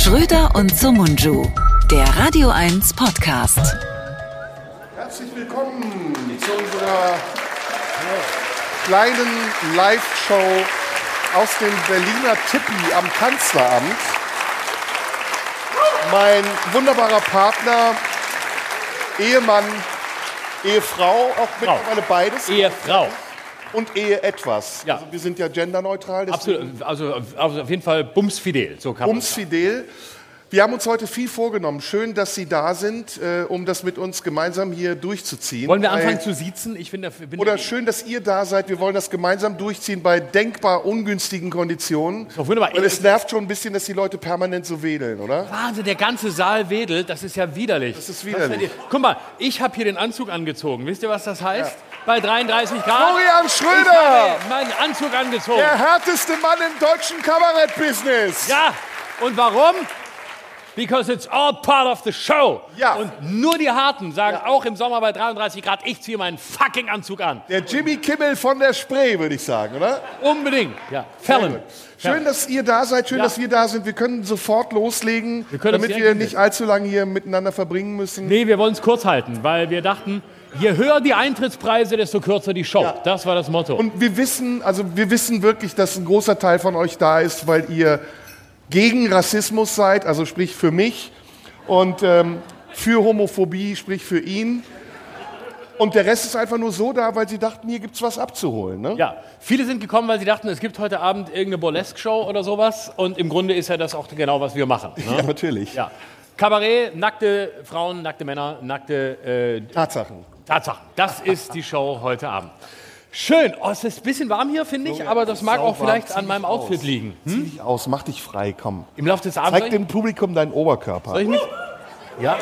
Schröder und Somunju, der Radio 1 Podcast. Herzlich willkommen zu unserer kleinen Live-Show aus dem Berliner Tippi am Kanzleramt. Mein wunderbarer Partner, Ehemann, Ehefrau, auch mittlerweile beides. Ehefrau. Und Ehe etwas. Ja. Also wir sind ja genderneutral. Absolut, also auf jeden Fall bumsfidel. So kann man sagen. Bumsfidel. Wir haben uns heute viel vorgenommen. Schön, dass Sie da sind, um das mit uns gemeinsam hier durchzuziehen. Wollen wir anfangen zu siezen? Oder schön, dass ihr da seid. Wir wollen das gemeinsam durchziehen bei denkbar ungünstigen Konditionen. Doch wunderbar. Und es nervt schon ein bisschen, dass die Leute permanent so wedeln, oder? Wahnsinn, der ganze Saal wedelt. Das ist ja widerlich. Das ist widerlich. Guck mal, ich habe hier den Anzug angezogen. Wisst ihr, was das heißt? Ja. Bei 33 Grad. Florian Schröder! Ich habe meinen Anzug angezogen. Der härteste Mann im deutschen Kabarettbusiness. Ja, und warum? Because it's all part of the show. Ja. Und nur die Harten sagen auch im Sommer bei 33 Grad, ich ziehe meinen fucking Anzug an. Der Jimmy Kimmel von der Spree, würde ich sagen, oder? Unbedingt. Ja. Fallon. Schön, dass ihr da seid, schön, dass wir da sind. Wir können sofort loslegen, damit wir nicht allzu lange hier miteinander verbringen müssen. Nee, wir wollen es kurz halten, weil wir dachten, je höher die Eintrittspreise, desto kürzer die Show. Ja. Das war das Motto. Und wir wissen wirklich, dass ein großer Teil von euch da ist, weil ihr gegen Rassismus seid, also sprich für mich, und für Homophobie, sprich für ihn. Und der Rest ist einfach nur so da, weil sie dachten, hier gibt's was abzuholen. Ne? Ja, viele sind gekommen, weil sie dachten, es gibt heute Abend irgendeine Burlesque-Show oder sowas. Und im Grunde ist ja das auch genau, was wir machen. Ne? Ja, natürlich. Ja. Kabarett, nackte Frauen, nackte Männer, nackte Tatsachen. Das ist die Show heute Abend. Schön. Oh, es ist ein bisschen warm hier, finde ich, aber das mag auch vielleicht an meinem Outfit liegen. Zieh dich aus, mach dich frei, komm. Im Laufe des Abends. Zeig dem Publikum deinen Oberkörper. Soll ich mich? Ja.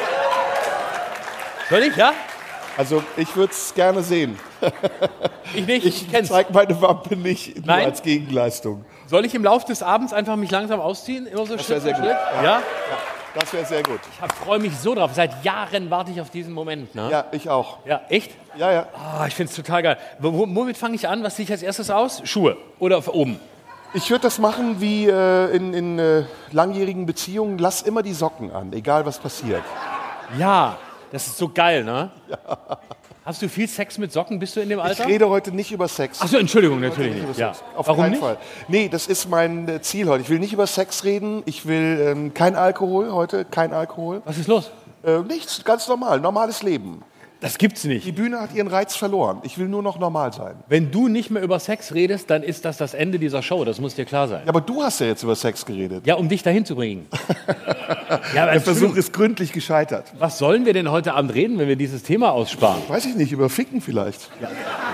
Soll ich? Ja? Also, ich würde es gerne sehen. Ich nicht. Ich zeig meine Wampe nicht nur Nein? als Gegenleistung. Soll ich im Laufe des Abends einfach mich langsam ausziehen? Immer so Das wäre Schritt sehr für gut. Schritt? Ja? Das wäre sehr gut. Ich freue mich so drauf. Seit Jahren warte ich auf diesen Moment. Ne? Ja, ich auch. Ja, echt? Ja. Oh, ich finde es total geil. Womit fange ich an? Was ziehe ich als erstes aus? Schuhe oder oben? Ich würde das machen wie in langjährigen Beziehungen. Lass immer die Socken an, egal was passiert. Ja, das ist so geil, ne? Ja. Hast du viel Sex mit Socken? Bist du in dem Alter? Ich rede heute nicht über Sex. Achso, Entschuldigung, natürlich nicht. Ja. Auf Warum keinen nicht? Fall. Nee, das ist mein Ziel heute. Ich will nicht über Sex reden. Ich will kein Alkohol heute, kein Alkohol. Was ist los? Nichts, ganz normal, normales Leben. Das gibt's nicht. Die Bühne hat ihren Reiz verloren. Ich will nur noch normal sein. Wenn du nicht mehr über Sex redest, dann ist das Ende dieser Show. Das muss dir klar sein. Ja, aber du hast ja jetzt über Sex geredet. Ja, um dich dahin zu bringen. Ja, Der Versuch ist gründlich gescheitert. Was sollen wir denn heute Abend reden, wenn wir dieses Thema aussparen? Weiß ich nicht, über Ficken vielleicht. Ja.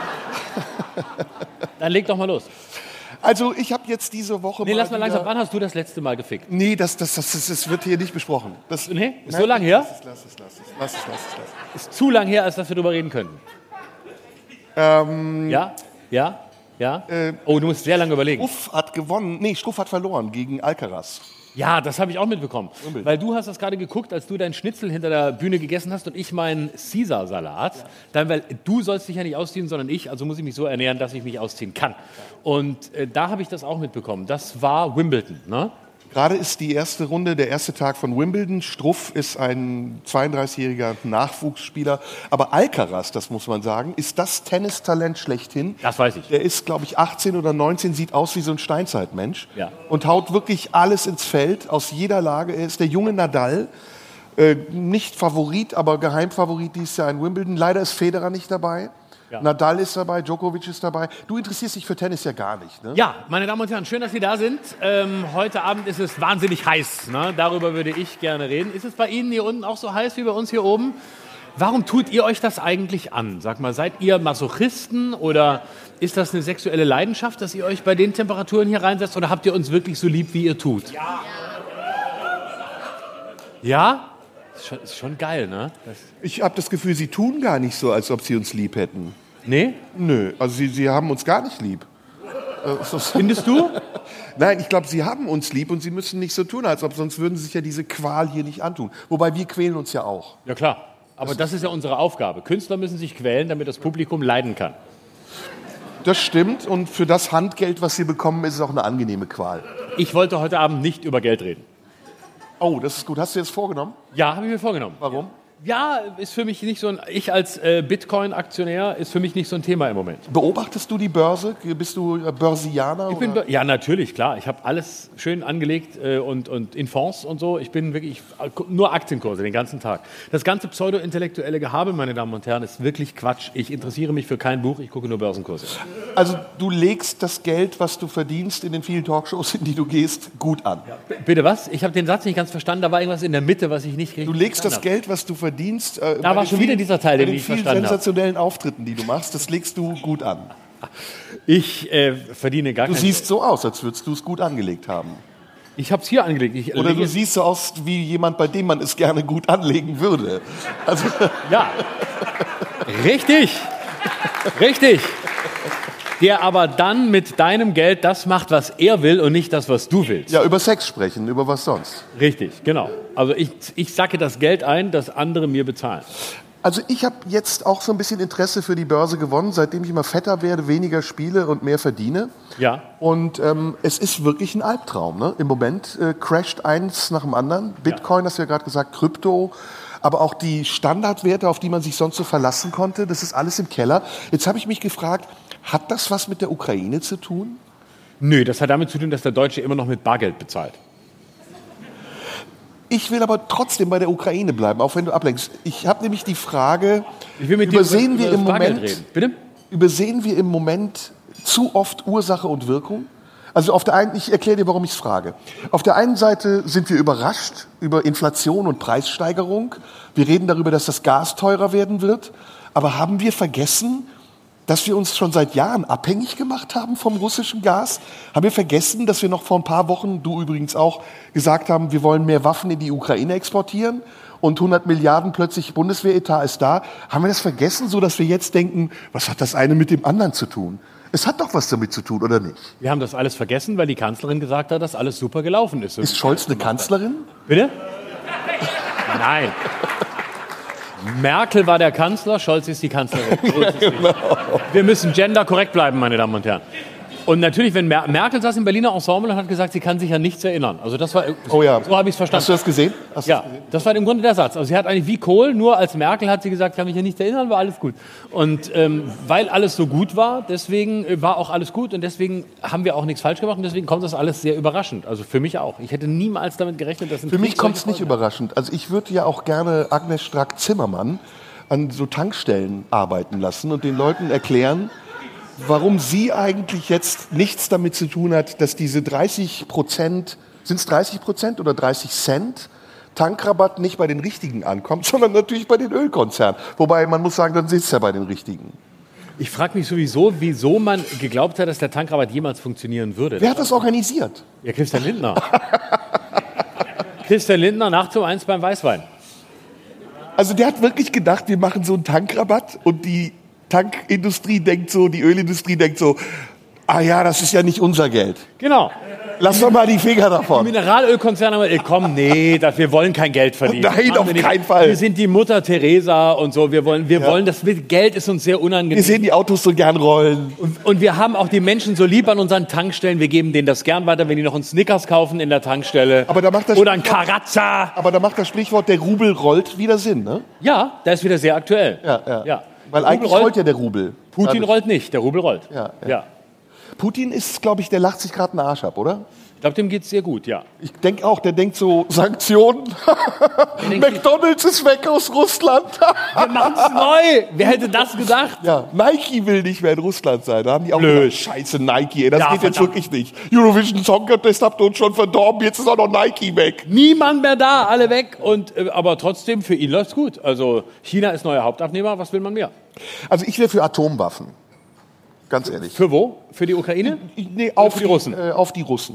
Dann leg doch mal los. Also ich habe jetzt diese Woche Nee, lass mal wieder- langsam. Wann hast du das letzte Mal gefickt? Nee, das wird hier nicht besprochen. Nee? Ist so lang her? Lass es. Ist zu lang her, als dass wir darüber reden können. Ja? Oh, du musst sehr lange überlegen. Struff hat gewonnen. Nee, Struff hat verloren gegen Alcaraz. Ja, das habe ich auch mitbekommen. Weil du hast das gerade geguckt, als du deinen Schnitzel hinter der Bühne gegessen hast und ich meinen Caesar-Salat. Dann, weil du sollst dich ja nicht ausziehen, sondern ich. Also muss ich mich so ernähren, dass ich mich ausziehen kann. Und da habe ich das auch mitbekommen. Das war Wimbledon, ne? Gerade ist die erste Runde, der erste Tag von Wimbledon. Struff ist ein 32-jähriger Nachwuchsspieler. Aber Alcaraz, das muss man sagen, ist das Tennistalent schlechthin. Das weiß ich. Der ist, glaube ich, 18 oder 19, sieht aus wie so ein Steinzeitmensch. Ja. Und haut wirklich alles ins Feld, aus jeder Lage. Er ist der junge Nadal. Nicht Favorit, aber Geheimfavorit dieses Jahr in Wimbledon. Leider ist Federer nicht dabei. Ja. Nadal ist dabei, Djokovic ist dabei. Du interessierst dich für Tennis ja gar nicht, ne? Ja, meine Damen und Herren, schön, dass Sie da sind. Heute Abend ist es wahnsinnig heiß. Ne? Darüber würde ich gerne reden. Ist es bei Ihnen hier unten auch so heiß wie bei uns hier oben? Warum tut ihr euch das eigentlich an? Sag mal, seid ihr Masochisten oder ist das eine sexuelle Leidenschaft, dass ihr euch bei den Temperaturen hier reinsetzt oder habt ihr uns wirklich so lieb, wie ihr tut? Ja? Ja? Ist schon geil, ne? Ich habe das Gefühl, Sie tun gar nicht so, als ob Sie uns lieb hätten. Nee? Nö, also Sie haben uns gar nicht lieb. Findest du? Nein, ich glaube, Sie haben uns lieb und Sie müssen nicht so tun, als ob, sonst würden Sie sich ja diese Qual hier nicht antun. Wobei wir quälen uns ja auch. Ja, klar. Aber das ist ja unsere Aufgabe. Künstler müssen sich quälen, damit das Publikum leiden kann. Das stimmt und für das Handgeld, was Sie bekommen, ist es auch eine angenehme Qual. Ich wollte heute Abend nicht über Geld reden. Oh, das ist gut. Hast du dir das vorgenommen? Ja, habe ich mir vorgenommen. Warum? Ja, ist für mich nicht so ein, ich als Bitcoin-Aktionär ist für mich nicht so ein Thema im Moment. Beobachtest du die Börse? Bist du Börsianer? Ja, natürlich, klar. Ich habe alles schön angelegt und in Fonds und so. Ich bin wirklich nur Aktienkurse den ganzen Tag. Das ganze pseudo-intellektuelle Gehabe, meine Damen und Herren, ist wirklich Quatsch. Ich interessiere mich für kein Buch, ich gucke nur Börsenkurse. Also du legst das Geld, was du verdienst in den vielen Talkshows, in die du gehst, gut an. Ja. Bitte was? Ich habe den Satz nicht ganz verstanden. Da war irgendwas in der Mitte, was ich nicht richtig Du legst das habe. Geld, was du verdienst, da war schon wieder dieser Teil, den ich verstanden habe. Den vielen sensationellen Auftritten, die du machst, das legst du gut an. Ich verdiene gar Du kein siehst so aus, als würdest du es gut angelegt haben. Ich habe es hier angelegt. Oder du siehst so aus wie jemand, bei dem man es gerne gut anlegen würde. Also ja, richtig, richtig. Der aber dann mit deinem Geld das macht, was er will und nicht das, was du willst. Ja, über Sex sprechen, über was sonst. Richtig, genau. Also ich sacke das Geld ein, das andere mir bezahlen. Also ich habe jetzt auch so ein bisschen Interesse für die Börse gewonnen, seitdem ich immer fetter werde, weniger spiele und mehr verdiene. Ja. Und es ist wirklich ein Albtraum. Ne? Im Moment crasht eins nach dem anderen. Bitcoin, hast du ja gerade gesagt, Krypto, aber auch die Standardwerte, auf die man sich sonst so verlassen konnte, das ist alles im Keller. Jetzt habe ich mich gefragt, hat das was mit der Ukraine zu tun? Nö, das hat damit zu tun, dass der Deutsche immer noch mit Bargeld bezahlt. Ich will aber trotzdem bei der Ukraine bleiben, auch wenn du ablenkst. Ich habe nämlich die Frage, ich will mit übersehen dir wir im Bargeld Moment, reden. Bitte? Übersehen wir im Moment zu oft Ursache und Wirkung? Also ich erkläre dir, warum ich es frage. Auf der einen Seite sind wir überrascht über Inflation und Preissteigerung. Wir reden darüber, dass das Gas teurer werden wird. Aber haben wir vergessen, dass wir uns schon seit Jahren abhängig gemacht haben vom russischen Gas? Haben wir vergessen, dass wir noch vor ein paar Wochen, du übrigens auch, gesagt haben, wir wollen mehr Waffen in die Ukraine exportieren und 100 Milliarden plötzlich Bundeswehretat ist da? Haben wir das vergessen, so dass wir jetzt denken, was hat das eine mit dem anderen zu tun? Es hat doch was damit zu tun, oder nicht? Wir haben das alles vergessen, weil die Kanzlerin gesagt hat, dass alles super gelaufen ist. Ist Scholz eine Kanzlerin? Bitte? Nein. Merkel war der Kanzler, Scholz ist die Kanzlerin. So ist es nicht. Wir müssen genderkorrekt bleiben, meine Damen und Herren. Und natürlich, wenn Merkel saß im Berliner Ensemble und hat gesagt, sie kann sich an nichts erinnern. Also das war, oh ja. So habe ich es verstanden. Hast du das gesehen? Ja, das war im Grunde der Satz. Also sie hat eigentlich wie Kohl, nur als Merkel hat sie gesagt, ich kann mich an nichts erinnern, war alles gut. Und weil alles so gut war, deswegen war auch alles gut und deswegen haben wir auch nichts falsch gemacht und deswegen kommt das alles sehr überraschend. Also für mich auch. Ich hätte niemals damit gerechnet, dass ein Für mich kommt es nicht überraschend. Also ich würde ja auch gerne Agnes Strack-Zimmermann an so Tankstellen arbeiten lassen und den Leuten erklären, warum sie eigentlich jetzt nichts damit zu tun hat, dass diese 30%, sind es 30% oder 30 Cent Tankrabatt nicht bei den Richtigen ankommt, sondern natürlich bei den Ölkonzernen. Wobei man muss sagen, dann sitzt es ja bei den Richtigen. Ich frage mich sowieso, wieso man geglaubt hat, dass der Tankrabatt jemals funktionieren würde. Wer hat das organisiert? Ja, Christian Lindner. Christian Lindner nachts um 1 beim Weißwein. Also der hat wirklich gedacht, wir machen so einen Tankrabatt und die Tankindustrie denkt so, die Ölindustrie denkt so, ah ja, das ist ja nicht unser Geld. Genau. Lass doch mal die Finger davon. Die Mineralölkonzerne haben gesagt, komm, nee, wir wollen kein Geld verdienen. Nein, auf keinen Fall. Wir sind die Mutter Teresa und so. Wir wollen das Geld ist uns sehr unangenehm. Wir sehen die Autos so gern rollen. Und wir haben auch die Menschen so lieb an unseren Tankstellen. Wir geben denen das gern weiter, wenn die noch einen Snickers kaufen in der Tankstelle. Aber da macht das oder ein Karazza. Aber da macht das Sprichwort, der Rubel rollt, wieder Sinn, ne? Ja, der ist wieder sehr aktuell. Ja. Weil eigentlich rollt ja der Rubel. Putin rollt nicht, der Rubel rollt. Ja. Putin ist, glaube ich, der lacht sich gerade einen Arsch ab, oder? Ich glaube, dem geht es sehr gut, ja. Ich denke auch, der denkt so, Sanktionen. McDonald's ist weg aus Russland. Wir machen es neu. Wer hätte das gedacht? Ja, Nike will nicht mehr in Russland sein. Da haben die auch gedacht, scheiße, Nike, ey, das geht jetzt wirklich nicht. Eurovision Song Contest habt ihr uns schon verdorben, jetzt ist auch noch Nike weg. Niemand mehr da, alle weg. Aber trotzdem, für ihn läuft's gut. Also China ist neuer Hauptabnehmer, was will man mehr? Also ich wäre für Atomwaffen, ganz ehrlich. Für wo? Für die Ukraine? Nee, auf die Russen. Auf die Russen.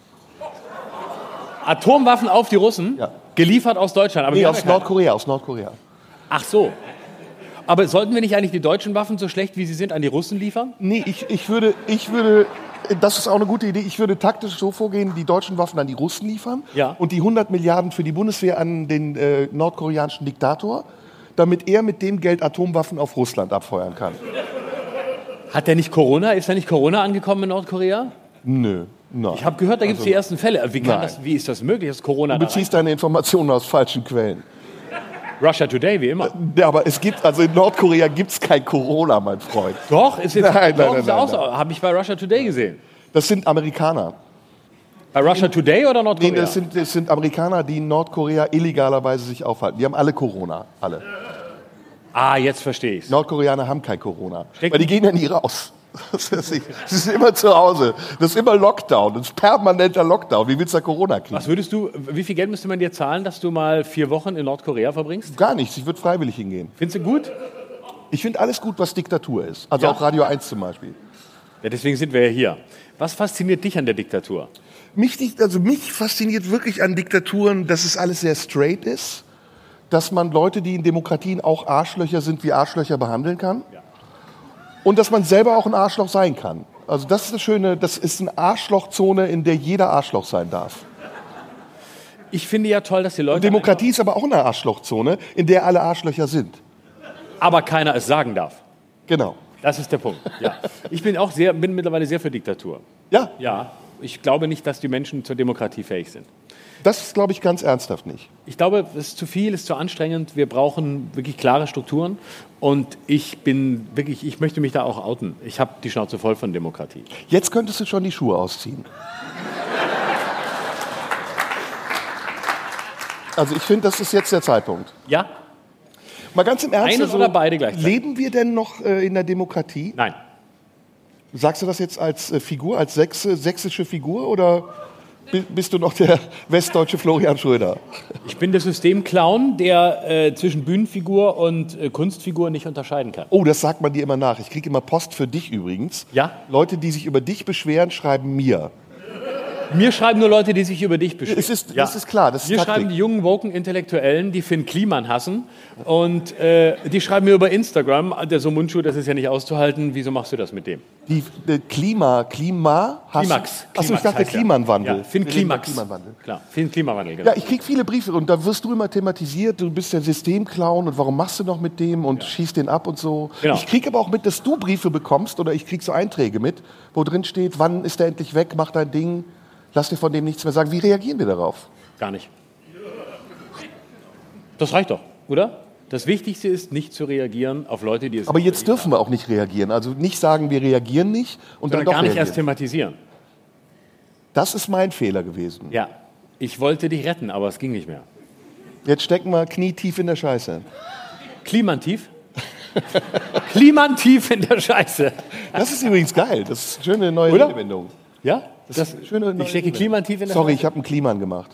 Atomwaffen auf die Russen? Ja. Geliefert aus Deutschland? Aber aus Nordkorea, aus Nordkorea. Ach so. Aber sollten wir nicht eigentlich die deutschen Waffen, so schlecht wie sie sind, an die Russen liefern? Nee, ich würde, das ist auch eine gute Idee, ich würde taktisch so vorgehen, die deutschen Waffen an die Russen liefern und die 100 Milliarden für die Bundeswehr an den nordkoreanischen Diktator, damit er mit dem Geld Atomwaffen auf Russland abfeuern kann. Hat der nicht Corona? Ist da nicht Corona angekommen in Nordkorea? Nö. Nein. Ich habe gehört, da gibt es die ersten Fälle. Wie ist das möglich, dass Corona Du beziehst deine Informationen aus falschen Quellen. Russia Today, wie immer. Ja, aber also in Nordkorea gibt es kein Corona, mein Freund. Doch, ist jetzt Nein. Habe ich bei Russia Today gesehen. Das sind Amerikaner. Bei Russia Today oder Nordkorea? Nee, das sind Amerikaner, die in Nordkorea illegalerweise sich aufhalten. Die haben alle Corona, alle. Ah, jetzt verstehe ich's. Nordkoreaner haben kein Corona, weil die gehen ja nie raus. Sie sind immer zu Hause. Das ist immer Lockdown. Das ist permanenter Lockdown. Wie willst du da Corona kriegen? Wie viel Geld müsste man dir zahlen, dass du mal 4 Wochen in Nordkorea verbringst? Gar nichts. Ich würde freiwillig hingehen. Findest du gut? Ich finde alles gut, was Diktatur ist. Also Ja. auch Radio 1 zum Beispiel. Ja, deswegen sind wir ja hier. Was fasziniert dich an der Diktatur? Mich fasziniert wirklich an Diktaturen, dass es alles sehr straight ist. Dass man Leute, die in Demokratien auch Arschlöcher sind, wie Arschlöcher behandeln kann. Ja. Und dass man selber auch ein Arschloch sein kann. Also das ist das Schöne, das ist eine Arschlochzone, in der jeder Arschloch sein darf. Ich finde ja toll, dass die Leute... Und Demokratie ist aber auch eine Arschlochzone, in der alle Arschlöcher sind. Aber keiner es sagen darf. Genau. Das ist der Punkt. Ja. Ich bin mittlerweile sehr für Diktatur. Ja, Ja, ich glaube nicht, dass die Menschen zur Demokratie fähig sind. das glaube ich ganz ernsthaft nicht. Ich glaube, es ist zu viel, es ist zu anstrengend. Wir brauchen wirklich klare Strukturen. Und ich möchte mich da auch outen. Ich habe die Schnauze voll von Demokratie. Jetzt könntest du schon die Schuhe ausziehen. Also ich finde, das ist jetzt der Zeitpunkt. Ja? Mal ganz im Ernst. Eines oder beide gleichzeitig? Leben wir denn noch in der Demokratie? Nein. Sagst du das jetzt als Figur, als sächsische Figur oder bist du noch der westdeutsche Florian Schröder? Ich bin der Systemclown, der zwischen Bühnenfigur und Kunstfigur nicht unterscheiden kann. Oh, das sagt man dir immer nach. Ich kriege immer Post für dich übrigens. Ja? Leute, die sich über dich beschweren, schreiben mir. Mir schreiben nur Leute, die sich über dich beschweren. Das ist klar, das ist Mir Taktik. schreiben die jungen, woken Intellektuellen, die Finn Kliman hassen. Und die schreiben mir über Instagram, der so Mundschuh, das ist ja nicht auszuhalten, wieso machst du das mit dem? Die Klima. Klimax. Achso, ich dachte heißt er. Klimawandel. Ja, Finn Wir reden über Klimax. Klimawandel. Klar, Finn Klimawandel, genau. Ja, ich kriege viele Briefe und da wirst du immer thematisiert, du bist der Systemclown und warum machst du noch mit dem und schießt den ab und so. Genau. Ich kriege aber auch mit, dass du Briefe bekommst oder ich kriege so Einträge mit, wo drin steht, wann ist der endlich weg, mach dein Ding, lass dir von dem nichts mehr sagen. Wie reagieren wir darauf? Gar nicht. Das reicht doch, oder? Das Wichtigste ist, nicht zu reagieren auf Leute, die es Aber nicht jetzt dürfen wir auch nicht reagieren. Also nicht sagen, wir reagieren nicht und sondern dann doch gar nicht reagieren. erst thematisieren. Das ist mein Fehler gewesen. Ja, ich wollte dich retten, aber es ging nicht mehr. Jetzt stecken wir knietief in der Scheiße. Klimantief? Klimantief in der Scheiße. Das ist übrigens geil. Das ist eine schöne neue Oder? Redewendung. Ja? Das ist eine schöne neue Ich stecke Redewendung. Klimantief in der Sorry, Scheiße. ich habe einen Kliman gemacht.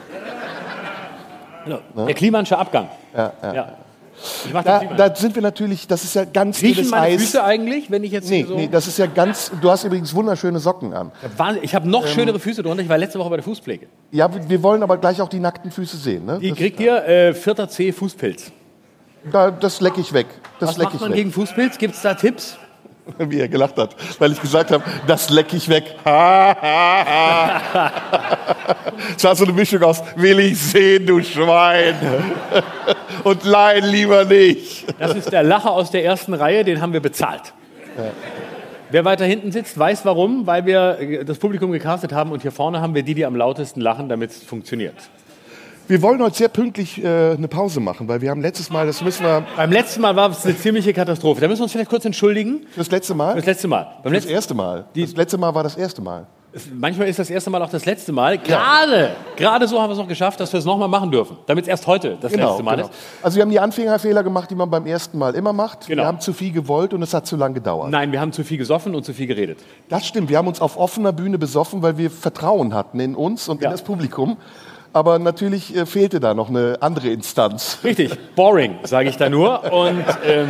Der Klimansche Abgang. Ja. Ich mach den Kliman. Da sind wir natürlich, das ist ja ganz Riechen dünnes meine Eis. Füße eigentlich, wenn ich jetzt Nee, so... nee, das ist ja ganz, du hast übrigens wunderschöne Socken an. Ich habe noch schönere Füße drunter. Ich war letzte Woche bei der Fußpflege. Ja, wir wollen aber gleich auch die nackten Füße sehen. Ne? Die kriegt ihr 4. C Fußpilz. Das leck ich weg. Das Was leck macht ich man weg. gegen Fußpilz? Gibt es da Tipps? Wie er gelacht hat, weil ich gesagt habe, das leck ich weg. Es war so eine Mischung aus, will ich sehen, du Schwein. Und nein, lieber nicht. Das ist der Lacher aus der ersten Reihe, den haben wir bezahlt. Wer weiter hinten sitzt, weiß warum, weil wir das Publikum gecastet haben und hier vorne haben wir die am lautesten lachen, damit es funktioniert. Wir wollen heute sehr pünktlich eine Pause machen, weil wir haben letztes Mal, das müssen wir... Beim letzten Mal war es eine ziemliche Katastrophe. Da müssen wir uns vielleicht kurz entschuldigen. Das letzte Mal? Das letzte Mal. Das erste Mal. Das letzte Mal war das erste Mal. Manchmal ist das erste Mal auch das letzte Mal. Gerade so haben wir es noch geschafft, dass wir es nochmal machen dürfen. Damit es erst heute das letzte Mal ist. Also wir haben die Anfängerfehler gemacht, die man beim ersten Mal immer macht. Genau. Wir haben zu viel gewollt und es hat zu lange gedauert. Nein, wir haben zu viel gesoffen und zu viel geredet. Das stimmt, wir haben uns auf offener Bühne besoffen, weil wir Vertrauen hatten in uns und Ja. in das Publikum. Aber natürlich fehlte da noch eine andere Instanz. Richtig, boring, sage ich da nur. Und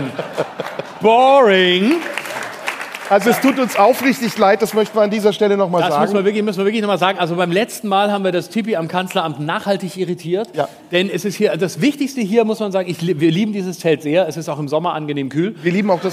boring. Also es tut uns aufrichtig leid, das möchten wir an dieser Stelle nochmal Das sagen. müssen wir wirklich nochmal sagen. Also beim letzten Mal haben wir das Tipi am Kanzleramt nachhaltig irritiert. Ja. Denn es ist hier, das Wichtigste hier, muss man sagen, wir lieben dieses Zelt sehr. Es ist auch im Sommer angenehm kühl. Wir lieben auch das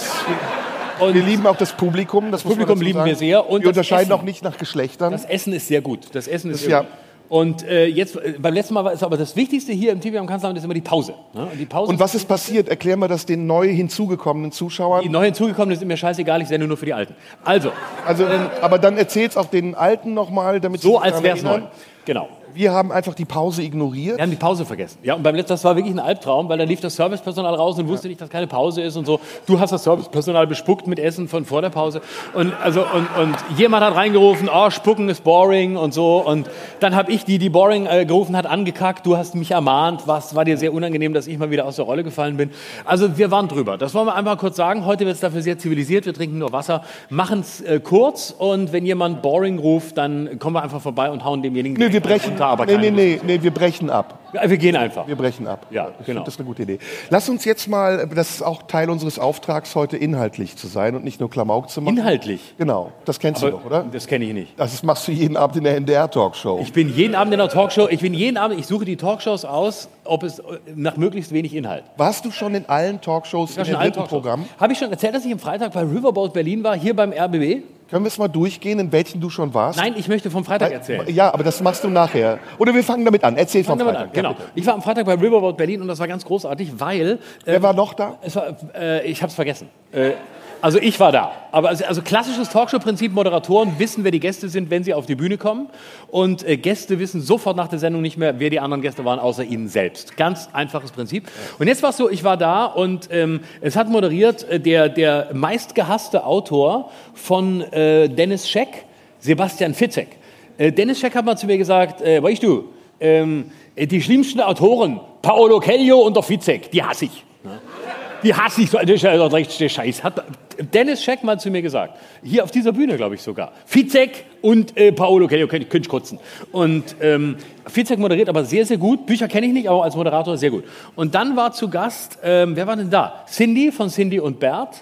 Publikum. Das muss man Publikum dazu lieben sagen. wir sehr. Und wir das unterscheiden Essen. auch nicht nach Geschlechtern. Das Essen ist sehr gut. Das Essen ist Ja. Und jetzt, beim letzten Mal war es aber das Wichtigste hier im TV am Kanzleramt ist immer die Pause. Ne? Und was ist passiert? Erklär mal das den neu hinzugekommenen Zuschauern. Die neu hinzugekommenen sind mir scheißegal, ich sende nur für die Alten. Also aber dann erzähl's auch den Alten nochmal, damit sie so sich als daran wäre es neu. erinnern. Genau. Wir haben einfach die Pause ignoriert. Wir haben die Pause vergessen. Ja, und beim letzten, das war wirklich ein Albtraum, weil da lief das Servicepersonal raus und wusste nicht, dass keine Pause ist und so. Du hast das Servicepersonal bespuckt mit Essen von vor der Pause. Und jemand hat reingerufen, oh, Spucken ist boring und so. Und dann habe ich die boring gerufen hat, angekackt. Du hast mich ermahnt. War dir sehr unangenehm, dass ich mal wieder aus der Rolle gefallen bin. Also wir waren drüber. Das wollen wir einfach kurz sagen. Heute wird es dafür sehr zivilisiert. Wir trinken nur Wasser, machen es kurz. Und wenn jemand boring ruft, dann kommen wir einfach vorbei und hauen demjenigen Nee, wir brechen. runter, aber Nee, wir brechen ab. Ja, wir gehen einfach. Wir brechen ab. Ja, Ich genau. finde das eine gute Idee. Lass uns jetzt mal, das ist auch Teil unseres Auftrags, heute inhaltlich zu sein und nicht nur Klamauk zu machen. Inhaltlich. Genau, das kennst du doch, oder? Das kenne ich nicht. Das machst du jeden Abend in der NDR-Talkshow. Ich bin jeden Abend in der Talkshow. Ich suche die Talkshows aus, ob es nach möglichst wenig Inhalt. Warst du schon in allen Talkshows in den dritten Programm? Habe ich schon erzählt, dass ich am Freitag bei Riverboat Berlin war, hier beim RBB? Können wir es mal durchgehen, in welchen du schon warst? Nein, ich möchte vom Freitag erzählen. Ja, aber das machst du nachher. Oder wir fangen damit an. Erzähl vom Fangen wir mal Freitag. an. Genau. Ich war am Freitag bei Riverboat Berlin und das war ganz großartig, weil... Wer war noch da? Ich habe es vergessen. Also ich war da. Aber also klassisches Talkshow-Prinzip, Moderatoren wissen, wer die Gäste sind, wenn sie auf die Bühne kommen. Und Gäste wissen sofort nach der Sendung nicht mehr, wer die anderen Gäste waren, außer ihnen selbst. Ganz einfaches Prinzip. Und jetzt war es so, ich war da und es hat moderiert der meistgehasste Autor von Dennis Scheck, Sebastian Fitzek. Dennis Scheck hat mal zu mir gesagt, weißt du, die schlimmsten Autoren, Paolo Coelho und der Fitzek, die hasse ich. Die hasse ich, das ist ja der richtige Scheiß. Hat Dennis Scheck mal zu mir gesagt. Hier auf dieser Bühne, glaube ich sogar. Fitzek und Paolo Coelho, könnte ich kotzen. Und Fitzek moderiert aber sehr, sehr gut. Bücher kenne ich nicht, aber als Moderator sehr gut. Und dann war zu Gast, wer war denn da? Cindy von Cindy und Bert.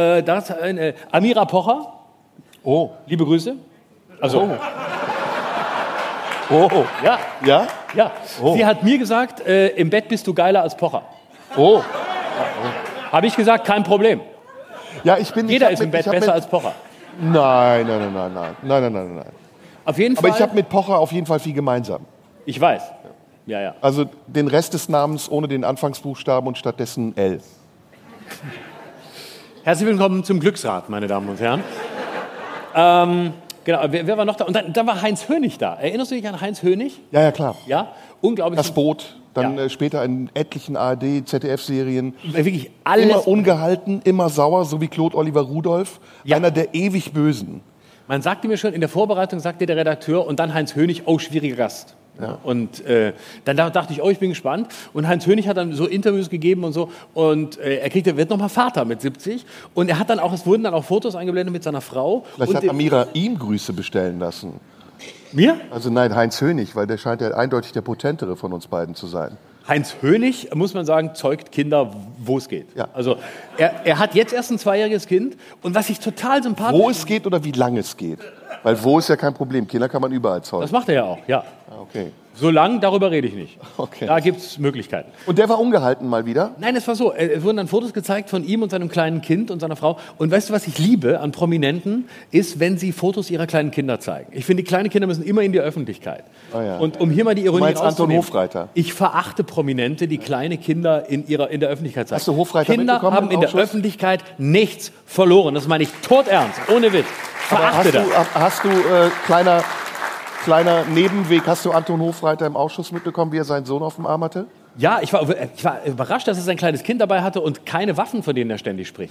Amira Pocher. Oh. Liebe Grüße. Also, Oh. ja. Ja? Ja. Oh. Sie hat mir gesagt, im Bett bist du geiler als Pocher. Oh. Habe ich gesagt, kein Problem. Ja, Jeder ist im Bett besser als Pocher. Nein. Auf jeden Aber Fall. ich habe mit Pocher auf jeden Fall viel gemeinsam. Ich weiß. Ja. Also den Rest des Namens ohne den Anfangsbuchstaben und stattdessen L. Herzlich willkommen zum Glücksrad, meine Damen und Herren. Genau, wer war noch da? Und dann war Heinz Hönig da. Erinnerst du dich an Heinz Hönig? Ja, klar. Ja, unglaublich. Das Boot, dann Ja. Später in etlichen ARD, ZDF-Serien. Wirklich alles. Immer ungehalten, immer sauer, so wie Claude Oliver Rudolph. Ja. Einer der ewig Bösen. Man sagte mir schon, in der Vorbereitung sagte der Redakteur und dann Heinz Hönig, oh, schwieriger Gast. Ja. Und dann dachte ich, oh, ich bin gespannt. Und Heinz Hönig hat dann so Interviews gegeben und so. Und er wird nochmal Vater mit 70. Und er hat dann auch, es wurden dann auch Fotos eingeblendet mit seiner Frau. Vielleicht und hat Amira ihm Grüße bestellen lassen. Mir? Also nein, Heinz Hönig, weil der scheint ja eindeutig der potentere von uns beiden zu sein. Heinz Hönig, muss man sagen, zeugt Kinder, wo es geht. Ja. Also er hat jetzt erst ein 2-jähriges Kind. Und was ich total sympathisch... Wo es geht oder wie lange es geht. Weil wo ist ja kein Problem. Kinder kann man überall zeugen. Das macht er ja auch, ja. Okay. Solange, darüber rede ich nicht. Okay. Da gibt es Möglichkeiten. Und der war ungehalten mal wieder? Nein, es war so. Es wurden dann Fotos gezeigt von ihm und seinem kleinen Kind und seiner Frau. Und weißt du, was ich liebe an Prominenten, ist, wenn sie Fotos ihrer kleinen Kinder zeigen. Ich finde, die kleinen Kinder müssen immer in die Öffentlichkeit. Oh ja. Und um hier mal die Ironie Du meinst Anton rauszunehmen, Hofreiter? Ich verachte Prominente, die kleine Kinder in der Öffentlichkeit zeigen. Hast du Hofreiter Kinder mitbekommen haben im in der Ausschuss? Öffentlichkeit nichts verloren. Das meine ich todernst, ohne Witz. Verachte das. Hast du kleiner Nebenweg, hast du Anton Hofreiter im Ausschuss mitbekommen, wie er seinen Sohn auf dem Arm hatte? Ja, ich war überrascht, dass er sein kleines Kind dabei hatte und keine Waffen, von denen er ständig spricht.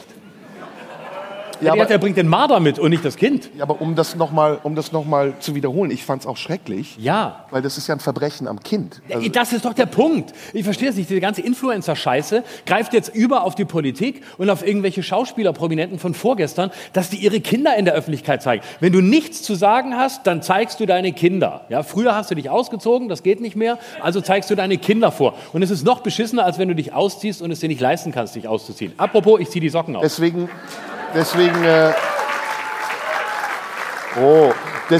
Ja, Er bringt den Marder mit und nicht das Kind. Ja, aber um das noch mal zu wiederholen, ich fand es auch schrecklich, Ja. weil das ist ja ein Verbrechen am Kind. Also, Das ist doch der Punkt. Ich verstehe es nicht. Diese ganze Influencer-Scheiße greift jetzt über auf die Politik und auf irgendwelche Schauspieler, Prominenten von vorgestern, dass die ihre Kinder in der Öffentlichkeit zeigen. Wenn du nichts zu sagen hast, dann zeigst du deine Kinder. Ja, früher hast du dich ausgezogen, das geht nicht mehr, also zeigst du deine Kinder vor. Und es ist noch beschissener, als wenn du dich ausziehst und es dir nicht leisten kannst, dich auszuziehen. Apropos, ich ziehe die Socken aus. Deswegen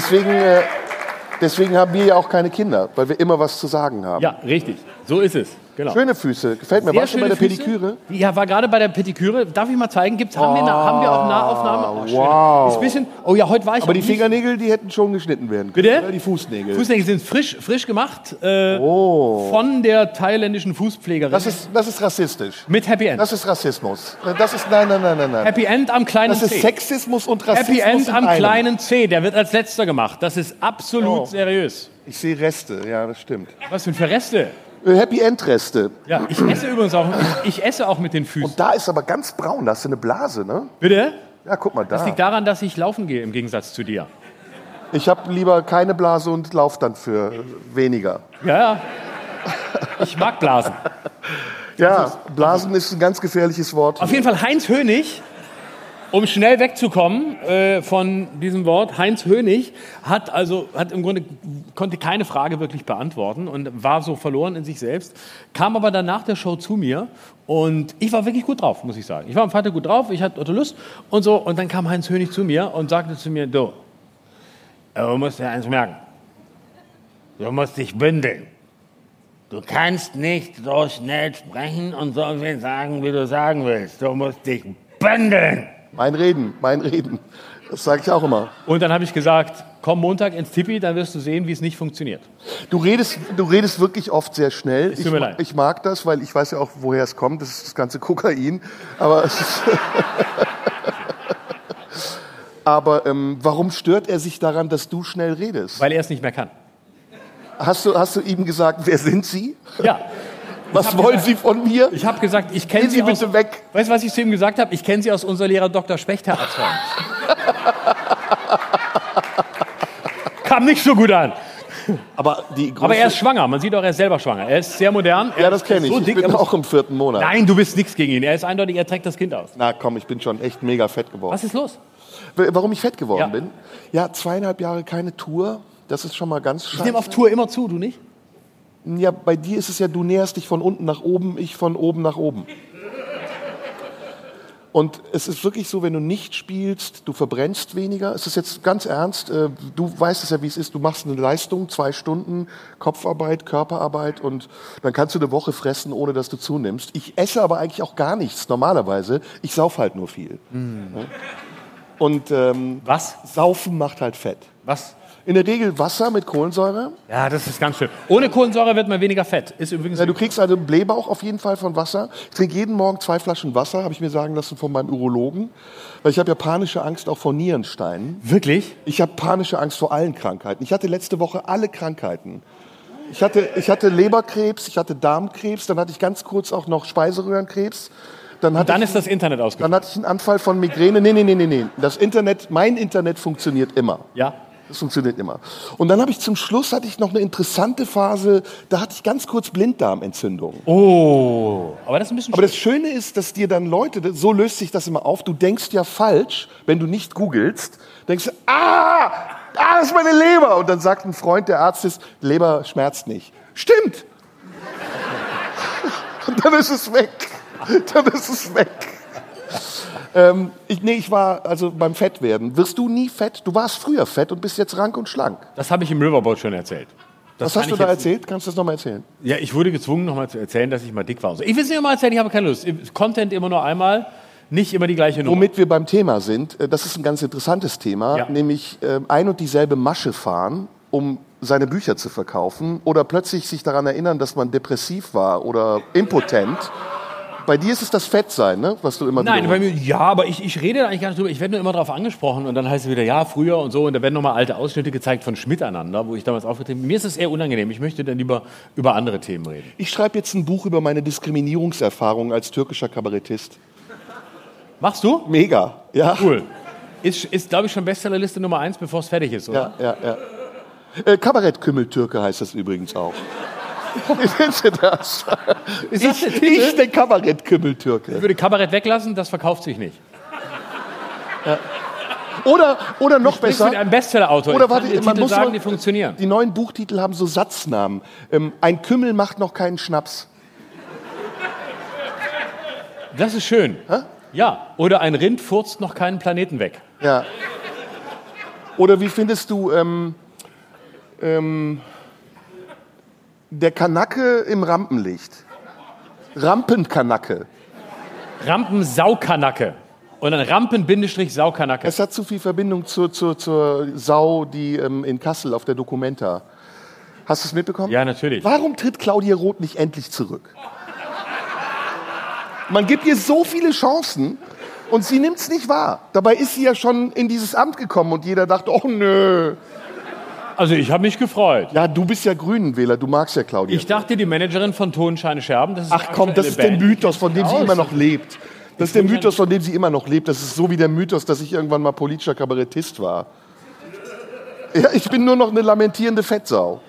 haben wir ja auch keine Kinder, weil wir immer was zu sagen haben. Ja, richtig. So ist es. Genau. Schöne Füße. Gefällt mir. Sehr Warst du bei der schöne Füße. Pediküre? Ja, war gerade bei der Pediküre. Darf ich mal zeigen? Haben wir auch Nahaufnahme? Oh, schön. Wow. Ist ein bisschen, oh ja, heute war ich Aber auch die nicht- Fingernägel, die hätten schon geschnitten werden können. Bitte? Oder die Fußnägel. Fußnägel sind frisch gemacht von der thailändischen Fußpflegerin. Das ist rassistisch. Mit Happy End. Das ist Rassismus. Das ist, nein. Happy End am kleinen Das ist C. Sexismus und Rassismus Happy End in am einem. kleinen C. Der wird als letzter gemacht. Das ist absolut seriös. Ich sehe Reste, ja, das stimmt. Was denn für Reste? Happy End Reste. Ja, ich esse übrigens auch, ich esse auch mit den Füßen. Und da ist aber ganz braun, da hast du eine Blase, ne? Bitte? Ja, guck mal Das da. liegt daran, dass ich laufen gehe, im Gegensatz zu dir. Ich habe lieber keine Blase und lauf dann für weniger. Ja, ich mag Blasen. Ja, Blasen ist ein ganz gefährliches Wort. Auf jeden Fall Heinz Hönig, um schnell wegzukommen von diesem Wort, Heinz Hönig hat im Grunde, konnte keine Frage wirklich beantworten und war so verloren in sich selbst, kam aber dann nach der Show zu mir und ich war wirklich gut drauf, muss ich sagen. Ich war am Freitag gut drauf, ich hatte Lust und so und dann kam Heinz Hönig zu mir und sagte zu mir, du musst dir eins merken, du musst dich bündeln. Du kannst nicht so schnell sprechen und so viel sagen, wie du sagen willst. Du musst dich bündeln. Mein Reden. Das sage ich auch immer. Und dann habe ich gesagt, komm Montag ins Tippi, dann wirst du sehen, wie es nicht funktioniert. Du redest wirklich oft sehr schnell. Es tut mir leid. Ich mag das, weil ich weiß ja auch, woher es kommt. Das ist das ganze Kokain. Aber, warum stört er sich daran, dass du schnell redest? Weil er es nicht mehr kann. Hast du ihm gesagt, wer sind Sie? Ja. Was wollen Sie von mir? Ich habe gesagt, ich kenne Gehen Sie Sie aus... bitte weg. Weißt du, was ich zu ihm gesagt habe? Ich kenne Sie aus unserer Lehrer Dr. Spechter-Erzählung. Kam nicht so gut an. Aber Er ist schwanger. Man sieht auch, er ist selber schwanger. Er ist sehr modern. Ja, das kenne ich. So Ich dick, bin auch im 4. Monat. Nein, du bist nichts gegen ihn. Er ist eindeutig, er trägt das Kind aus. Na komm, ich bin schon echt mega fett geworden. Was ist los? Warum ich fett geworden Ja. bin? Ja, 2,5 Jahre keine Tour. Das ist schon mal ganz Ich scheiße. nehme auf Tour immer zu, du nicht? Ja, bei dir ist es ja, du näherst dich von unten nach oben, ich von oben nach oben. Und es ist wirklich so, wenn du nicht spielst, du verbrennst weniger. Es ist jetzt ganz ernst, du weißt es ja, wie es ist. Du machst eine Leistung, 2 Stunden Kopfarbeit, Körperarbeit und dann kannst du eine Woche fressen, ohne dass du zunimmst. Ich esse aber eigentlich auch gar nichts normalerweise. Ich sauf halt nur viel. Ja? Und Was? Saufen macht halt Fett. Was? In der Regel Wasser mit Kohlensäure. Ja, das ist ganz schön. Ohne Kohlensäure wird man weniger fett. Ist übrigens... Ja, du kriegst also einen Blähbauch auf jeden Fall von Wasser. Ich trinke jeden Morgen 2 Flaschen Wasser, habe ich mir sagen lassen von meinem Urologen. Weil ich habe ja panische Angst auch vor Nierensteinen. Wirklich? Ich habe panische Angst vor allen Krankheiten. Ich hatte letzte Woche alle Krankheiten. Ich hatte Leberkrebs, ich hatte Darmkrebs, dann hatte ich ganz kurz auch noch Speiseröhrenkrebs. Dann ist das Internet ausgefallen. Dann hatte ich einen Anfall von Migräne. Nee. Mein Internet funktioniert immer. Ja? Das funktioniert immer. Und dann hatte ich noch eine interessante Phase, da hatte ich ganz kurz Blinddarmentzündung. Oh, aber das ist ein bisschen... Aber das Schöne ist, dass dir dann Leute, so löst sich das immer auf, du denkst ja falsch, wenn du nicht googelst, denkst du, das ist meine Leber. Und dann sagt ein Freund, der Arzt ist, Leber schmerzt nicht. Stimmt. Und dann ist es weg. Ich war also beim Fettwerden. Wirst du nie fett? Du warst früher fett und bist jetzt rank und schlank. Das habe ich im Riverboat schon erzählt. Was hast du da erzählt? Kannst du das nochmal erzählen? Ja, ich wurde gezwungen, nochmal zu erzählen, dass ich mal dick war. Ich will es nicht nochmal erzählen, ich habe keine Lust. Content immer nur einmal, nicht immer die gleiche Nummer. Womit wir beim Thema sind, das ist ein ganz interessantes Thema, nämlich ein und dieselbe Masche fahren, um seine Bücher zu verkaufen oder plötzlich sich daran erinnern, dass man depressiv war oder impotent. Bei dir ist es das Fettsein, ne? Was du immer Nein, bei mir, ja, aber ich rede da eigentlich gar nicht drüber. Ich werde nur immer darauf angesprochen und dann heißt es wieder, ja, früher und so. Und da werden nochmal alte Ausschnitte gezeigt von Schmiteinander, wo ich damals aufgetreten bin. Mir ist es eher unangenehm. Ich möchte dann lieber über andere Themen reden. Ich schreibe jetzt ein Buch über meine Diskriminierungserfahrung als türkischer Kabarettist. Machst du? Mega, ja. Cool. Ist glaube ich, schon Bestsellerliste Nummer 1, bevor es fertig ist, oder? Ja. Kabarettkümmeltürke heißt das übrigens auch. Wie findest du das? Ist das der Titel? Ich der Kabarettkümmeltürke. Ich würde Kabarett weglassen, das verkauft sich nicht. Ja. Oder noch Bist besser. du ein Bestseller-Autor? Oder Ich kann warte, dir man Titel muss sagen, mal- die funktionieren. Die neuen Buchtitel haben so Satznamen. Ein Kümmel macht noch keinen Schnaps. Das ist schön. Hä? Ja, oder ein Rind furzt noch keinen Planeten weg. Ja. Oder wie findest du der Kanake im Rampenlicht? Rampenkanacke. Rampensaukanacke. Und dann Rampen-Saukanacke. Es hat zu viel Verbindung zur Sau, die in Kassel auf der Documenta. Hast du es mitbekommen? Ja, natürlich. Warum tritt Claudia Roth nicht endlich zurück? Man gibt ihr so viele Chancen und sie nimmt es nicht wahr. Dabei ist sie ja schon in dieses Amt gekommen und jeder dachte, oh nö. Also ich habe mich gefreut. Ja, du bist ja Grünenwähler, du magst ja Claudia. Ich dachte, die Managerin von Tonscheine Scherben, das ist Ach komm, das ist der Mythos, von dem sie immer noch lebt. Das ist der Mythos, von dem sie immer noch lebt. Das ist so wie der Mythos, dass ich irgendwann mal politischer Kabarettist war. Ja, ich bin nur noch eine lamentierende Fettsau.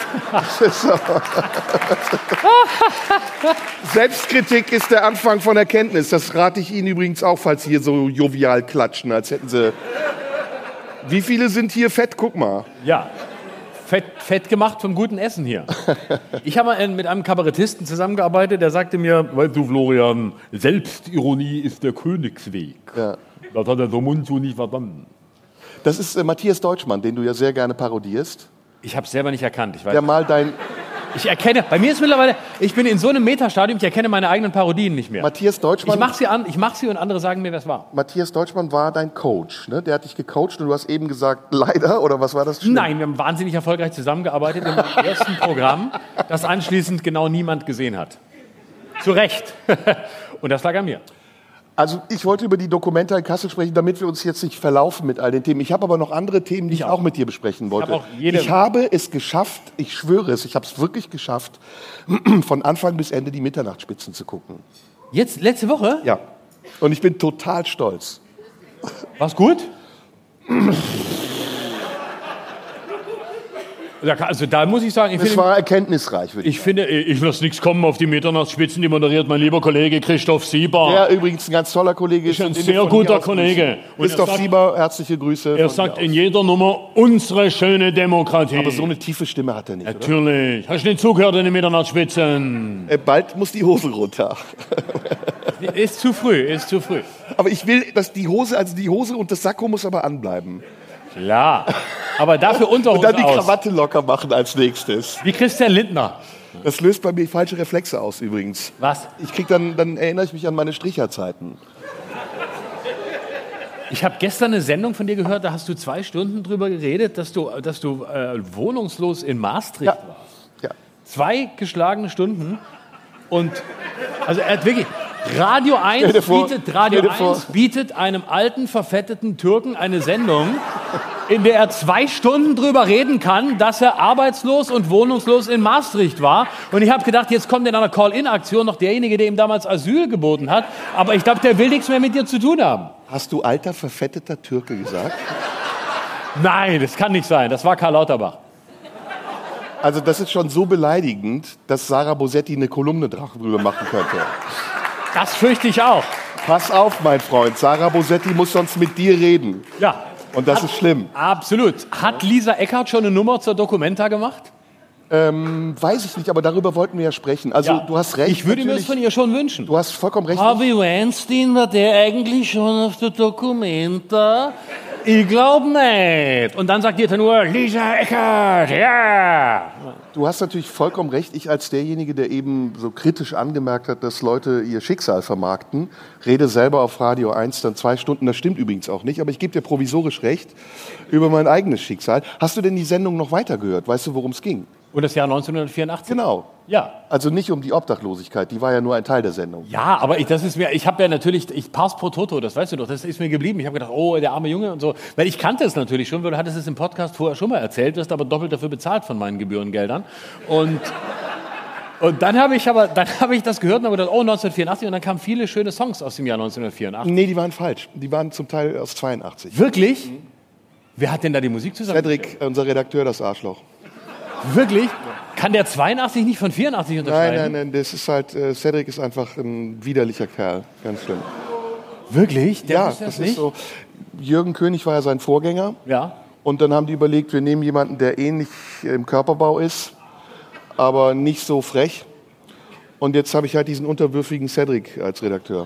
Selbstkritik ist der Anfang von Erkenntnis. Das rate ich Ihnen übrigens auch, falls Sie hier so jovial klatschen, als hätten Sie... Wie viele sind hier fett? Guck mal. Ja, fett gemacht vom guten Essen hier. Ich habe mit einem Kabarettisten zusammengearbeitet, der sagte mir, weißt du Florian, Selbstironie ist der Königsweg. Ja. Das hat er so Mund so nicht verstanden. Das ist Matthias Deutschmann, den du ja sehr gerne parodierst. Ich habe es selber nicht erkannt. Ich weiß der mal dein... Ich erkenne, bei mir ist mittlerweile, ich bin in so einem Metastadium, ich erkenne meine eigenen Parodien nicht mehr. Matthias Deutschmann... Ich mach sie und andere sagen mir, wer es war. Matthias Deutschmann war dein Coach, ne? Der hat dich gecoacht und du hast eben gesagt, leider, oder was war das? Nein, wir haben wahnsinnig erfolgreich zusammengearbeitet in meinem ersten Programm, das anschließend genau niemand gesehen hat. Zu Recht. Und das lag an mir. Also ich wollte über die Documenta in Kassel sprechen, damit wir uns jetzt nicht verlaufen mit all den Themen. Ich habe aber noch andere Themen, die ich auch mit dir besprechen wollte. Ich habe es geschafft, ich schwöre es, ich habe es wirklich geschafft, von Anfang bis Ende die Mitternachtsspitzen zu gucken. Jetzt, letzte Woche? Ja. Und ich bin total stolz. War's gut? Also da muss ich sagen, es war erkenntnisreich, würde ich finde, ich lasse nichts kommen auf die Mitternachtsspitzen, die moderiert mein lieber Kollege Christoph Sieber. Der übrigens ein ganz toller Kollege ist. Ein sehr guter Kollege. Christoph Sieber, herzliche Grüße. Er sagt in jeder Nummer, unsere schöne Demokratie. Aber so eine tiefe Stimme hat er nicht, natürlich. Oder? Hast du nicht zugehört in den Mitternachtsspitzen? Bald muss die Hose runter. Ist zu früh. Aber ich will, dass die Hose und das Sakko muss aber anbleiben. Klar, aber dafür Unterhose und dann die Krawatte locker machen als nächstes. Wie Christian Lindner. Das löst bei mir falsche Reflexe aus übrigens. Was? Ich krieg dann erinnere ich mich an meine Stricherzeiten. Ich habe gestern eine Sendung von dir gehört, da hast du 2 Stunden drüber geredet, dass du wohnungslos in Maastricht warst. Ja. 2 geschlagene Stunden und also er hat wirklich... Radio 1 bietet einem alten, verfetteten Türken eine Sendung, in der er 2 Stunden drüber reden kann, dass er arbeitslos und wohnungslos in Maastricht war. Und ich habe gedacht, jetzt kommt in einer Call-In-Aktion noch derjenige, der ihm damals Asyl geboten hat. Aber ich glaube, der will nichts mehr mit dir zu tun haben. Hast du alter, verfetteter Türke gesagt? Nein, das kann nicht sein. Das war Karl Lauterbach. Also das ist schon so beleidigend, dass Sarah Bosetti eine Kolumne drüber machen könnte. Das fürchte ich auch. Pass auf, mein Freund. Sarah Bosetti muss sonst mit dir reden. Ja. Und das ist schlimm. Absolut. Hat Lisa Eckhardt schon eine Nummer zur Documenta gemacht? Weiß ich nicht, aber darüber wollten wir ja sprechen. Also ja, du hast recht. Ich würde mir das von ihr schon wünschen. Du hast vollkommen recht. Harvey Weinstein, war der eigentlich schon auf der Documenta? Ich glaube nicht. Und dann sagt ihr nur, Lisa Eckhardt, ja. Du hast natürlich vollkommen recht. Ich als derjenige, der eben so kritisch angemerkt hat, dass Leute ihr Schicksal vermarkten, rede selber auf Radio 1 dann 2 Stunden. Das stimmt übrigens auch nicht, aber ich gebe dir provisorisch recht über mein eigenes Schicksal. Hast du denn die Sendung noch weitergehört? Weißt du, worum es ging? Und das Jahr 1984? Genau. Ja. Also nicht um die Obdachlosigkeit, die war ja nur ein Teil der Sendung. Ja, aber ich habe ja natürlich, Pars pro Toto, das weißt du doch, das ist mir geblieben. Ich habe gedacht, oh, der arme Junge und so. Weil ich kannte es natürlich schon, weil du hattest es im Podcast vorher schon mal erzählt, wirst aber doppelt dafür bezahlt von meinen Gebührengeldern. Und dann habe ich das gehört und habe gedacht, oh, 1984, und dann kamen viele schöne Songs aus dem Jahr 1984. Nee, die waren falsch. Die waren zum Teil aus 82. Wirklich? Mhm. Wer hat denn da die Musik zusammen? Cedric, unser Redakteur, das Arschloch. Wirklich? Kann der 82 nicht von 84 unterscheiden? Nein, das ist halt, Cedric ist einfach ein widerlicher Kerl, ganz schlimm. Wirklich? Der ja, das nicht? Ist so. Jürgen König war ja sein Vorgänger. Ja. Und dann haben die überlegt, wir nehmen jemanden, der ähnlich im Körperbau ist, aber nicht so frech. Und jetzt habe ich halt diesen unterwürfigen Cedric als Redakteur.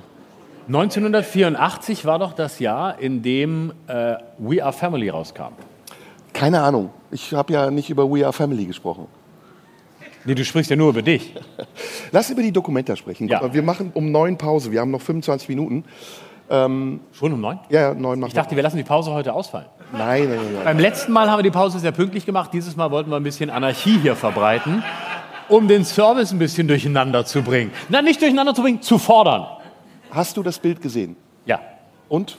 1984 war doch das Jahr, in dem We Are Family rauskam. Keine Ahnung. Ich habe ja nicht über We Are Family gesprochen. Nee, du sprichst ja nur über dich. Lass über die Dokumenta sprechen. Ja. Wir machen um 9 Pause. Wir haben noch 25 Minuten. Schon um 9? Ja, 9 machen Ich dachte, wir lassen die Pause heute ausfallen. Nein. Beim letzten Mal haben wir die Pause sehr pünktlich gemacht. Dieses Mal wollten wir ein bisschen Anarchie hier verbreiten, um den Service ein bisschen durcheinander zu bringen. Nein, nicht durcheinander zu bringen, zu fordern. Hast du das Bild gesehen? Ja. Und?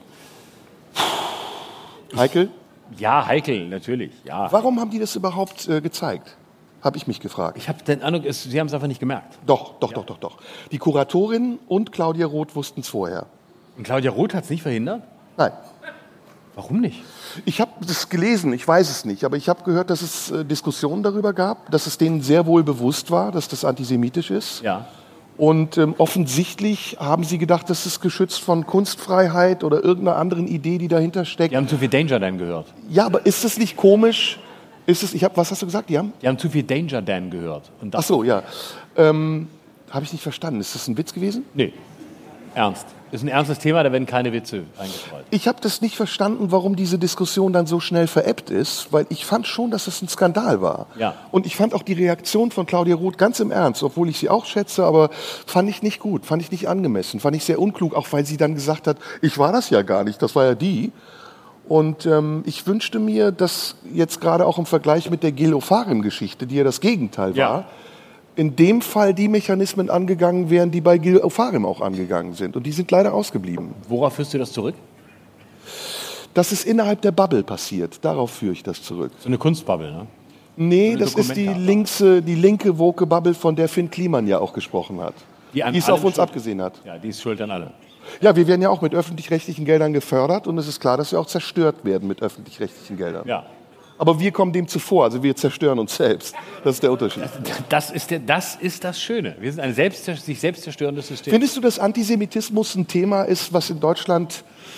Heikel? Ja, heikel, natürlich. Ja. Warum haben die das überhaupt gezeigt? Habe ich mich gefragt. Ich habe den Eindruck, Sie haben es einfach nicht gemerkt. Doch. Die Kuratorin und Claudia Roth wussten es vorher. Und Claudia Roth hat es nicht verhindert? Nein. Warum nicht? Ich habe das gelesen, ich weiß es nicht, aber ich habe gehört, dass es Diskussionen darüber gab, dass es denen sehr wohl bewusst war, dass das antisemitisch ist. Ja. Und offensichtlich haben sie gedacht, das ist geschützt von Kunstfreiheit oder irgendeiner anderen Idee, die dahinter steckt. Die haben zu viel Danger Dan gehört. Ja, aber ist das nicht komisch? Was hast du gesagt? Die haben zu viel Danger Dan gehört. Und Ach so, ja. Habe ich nicht verstanden. Ist das ein Witz gewesen? Nee, ernst. Ist ein ernstes Thema, da werden keine Witze eingestreut. Ich habe das nicht verstanden, warum diese Diskussion dann so schnell verebbt ist, weil ich fand schon, dass es ein Skandal war. Ja. Und ich fand auch die Reaktion von Claudia Roth ganz im Ernst, obwohl ich sie auch schätze, aber fand ich nicht gut, fand ich nicht angemessen, fand ich sehr unklug, auch weil sie dann gesagt hat, ich war das ja gar nicht, das war ja die. Und ich wünschte mir, dass jetzt gerade auch im Vergleich mit der Gil Ofarim-Geschichte, die ja das Gegenteil war, in dem Fall die Mechanismen angegangen wären, die bei Gil Ofarim auch angegangen sind. Und die sind leider ausgeblieben. Worauf führst du das zurück? Das ist innerhalb der Bubble passiert. Darauf führe ich das zurück. So eine Kunstbubble, ne? Nee, das ist die linke woke Bubble, von der Finn Kliman ja auch gesprochen hat. Die es auf uns abgesehen hat. Ja, die ist schuld an allem. Ja, wir werden ja auch mit öffentlich-rechtlichen Geldern gefördert und es ist klar, dass wir auch zerstört werden mit öffentlich-rechtlichen Geldern. Ja. Aber wir kommen dem zuvor, also wir zerstören uns selbst. Das ist der Unterschied. Das ist das Schöne. Wir sind ein sich selbst zerstörendes System. Findest du, dass Antisemitismus ein Thema ist, was in Deutschland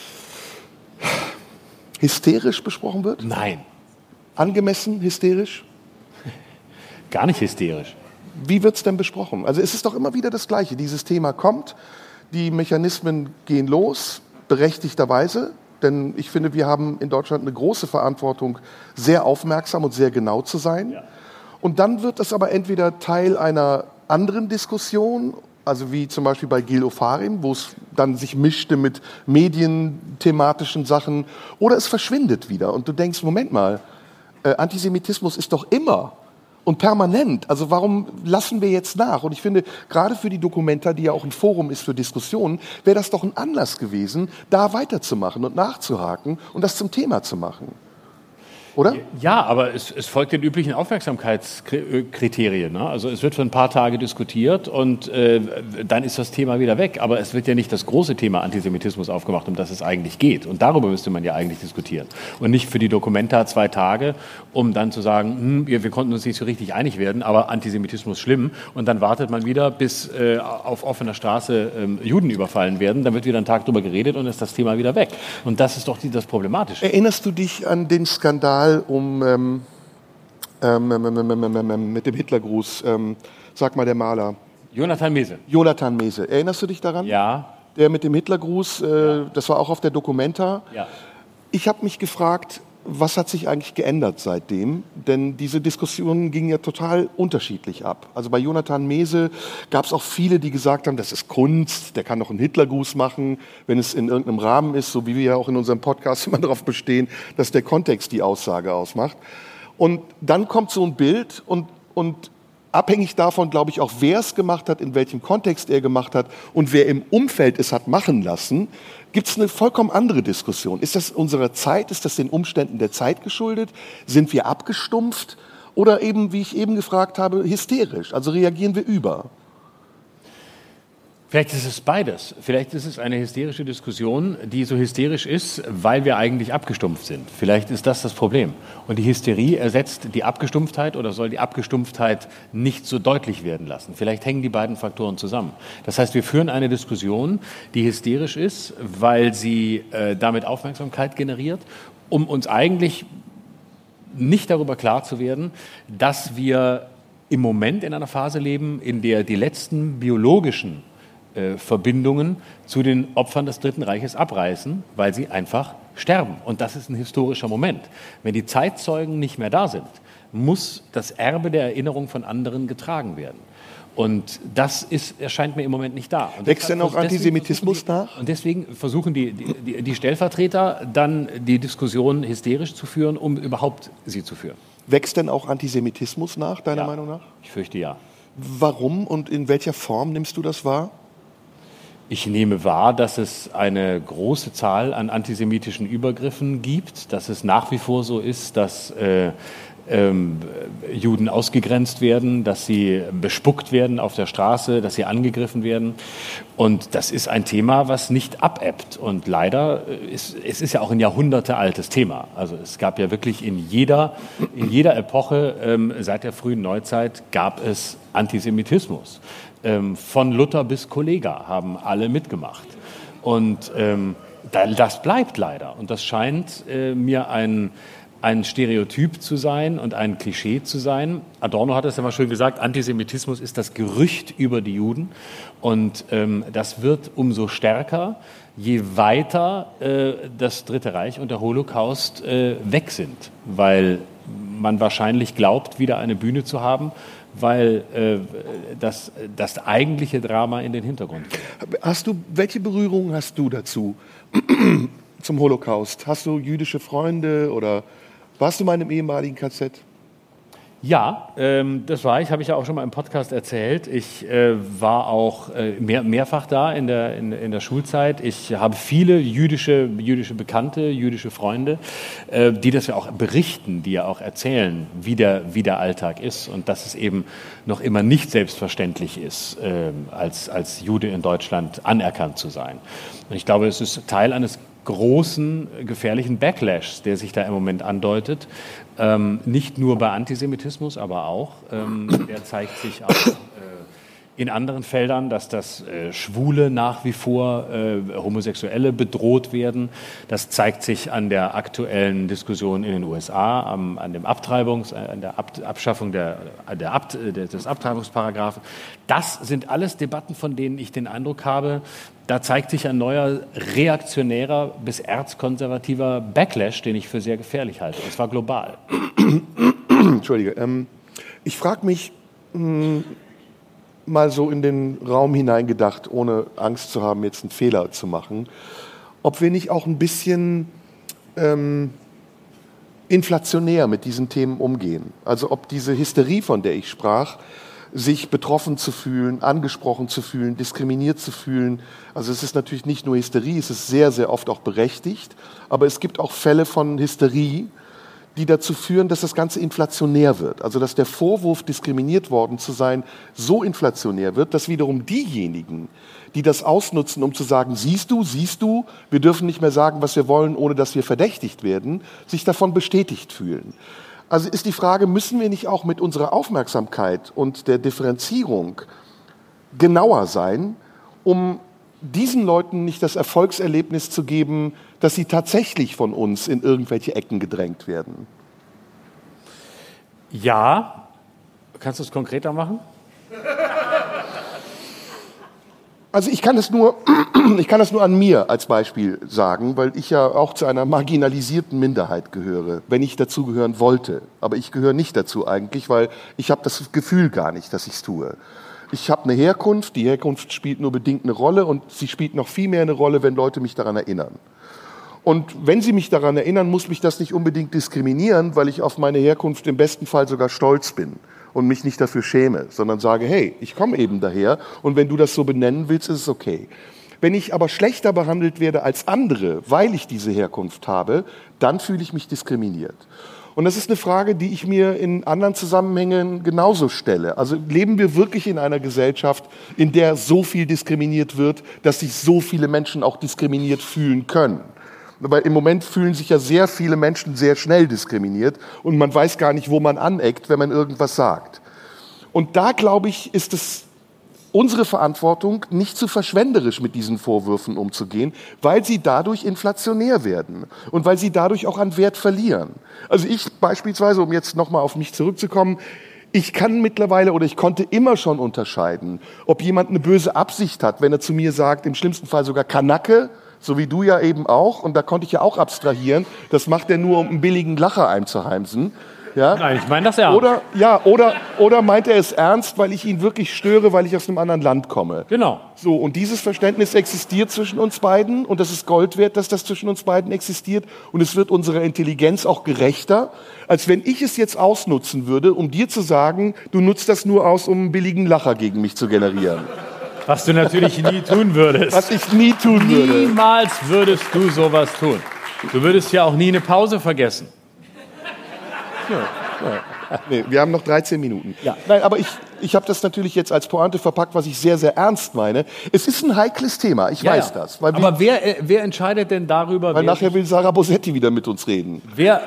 hysterisch besprochen wird? Nein. Angemessen hysterisch? Gar nicht hysterisch. Wie wird es denn besprochen? Also es ist doch immer wieder das Gleiche. Dieses Thema kommt, die Mechanismen gehen los, berechtigterweise. Denn ich finde, wir haben in Deutschland eine große Verantwortung, sehr aufmerksam und sehr genau zu sein. Ja. Und dann wird es aber entweder Teil einer anderen Diskussion, also wie zum Beispiel bei Gil Ofarim, wo es dann sich mischte mit medienthematischen Sachen, oder es verschwindet wieder. Und du denkst, Moment mal, Antisemitismus ist doch immer und permanent. Also warum lassen wir jetzt nach? Und ich finde, gerade für die Dokumenta, die ja auch ein Forum ist für Diskussionen, wäre das doch ein Anlass gewesen, da weiterzumachen und nachzuhaken und das zum Thema zu machen. Oder? Ja, aber es folgt den üblichen Aufmerksamkeitskriterien. Ne? Also es wird für ein paar Tage diskutiert und dann ist das Thema wieder weg. Aber es wird ja nicht das große Thema Antisemitismus aufgemacht, um das es eigentlich geht. Und darüber müsste man ja eigentlich diskutieren. Und nicht für die Dokumenta 2 Tage, um dann zu sagen, wir konnten uns nicht so richtig einig werden, aber Antisemitismus schlimm. Und dann wartet man wieder, bis auf offener Straße Juden überfallen werden. Dann wird wieder ein Tag drüber geredet und ist das Thema wieder weg. Und das ist doch das Problematische. Erinnerst du dich an den Skandal mit dem Hitlergruß, sag mal der Maler. Jonathan Mese. Erinnerst du dich daran? Ja. Der mit dem Hitlergruß, das war auch auf der Dokumenta. Ja. Ich habe mich gefragt, was hat sich eigentlich geändert seitdem? Denn diese Diskussionen gingen ja total unterschiedlich ab. Also bei Jonathan Mese gab es auch viele, die gesagt haben, das ist Kunst, der kann doch einen Hitlergruß machen, wenn es in irgendeinem Rahmen ist, so wie wir ja auch in unserem Podcast immer darauf bestehen, dass der Kontext die Aussage ausmacht. Und dann kommt so ein Bild und abhängig davon, glaube ich, auch wer es gemacht hat, in welchem Kontext er gemacht hat und wer im Umfeld es hat machen lassen, gibt es eine vollkommen andere Diskussion. Ist das unserer Zeit? Ist das den Umständen der Zeit geschuldet? Sind wir abgestumpft? Oder eben, wie ich eben gefragt habe, hysterisch? Also reagieren wir über? Vielleicht ist es beides. Vielleicht ist es eine hysterische Diskussion, die so hysterisch ist, weil wir eigentlich abgestumpft sind. Vielleicht ist das Problem. Und die Hysterie ersetzt die Abgestumpftheit oder soll die Abgestumpftheit nicht so deutlich werden lassen. Vielleicht hängen die beiden Faktoren zusammen. Das heißt, wir führen eine Diskussion, die hysterisch ist, weil sie damit Aufmerksamkeit generiert, um uns eigentlich nicht darüber klar zu werden, dass wir im Moment in einer Phase leben, in der die letzten biologischen Verbindungen zu den Opfern des Dritten Reiches abreißen, weil sie einfach sterben. Und das ist ein historischer Moment. Wenn die Zeitzeugen nicht mehr da sind, muss das Erbe der Erinnerung von anderen getragen werden. Und das erscheint mir im Moment nicht da. Wächst denn auch Antisemitismus nach? Und deswegen versuchen die Stellvertreter dann die Diskussion hysterisch zu führen, um überhaupt sie zu führen. Wächst denn auch Antisemitismus nach, deiner Meinung nach? Ich fürchte ja. Warum und in welcher Form nimmst du das wahr? Ich nehme wahr, dass es eine große Zahl an antisemitischen Übergriffen gibt, dass es nach wie vor so ist, dass Juden ausgegrenzt werden, dass sie bespuckt werden auf der Straße, dass sie angegriffen werden. Und das ist ein Thema, was nicht abebbt. Und leider, es ist ja auch ein jahrhundertealtes Thema. Also es gab ja wirklich in jeder Epoche seit der frühen Neuzeit gab es Antisemitismus. Von Luther bis Kollega haben alle mitgemacht. Und das bleibt leider. Und das scheint mir ein Stereotyp zu sein und ein Klischee zu sein. Adorno hat es ja mal schön gesagt, Antisemitismus ist das Gerücht über die Juden. Und das wird umso stärker, je weiter das Dritte Reich und der Holocaust weg sind. Weil man wahrscheinlich glaubt, wieder eine Bühne zu haben, weil das eigentliche Drama in den Hintergrund geht. Welche Berührung hast du dazu, zum Holocaust? Hast du jüdische Freunde oder warst du mal in einem ehemaligen KZ? Ja, das war ich, habe ich ja auch schon mal im Podcast erzählt. Ich war auch mehrfach da in der Schulzeit. Ich habe viele jüdische Bekannte, jüdische Freunde, die das ja auch berichten, die ja auch erzählen, wie der Alltag ist und dass es eben noch immer nicht selbstverständlich ist, als Jude in Deutschland anerkannt zu sein. Und ich glaube, es ist Teil eines großen, gefährlichen Backlash, der sich da im Moment andeutet. Nicht nur bei Antisemitismus, aber auch. Der zeigt sich auch in anderen Feldern, dass das Schwule nach wie vor, Homosexuelle bedroht werden. Das zeigt sich an der aktuellen Diskussion in den USA, an der Abschaffung des Abtreibungsparagraphen. Das sind alles Debatten, von denen ich den Eindruck habe, da zeigt sich ein neuer reaktionärer bis erzkonservativer Backlash, den ich für sehr gefährlich halte. Und zwar global. Entschuldige. Ich frage mich, mal so in den Raum hineingedacht, ohne Angst zu haben, jetzt einen Fehler zu machen, ob wir nicht auch ein bisschen inflationär mit diesen Themen umgehen. Also ob diese Hysterie, von der ich sprach, sich betroffen zu fühlen, angesprochen zu fühlen, diskriminiert zu fühlen. Also es ist natürlich nicht nur Hysterie, es ist sehr, sehr oft auch berechtigt, aber es gibt auch Fälle von Hysterie, die dazu führen, dass das Ganze inflationär wird. Also dass der Vorwurf, diskriminiert worden zu sein, so inflationär wird, dass wiederum diejenigen, die das ausnutzen, um zu sagen, siehst du, wir dürfen nicht mehr sagen, was wir wollen, ohne dass wir verdächtigt werden, sich davon bestätigt fühlen. Also ist die Frage, müssen wir nicht auch mit unserer Aufmerksamkeit und der Differenzierung genauer sein, um diesen Leuten nicht das Erfolgserlebnis zu geben, dass sie tatsächlich von uns in irgendwelche Ecken gedrängt werden? Ja, kannst du es konkreter machen? Also ich kann das nur an mir als Beispiel sagen, weil ich ja auch zu einer marginalisierten Minderheit gehöre, wenn ich dazugehören wollte. Aber ich gehöre nicht dazu eigentlich, weil ich habe das Gefühl gar nicht, dass ich es tue. Ich habe eine Herkunft, die Herkunft spielt nur bedingt eine Rolle und sie spielt noch viel mehr eine Rolle, wenn Leute mich daran erinnern. Und wenn sie mich daran erinnern, muss mich das nicht unbedingt diskriminieren, weil ich auf meine Herkunft im besten Fall sogar stolz bin und mich nicht dafür schäme, sondern sage, hey, ich komme eben daher und wenn du das so benennen willst, ist es okay. Wenn ich aber schlechter behandelt werde als andere, weil ich diese Herkunft habe, dann fühle ich mich diskriminiert. Und das ist eine Frage, die ich mir in anderen Zusammenhängen genauso stelle. Also leben wir wirklich in einer Gesellschaft, in der so viel diskriminiert wird, dass sich so viele Menschen auch diskriminiert fühlen können? Weil im Moment fühlen sich ja sehr viele Menschen sehr schnell diskriminiert und man weiß gar nicht, wo man aneckt, wenn man irgendwas sagt. Und da, glaube ich, ist es unsere Verantwortung, nicht zu verschwenderisch mit diesen Vorwürfen umzugehen, weil sie dadurch inflationär werden und weil sie dadurch auch an Wert verlieren. Also ich beispielsweise, um jetzt nochmal auf mich zurückzukommen, ich kann mittlerweile oder ich konnte immer schon unterscheiden, ob jemand eine böse Absicht hat, wenn er zu mir sagt, im schlimmsten Fall sogar Kanacke, so wie du ja eben auch, und da konnte ich ja auch abstrahieren, das macht er nur, um einen billigen Lacher einzuheimsen. Ja? Nein, ich meine das ja. Oder meint er es ernst, weil ich ihn wirklich störe, weil ich aus einem anderen Land komme? Genau. So, und dieses Verständnis existiert zwischen uns beiden und das ist Gold wert, dass das zwischen uns beiden existiert und es wird unserer Intelligenz auch gerechter, als wenn ich es jetzt ausnutzen würde, um dir zu sagen, du nutzt das nur aus, um einen billigen Lacher gegen mich zu generieren. Was du natürlich nie tun würdest. Was ich nie tun würde. Niemals würdest du sowas tun. Du würdest ja auch nie eine Pause vergessen. Ja. Nee, wir haben noch 13 Minuten. Ja. Nein, aber ich habe das natürlich jetzt als Pointe verpackt, was ich sehr, sehr ernst meine. Es ist ein heikles Thema, ich weiß das. Weil aber wer entscheidet denn darüber? Weil nachher will Sarah Bosetti wieder mit uns reden.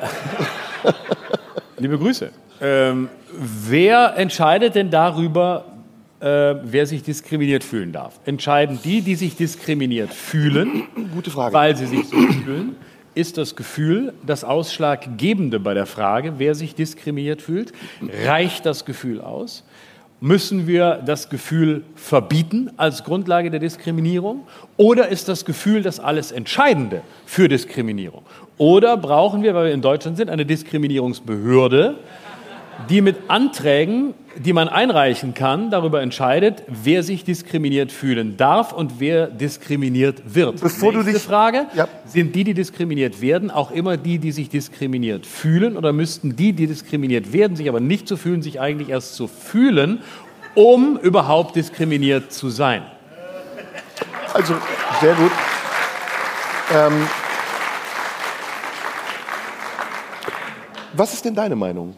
Liebe Grüße. Wer entscheidet denn darüber, wer sich diskriminiert fühlen darf? Entscheiden die sich diskriminiert fühlen, Gute Frage. weil sie sich so fühlen? Ist das Gefühl das Ausschlaggebende bei der Frage, wer sich diskriminiert fühlt? Reicht das Gefühl aus? Müssen wir das Gefühl verbieten als Grundlage der Diskriminierung? Oder ist das Gefühl das alles Entscheidende für Diskriminierung? Oder brauchen wir, weil wir in Deutschland sind, eine Diskriminierungsbehörde, die mit Anträgen, die man einreichen kann, darüber entscheidet, wer sich diskriminiert fühlen darf und wer diskriminiert wird. Nächste Frage, sind die diskriminiert werden, auch immer die sich diskriminiert fühlen? Oder müssten die diskriminiert werden, sich aber nicht so fühlen, sich eigentlich erst so fühlen, um überhaupt diskriminiert zu sein? Also, sehr gut. Was ist denn deine Meinung?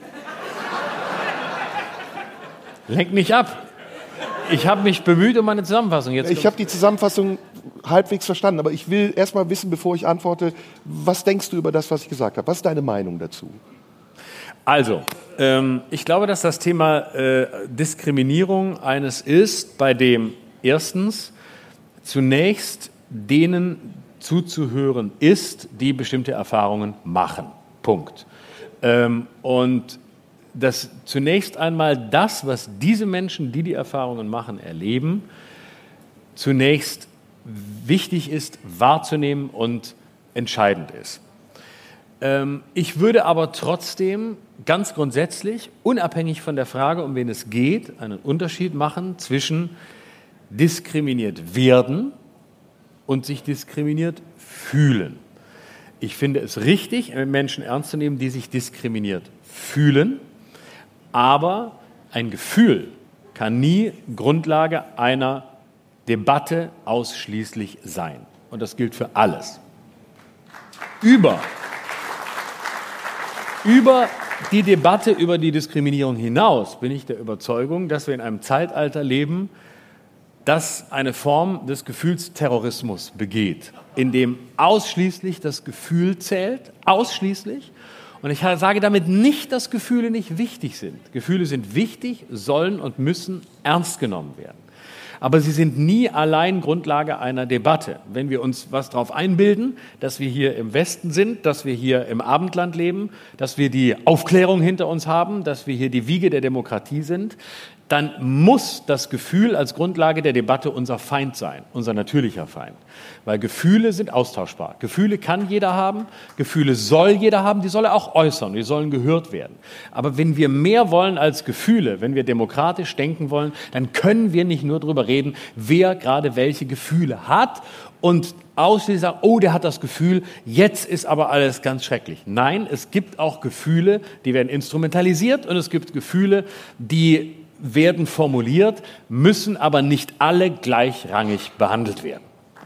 Lenk nicht ab. Ich habe mich bemüht um eine Zusammenfassung. Ich habe die Zusammenfassung halbwegs verstanden, aber ich will erst mal wissen, bevor ich antworte, was denkst du über das, was ich gesagt habe? Was ist deine Meinung dazu? Also, ich glaube, dass das Thema Diskriminierung eines ist, bei dem erstens zunächst denen zuzuhören ist, die bestimmte Erfahrungen machen. Punkt. Und dass zunächst einmal das, was diese Menschen, die Erfahrungen machen, erleben, zunächst wichtig ist, wahrzunehmen und entscheidend ist. Ich würde aber trotzdem ganz grundsätzlich, unabhängig von der Frage, um wen es geht, einen Unterschied machen zwischen diskriminiert werden und sich diskriminiert fühlen. Ich finde es richtig, Menschen ernst zu nehmen, die sich diskriminiert fühlen. Aber ein Gefühl kann nie Grundlage einer Debatte ausschließlich sein. Und das gilt für alles. Über die Debatte über die Diskriminierung hinaus bin ich der Überzeugung, dass wir in einem Zeitalter leben, das eine Form des Gefühlsterrorismus begeht, in dem ausschließlich das Gefühl zählt, ausschließlich. Und ich sage damit nicht, dass Gefühle nicht wichtig sind. Gefühle sind wichtig, sollen und müssen ernst genommen werden. Aber sie sind nie allein Grundlage einer Debatte. Wenn wir uns was darauf einbilden, dass wir hier im Westen sind, dass wir hier im Abendland leben, dass wir die Aufklärung hinter uns haben, dass wir hier die Wiege der Demokratie sind, dann muss das Gefühl als Grundlage der Debatte unser Feind sein, unser natürlicher Feind. Weil Gefühle sind austauschbar. Gefühle kann jeder haben, Gefühle soll jeder haben, die soll er auch äußern, die sollen gehört werden. Aber wenn wir mehr wollen als Gefühle, wenn wir demokratisch denken wollen, dann können wir nicht nur darüber reden, wer gerade welche Gefühle hat und ausschließlich sagen, oh, der hat das Gefühl, jetzt ist aber alles ganz schrecklich. Nein, es gibt auch Gefühle, die werden instrumentalisiert und es gibt Gefühle, die werden formuliert, müssen aber nicht alle gleichrangig behandelt werden.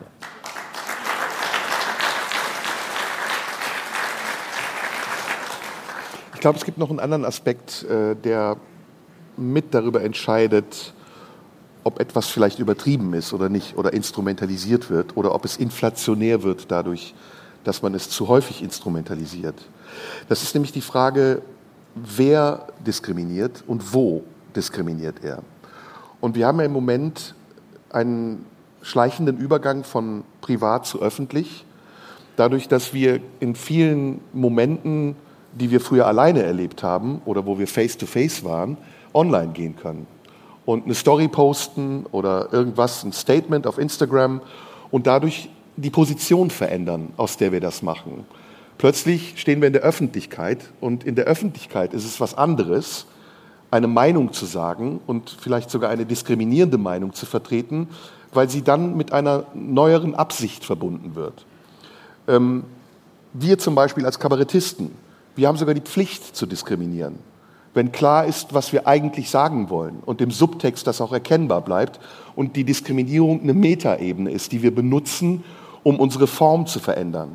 Ich glaube, es gibt noch einen anderen Aspekt, der mit darüber entscheidet, ob etwas vielleicht übertrieben ist oder nicht, oder instrumentalisiert wird, oder ob es inflationär wird dadurch, dass man es zu häufig instrumentalisiert. Das ist nämlich die Frage, wer diskriminiert und wo diskriminiert er. Und wir haben ja im Moment einen schleichenden Übergang von privat zu öffentlich, dadurch, dass wir in vielen Momenten, die wir früher alleine erlebt haben oder wo wir face-to-face waren, online gehen können und eine Story posten oder irgendwas, ein Statement auf Instagram und dadurch die Position verändern, aus der wir das machen. Plötzlich stehen wir in der Öffentlichkeit und in der Öffentlichkeit ist es was anderes, eine Meinung zu sagen und vielleicht sogar eine diskriminierende Meinung zu vertreten, weil sie dann mit einer neueren Absicht verbunden wird. Wir zum Beispiel als Kabarettisten, wir haben sogar die Pflicht zu diskriminieren, wenn klar ist, was wir eigentlich sagen wollen und im Subtext das auch erkennbar bleibt und die Diskriminierung eine Metaebene ist, die wir benutzen, um unsere Form zu verändern.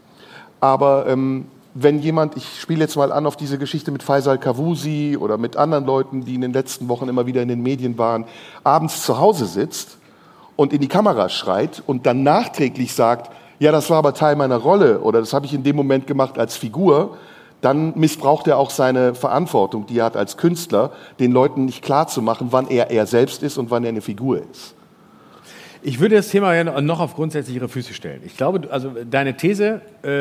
Aber wenn jemand, ich spiele jetzt mal an auf diese Geschichte mit Faisal Kavusi oder mit anderen Leuten, die in den letzten Wochen immer wieder in den Medien waren, abends zu Hause sitzt und in die Kamera schreit und dann nachträglich sagt, ja, das war aber Teil meiner Rolle oder das habe ich in dem Moment gemacht als Figur, dann missbraucht er auch seine Verantwortung, die er hat als Künstler, den Leuten nicht klarzumachen, wann er selbst ist und wann er eine Figur ist. Ich würde das Thema ja noch auf grundsätzlichere Füße stellen. Ich glaube, also deine These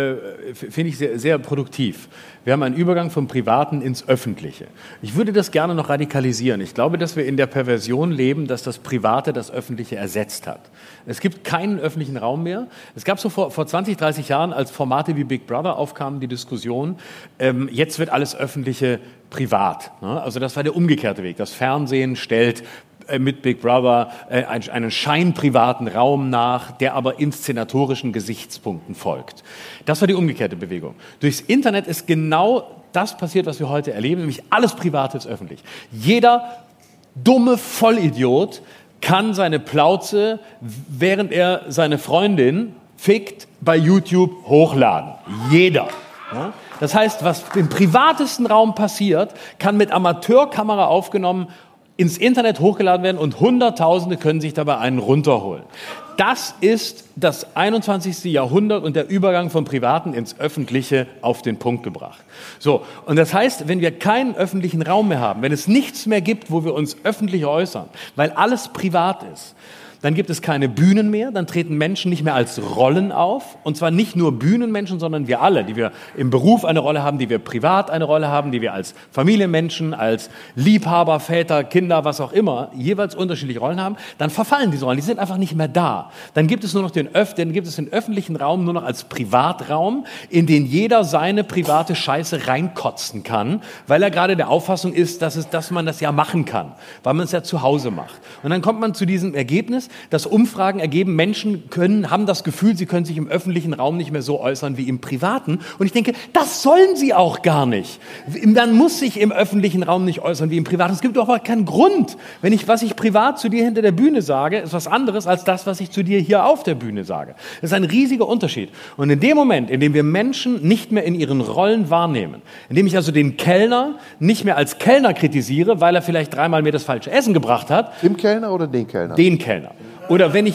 finde ich sehr, sehr produktiv. Wir haben einen Übergang vom Privaten ins Öffentliche. Ich würde das gerne noch radikalisieren. Ich glaube, dass wir in der Perversion leben, dass das Private das Öffentliche ersetzt hat. Es gibt keinen öffentlichen Raum mehr. Es gab so vor 20, 30 Jahren, als Formate wie Big Brother aufkamen, die Diskussion, jetzt wird alles Öffentliche privat. Ne? Also das war der umgekehrte Weg. Das Fernsehen stellt mit Big Brother einen scheinprivaten Raum nach, der aber inszenatorischen Gesichtspunkten folgt. Das war die umgekehrte Bewegung. Durchs Internet ist genau das passiert, was wir heute erleben, nämlich alles Private ist öffentlich. Jeder dumme Vollidiot kann seine Plauze, während er seine Freundin fickt, bei YouTube hochladen. Jeder. Ja? Das heißt, was im privatesten Raum passiert, kann mit Amateurkamera aufgenommen ins Internet hochgeladen werden und Hunderttausende können sich dabei einen runterholen. Das ist das 21. Jahrhundert und der Übergang vom Privaten ins Öffentliche auf den Punkt gebracht. So, und das heißt, wenn wir keinen öffentlichen Raum mehr haben, wenn es nichts mehr gibt, wo wir uns öffentlich äußern, weil alles privat ist, dann gibt es keine Bühnen mehr, dann treten Menschen nicht mehr als Rollen auf. Und zwar nicht nur Bühnenmenschen, sondern wir alle, die wir im Beruf eine Rolle haben, die wir privat eine Rolle haben, die wir als Familienmenschen, als Liebhaber, Väter, Kinder, was auch immer, jeweils unterschiedliche Rollen haben, dann verfallen diese Rollen, die sind einfach nicht mehr da. Dann gibt es nur noch den öffentlichen Raum nur noch als Privatraum, in den jeder seine private Scheiße reinkotzen kann, weil er gerade der Auffassung ist, dass man das ja machen kann, weil man es ja zu Hause macht. Und dann kommt man zu diesem Ergebnis, dass Umfragen ergeben, Menschen haben das Gefühl, sie können sich im öffentlichen Raum nicht mehr so äußern wie im privaten. Und ich denke, das sollen sie auch gar nicht. Man muss sich im öffentlichen Raum nicht äußern wie im privaten. Es gibt doch aber keinen Grund. Was ich privat zu dir hinter der Bühne sage, ist was anderes als das, was ich zu dir hier auf der Bühne sage. Das ist ein riesiger Unterschied. Und in dem Moment, in dem wir Menschen nicht mehr in ihren Rollen wahrnehmen, indem ich also den Kellner nicht mehr als Kellner kritisiere, weil er vielleicht 3-mal mir das falsche Essen gebracht hat. Dem Kellner oder den Kellner? Den Kellner. Oder wenn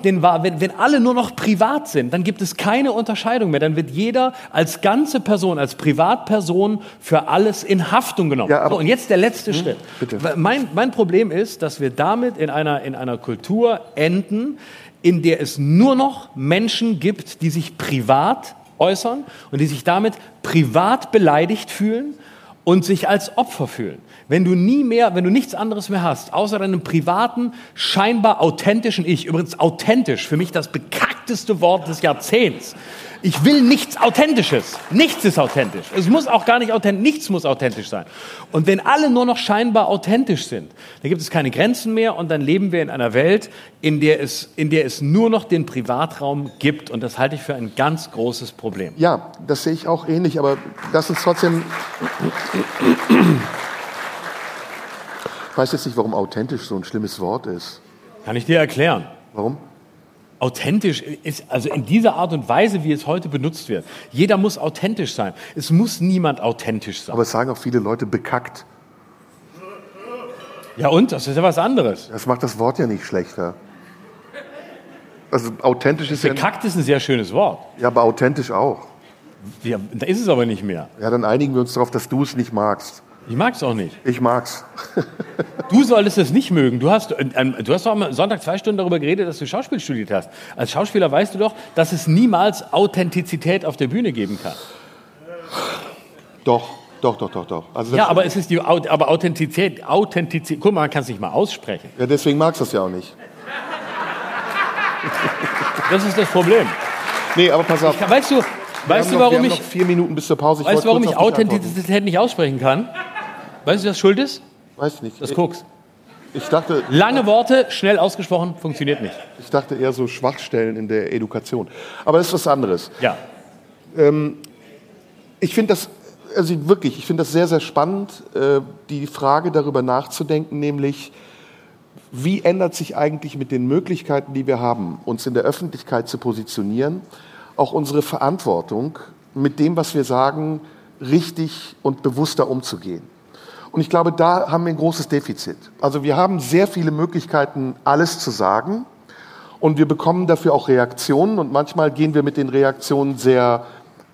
alle nur noch privat sind, dann gibt es keine Unterscheidung mehr. Dann wird jeder als ganze Person, als Privatperson für alles in Haftung genommen. Ja, so, und jetzt der letzte Schritt. Bitte. Mein Problem ist, dass wir damit in einer Kultur enden, in der es nur noch Menschen gibt, die sich privat äußern und die sich damit privat beleidigt fühlen und sich als Opfer fühlen. Wenn du nichts anderes mehr hast, außer deinem privaten, scheinbar authentischen Ich, übrigens authentisch, für mich das bekackteste Wort des Jahrzehnts. Ich will nichts Authentisches. Nichts ist authentisch. Es muss auch gar nicht authentisch, nichts muss authentisch sein. Und wenn alle nur noch scheinbar authentisch sind, dann gibt es keine Grenzen mehr und dann leben wir in einer Welt, in der es nur noch den Privatraum gibt. Und das halte ich für ein ganz großes Problem. Ja, das sehe ich auch ähnlich, aber lass uns trotzdem... Ich weiß jetzt nicht, warum authentisch so ein schlimmes Wort ist. Kann ich dir erklären. Warum? Authentisch ist, also in dieser Art und Weise, wie es heute benutzt wird. Jeder muss authentisch sein. Es muss niemand authentisch sein. Aber es sagen auch viele Leute bekackt. Ja und? Das ist ja was anderes. Das macht das Wort ja nicht schlechter. Also authentisch ist bekackt ist ein sehr schönes Wort. Ja, aber authentisch auch. Ja, da ist es aber nicht mehr. Ja, dann einigen wir uns darauf, dass du es nicht magst. Ich mag's auch nicht. Ich mag's. Du solltest es nicht mögen. Du hast doch am Sonntag 2 Stunden darüber geredet, dass du Schauspiel studiert hast. Als Schauspieler weißt du doch, dass es niemals Authentizität auf der Bühne geben kann. Doch. Also ja, aber es ist aber Authentizität. Guck mal, man kann es nicht mal aussprechen. Ja, deswegen magst du es ja auch nicht. Das ist das Problem. Nee, aber pass auf. Weißt du, Weißt du, wir warum haben ich noch 4 Minuten bis zur Pause. Weißt du, warum ich wollte kurz auf dich antworten. Authentizität nicht aussprechen kann? Weißt du, was schuld ist? Weiß nicht. Das Koks. Ich dachte, Lange Worte, schnell ausgesprochen, funktioniert nicht. ich dachte eher so Schwachstellen in der Education. Aber das ist was anderes. Ja. Ich finde das, ich finde das sehr, sehr spannend, die Frage darüber nachzudenken, nämlich, wie ändert sich eigentlich mit den Möglichkeiten, die wir haben, uns in der Öffentlichkeit zu positionieren, auch unsere Verantwortung, mit dem, was wir sagen, richtig und bewusster umzugehen. Und ich glaube, da haben wir ein großes Defizit. Also wir haben sehr viele Möglichkeiten, alles zu sagen, und wir bekommen dafür auch Reaktionen, und manchmal gehen wir mit den Reaktionen sehr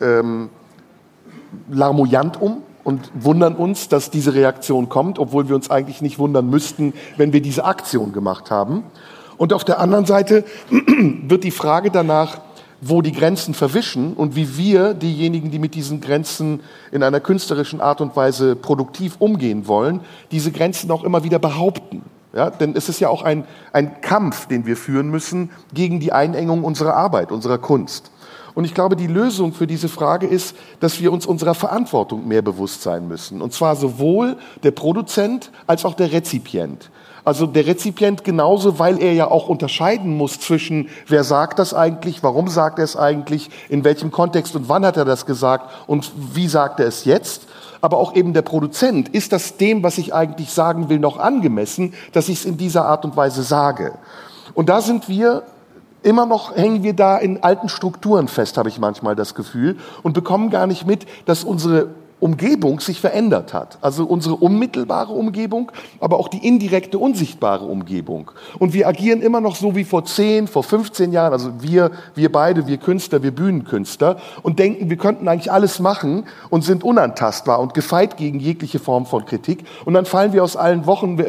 larmoyant um und wundern uns, dass diese Reaktion kommt, obwohl wir uns eigentlich nicht wundern müssten, wenn wir diese Aktion gemacht haben. Und auf der anderen Seite wird die Frage danach, wo die Grenzen verwischen und wie wir, diejenigen, die mit diesen Grenzen in einer künstlerischen Art und Weise produktiv umgehen wollen, diese Grenzen auch immer wieder behaupten. Ja, denn es ist ja auch ein Kampf, den wir führen müssen gegen die Einengung unserer Arbeit, unserer Kunst. Und ich glaube, die Lösung für diese Frage ist, dass wir uns unserer Verantwortung mehr bewusst sein müssen. Und zwar sowohl der Produzent als auch der Rezipient. Also der Rezipient genauso, weil er ja auch unterscheiden muss zwischen, wer sagt das eigentlich, warum sagt er es eigentlich, in welchem Kontext und wann hat er das gesagt und wie sagt er es jetzt. Aber auch eben der Produzent, ist das dem, was ich eigentlich sagen will, noch angemessen, dass ich es in dieser Art und Weise sage. Und da sind wir immer noch, hängen wir da in alten Strukturen fest, habe ich manchmal das Gefühl, und bekommen gar nicht mit, dass unsere Umgebung sich verändert hat. Also unsere unmittelbare Umgebung, aber auch die indirekte, unsichtbare Umgebung. Und wir agieren immer noch so wie vor 10, vor 15 Jahren, also wir beide, wir Künstler, wir Bühnenkünstler, und denken, wir könnten eigentlich alles machen und sind unantastbar und gefeit gegen jegliche Form von Kritik. Und dann fallen wir aus allen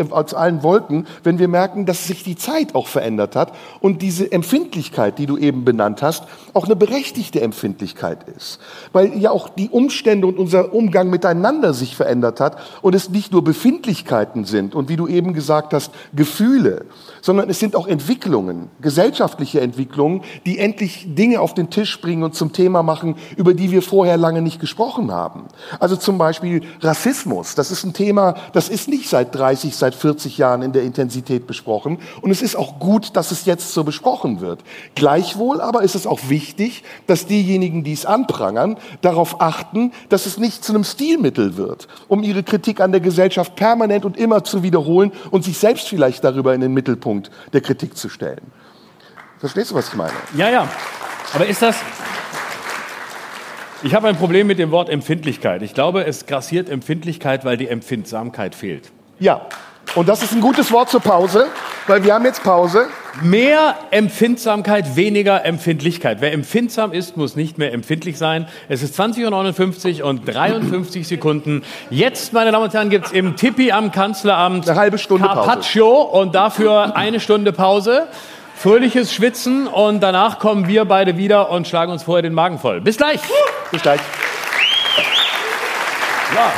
Wolken, wenn wir merken, dass sich die Zeit auch verändert hat und diese Empfindlichkeit, die du eben benannt hast, auch eine berechtigte Empfindlichkeit ist. Weil ja auch die Umstände und unser Umgang miteinander sich verändert hat und es nicht nur Befindlichkeiten sind und wie du eben gesagt hast, Gefühle, sondern es sind auch Entwicklungen, gesellschaftliche Entwicklungen, die endlich Dinge auf den Tisch bringen und zum Thema machen, über die wir vorher lange nicht gesprochen haben. Also zum Beispiel Rassismus, das ist ein Thema, das ist nicht seit 30, seit 40 Jahren in der Intensität besprochen, und es ist auch gut, dass es jetzt so besprochen wird. Gleichwohl aber ist es auch wichtig, dass diejenigen, die es anprangern, darauf achten, dass es nicht zu einem Stilmittel wird, um ihre Kritik an der Gesellschaft permanent und immer zu wiederholen und sich selbst vielleicht darüber in den Mittelpunkt der Kritik zu stellen. Verstehst du, was ich meine? Ja. Aber ist das... Ich habe ein Problem mit dem Wort Empfindlichkeit. Ich glaube, es grassiert Empfindlichkeit, weil die Empfindsamkeit fehlt. Ja, und das ist ein gutes Wort zur Pause, weil wir haben jetzt Pause. Mehr Empfindsamkeit, weniger Empfindlichkeit. Wer empfindsam ist, muss nicht mehr empfindlich sein. Es ist 20:59 und 53 Sekunden. Jetzt, meine Damen und Herren, gibt es im Tippi am Kanzleramt eine halbe Stunde Carpaccio und dafür eine Stunde Pause. Fröhliches Schwitzen, und danach kommen wir beide wieder und schlagen uns vorher den Magen voll. Bis gleich. Bis gleich. Ja.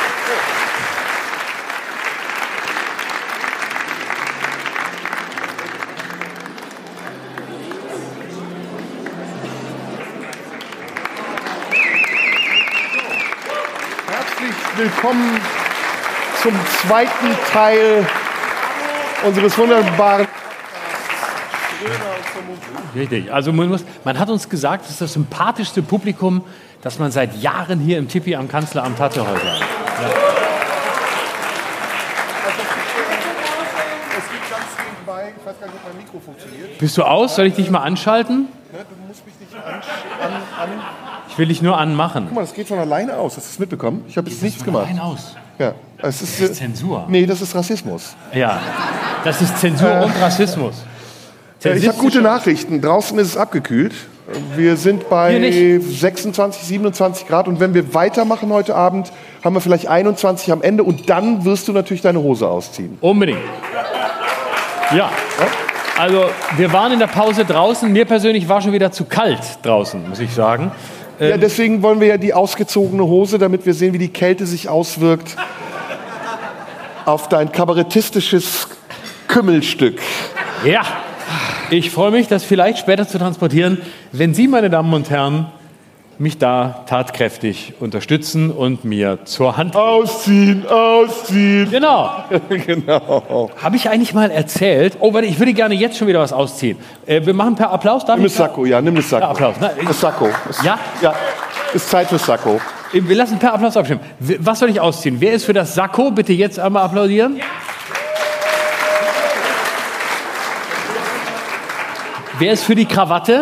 Willkommen zum zweiten Teil unseres wunderbaren... Richtig. Also man hat uns gesagt, das ist das sympathischste Publikum, das man seit Jahren hier im Tippi am Kanzleramt hatte heute. Ja. Es gibt ganz nebenbei, ich weiß gar nicht, ob mein Mikro funktioniert. Bist du aus? Soll ich dich mal anschalten? Ne, du musst mich nicht Ich will dich nur anmachen. Guck mal, das geht von alleine aus. Hast du es mitbekommen? Ich habe jetzt nichts gemacht. Allein aus. Ja. Das ist Zensur. Nee, das ist Rassismus. Ja, das ist Zensur und Rassismus. Ich habe gute Nachrichten. Draußen ist es abgekühlt. Wir sind bei 26, 27 Grad. Und wenn wir weitermachen heute Abend, haben wir vielleicht 21 am Ende. Und dann wirst du natürlich deine Hose ausziehen. Unbedingt. Ja. Also wir waren in der Pause draußen. Mir persönlich war schon wieder zu kalt draußen, muss ich sagen. Ja, deswegen wollen wir ja die ausgezogene Hose, damit wir sehen, wie die Kälte sich auswirkt auf dein kabarettistisches Kümmelstück. Ja, ich freue mich, das vielleicht später zu transportieren, wenn Sie, meine Damen und Herren, mich da tatkräftig unterstützen und mir zur Hand... Ausziehen! Genau. Genau. Habe ich eigentlich mal erzählt? Oh, warte, ich würde gerne jetzt schon wieder was ausziehen. Wir machen per Applaus. Nimm das Sakko, ja, nimm das Sakko. Ja, Applaus. Na, Das Sakko. Ja? Ja, ist Zeit fürs Sakko. Wir lassen per Applaus abstimmen. Was soll ich ausziehen? Wer ist für das Sakko? Bitte jetzt einmal applaudieren. Ja. Wer ist für die Krawatte?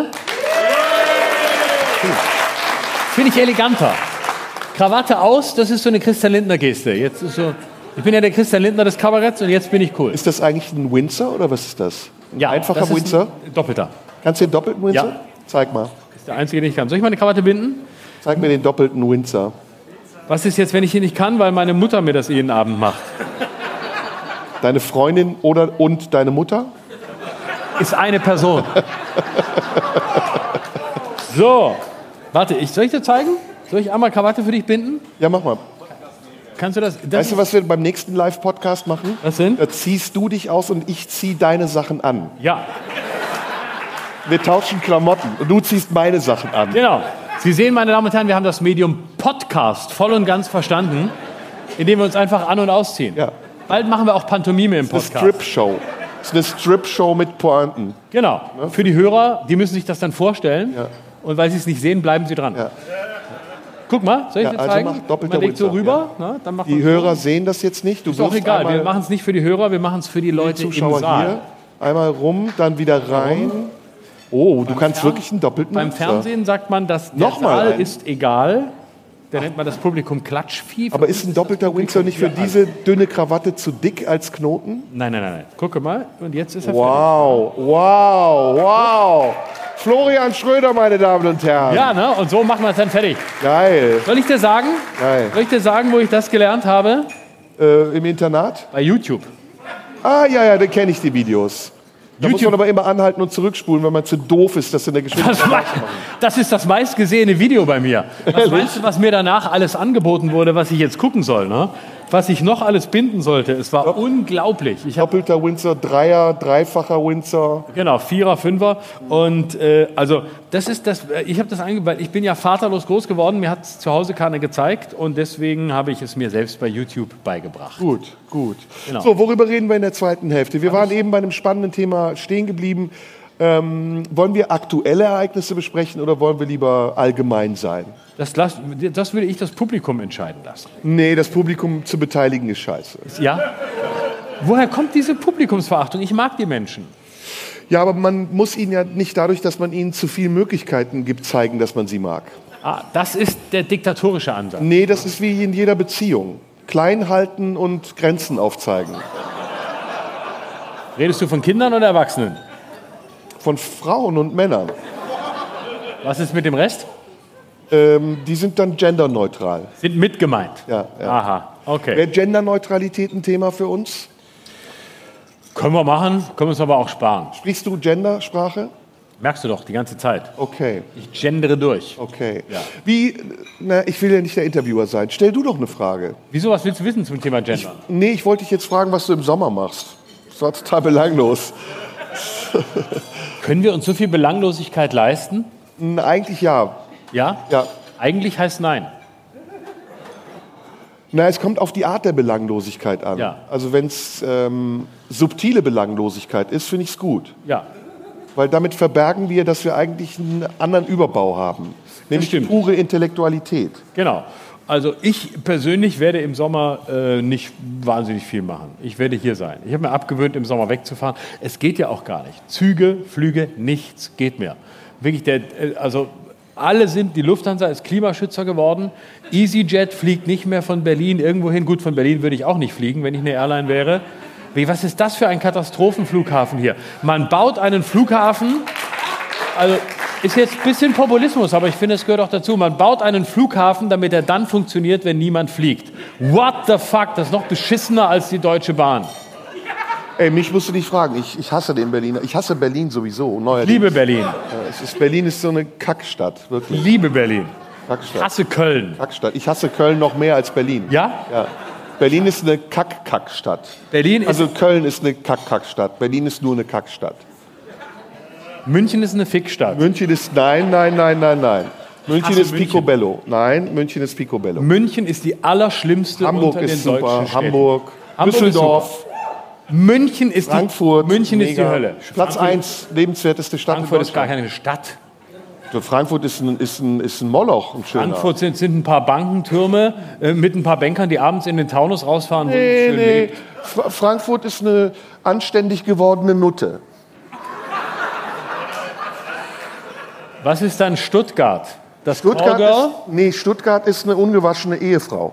Finde ich eleganter. Krawatte aus, das ist so eine Christian Lindner-Geste. Jetzt ist so, ich bin ja der Christian Lindner des Kabaretts und jetzt bin ich cool. Ist das eigentlich ein Windsor oder was ist das? Ein einfacher das ist Windsor? Ein doppelter. Kannst du den doppelten Windsor? Ja. Zeig mal. Das ist der einzige, den ich kann. Soll ich meine Krawatte binden? Zeig mir den doppelten Windsor. Was ist jetzt, wenn ich ihn nicht kann, weil meine Mutter mir das jeden Abend macht? Deine Freundin und deine Mutter? Ist eine Person. So, warte, soll ich dir zeigen? Soll ich einmal Krawatte für dich binden? Ja, mach mal. Kannst du das? Weißt du, was wir beim nächsten Live-Podcast machen? Was denn? Da ziehst du dich aus und ich zieh deine Sachen an. Ja, Wir tauschen Klamotten und du ziehst meine Sachen an. genau. Sie sehen, meine Damen und Herren, wir haben das Medium Podcast voll und ganz verstanden, indem wir uns einfach an- und ausziehen. Ja. Bald machen wir auch Pantomime im Eine Podcast. Strip-Show. Das ist eine Strip-Show mit Pointen. Genau. Für die Hörer, die müssen sich das dann vorstellen. Ja. Und weil sie es nicht sehen, bleiben sie dran. Ja. Guck mal, soll ich Ja, dir also zeigen? mach doppelter Man legt so Windsor, rüber, na, dann macht Die man Hörer sehen das jetzt nicht. Du Ist auch wirfst egal, wir einmal machen es nicht für die Hörer, wir machen es für die die Leute im Zuschauer Saal. hier. Einmal rum, dann wieder rein. Oh, du kannst wirklich einen doppelten Beim Windsor. Fernsehen sagt man, dass der Nochmal Saal einen. ist egal. Da nennt man das Publikum Klatschvieh. Aber ist ein doppelter Windsor nicht für diese dünne Krawatte zu dick als Knoten? Nein. Gucke mal. Und jetzt ist er Wow. Florian Schröder, meine Damen und Herren. fertig. Ja, ne? Und so machen wir es dann fertig. Geil. Soll ich dir sagen? Geil. Soll ich dir sagen, wo ich das gelernt habe? Im Internat? Bei YouTube. Ah, ja, da kenne ich die Videos. Da muss man aber immer anhalten und zurückspulen, wenn man zu doof ist, das in der Geschwindigkeit zu machen. Das ist das meistgesehene Video bei mir. Was meinst du, was mir danach alles angeboten wurde, was ich jetzt gucken soll? Ne? Was ich noch alles binden sollte? Es war unglaublich. Ich habe Doppelter Windsor, dreifacher Windsor. genau 4er, 5er und also das ist das. Ich habe das weil ich bin ja vaterlos groß geworden. Mir hat es zu Hause keiner gezeigt und deswegen habe ich es mir selbst bei YouTube beigebracht. Gut. Genau. So, worüber reden wir in der zweiten Hälfte? Wir waren eben bei einem spannenden Thema stehen geblieben. Wollen wir aktuelle Ereignisse besprechen oder wollen wir lieber allgemein sein? Das würde ich das Publikum entscheiden lassen. Nee, das Publikum zu beteiligen ist scheiße. Ja. Woher kommt diese Publikumsverachtung? Ich mag die Menschen. Ja, aber man muss ihnen ja nicht dadurch, dass man ihnen zu viele Möglichkeiten gibt, zeigen, dass man sie mag. Ah, das ist der diktatorische Ansatz. Nee, das ist wie in jeder Beziehung. Klein halten und Grenzen aufzeigen. Redest du von Kindern oder Erwachsenen? Von Frauen und Männern. Was ist mit dem Rest? Die sind dann genderneutral. Sind mit gemeint. Ja. Aha, okay. Wäre Genderneutralität ein Thema für uns? Können wir machen, können wir uns aber auch sparen. Sprichst du Gendersprache? Merkst du doch die ganze Zeit. Okay. Ich gendere durch. Okay. Ja. Ich will ja nicht der Interviewer sein. Stell du doch eine Frage. Wieso, was willst du wissen zum Thema Gender? Nee, ich wollte dich jetzt fragen, was du im Sommer machst. Das war total belanglos. Können wir uns so viel Belanglosigkeit leisten? Eigentlich ja. Ja? Ja. Eigentlich heißt nein. Na, es kommt auf die Art der Belanglosigkeit an. Ja. Also wenn es subtile Belanglosigkeit ist, finde ich es gut. Ja. Weil damit verbergen wir, dass wir eigentlich einen anderen Überbau haben. Nämlich stimmt. pure Intellektualität. Genau. Also ich persönlich werde im Sommer nicht wahnsinnig viel machen. Ich werde hier sein. Ich habe mir abgewöhnt, im Sommer wegzufahren. Es geht ja auch gar nicht. Züge, Flüge, nichts geht mehr. Wirklich, die Lufthansa ist Klimaschützer geworden. EasyJet fliegt nicht mehr von Berlin irgendwo hin. Gut, von Berlin würde ich auch nicht fliegen, wenn ich eine Airline wäre. Was ist das für ein Katastrophenflughafen hier? Man baut einen Flughafen, also ist jetzt ein bisschen Populismus, aber ich finde, es gehört auch dazu. Man baut einen Flughafen, damit er dann funktioniert, wenn niemand fliegt. What the fuck? Das ist noch beschissener als die Deutsche Bahn. Ey, mich musst du nicht fragen. Ich hasse den Berliner. Ich hasse Berlin sowieso. Neuerdings. Liebe Berlin. Berlin ist so eine Kackstadt. Wirklich. Liebe Berlin. Kackstadt. Hasse Köln. Kackstadt. Ich hasse Köln noch mehr als Berlin. Ja? Ja. Berlin ist eine Kack-Kackstadt. Berlin ist, Also Köln ist eine Kack-Kackstadt. Berlin ist nur eine Kackstadt. München ist eine Fickstadt. München ist nein. München ist Picobello. Nein, München ist Picobello. München ist die allerschlimmste Hamburg unter den ist deutschen super. Städten. Hamburg, Hamburg ist Düsseldorf, München ist Frankfurt. München ist die mega. Hölle. Platz 1, lebenswerteste Stadt Frankfurt in ist gar Deutschland. keine Stadt. Frankfurt ist ein Moloch, ein schöner. Frankfurt sind ein paar Bankentürme mit ein paar Bankern, die abends in den Taunus rausfahren. Wo es schön lebt. Frankfurt ist eine anständig gewordene Nutte. Was ist dann Stuttgart? Das Stuttgart Callgirl? Stuttgart ist eine ungewaschene Ehefrau.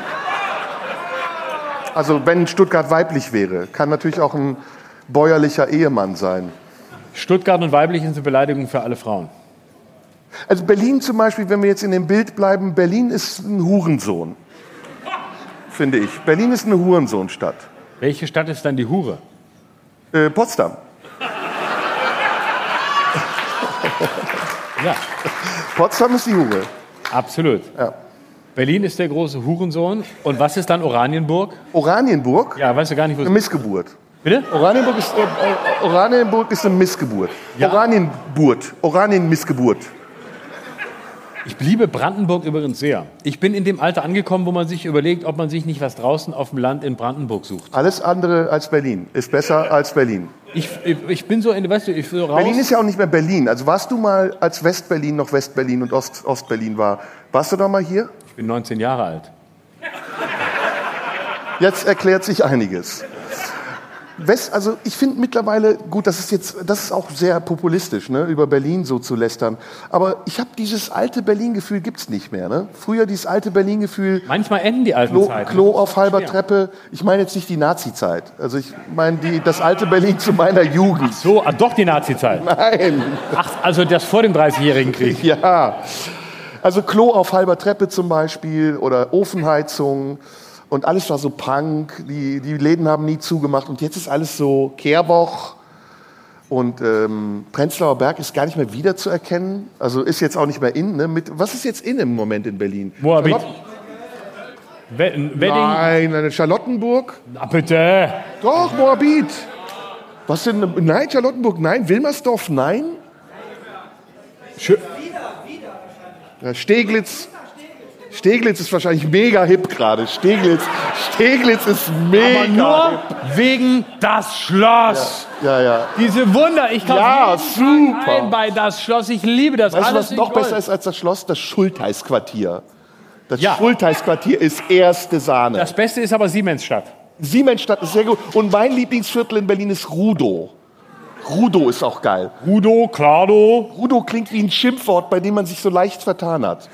Also wenn Stuttgart weiblich wäre, kann natürlich auch ein bäuerlicher Ehemann sein. Stuttgart und weiblich sind eine Beleidigung für alle Frauen. Also Berlin zum Beispiel, wenn wir jetzt in dem Bild bleiben, Berlin ist ein Hurensohn, finde ich. Berlin ist eine Hurensohnstadt. Welche Stadt ist dann die Hure? Potsdam. Ja, Potsdam ist die Hure. absolut. Ja. Berlin ist der große Hurensohn. Und was ist dann Oranienburg? Oranienburg, Ja, weißt du gar nicht, wo eine es ist. Missgeburt. Bitte? Oranienburg ist eine Missgeburt. Ja. Oranienmissgeburt. Ich liebe Brandenburg übrigens sehr. Ich bin in dem Alter angekommen, wo man sich überlegt, ob man sich nicht was draußen auf dem Land in Brandenburg sucht. Alles andere als Berlin ist besser als Berlin. Ich bin so, weißt du, ich will raus. Berlin ist ja auch nicht mehr Berlin. Also warst du mal, als West-Berlin noch West-Berlin und Ost-Berlin war, warst du da mal hier? Ich bin 19 Jahre alt. Jetzt erklärt sich einiges. Also ich finde mittlerweile, gut, das ist auch sehr populistisch, ne, über Berlin so zu lästern. Aber ich habe dieses alte Berlin-Gefühl gibt's nicht mehr. Ne? Früher dieses alte Berlin-Gefühl, Manchmal enden die alten Zeiten. Klo auf halber Schwer. Treppe. Ich meine jetzt nicht die Nazi-Zeit. Also ich meine das alte Berlin zu meiner Jugend. So, doch die Nazi-Zeit. Nein. Ach, also das vor dem 30-jährigen Krieg. Ja. Also Klo auf halber Treppe zum Beispiel oder Ofenheizung. Und alles war so Punk, die Läden haben nie zugemacht und jetzt ist alles so Kehrwoch und Prenzlauer Berg ist gar nicht mehr wiederzuerkennen, also ist jetzt auch nicht mehr in. Ne? Was ist jetzt in im Moment in Berlin? Moabit. Wedding. Nein, Charlottenburg? Na bitte. Doch, Moabit. Was denn? Nein, Charlottenburg, nein. Wilmersdorf, nein. Ja, Steglitz ist wahrscheinlich mega hip gerade. Steglitz ist mega Aber nur hip. wegen das Schloss. Ja. Diese Wunder. Ich kaufe Ja, jeden Tag super. ein bei das Schloss. Ich liebe das. Weißt du, Alles was in noch Gold. besser ist als das Schloss? Das Schultheißquartier. Das Ja. Schultheißquartier ist erste Sahne. Das Beste ist aber Siemensstadt. Siemensstadt ist sehr gut. Und mein Lieblingsviertel in Berlin ist Rudow. Rudow ist auch geil. Rudo, Clado. Rudow klingt wie ein Schimpfwort, bei dem man sich so leicht vertan hat.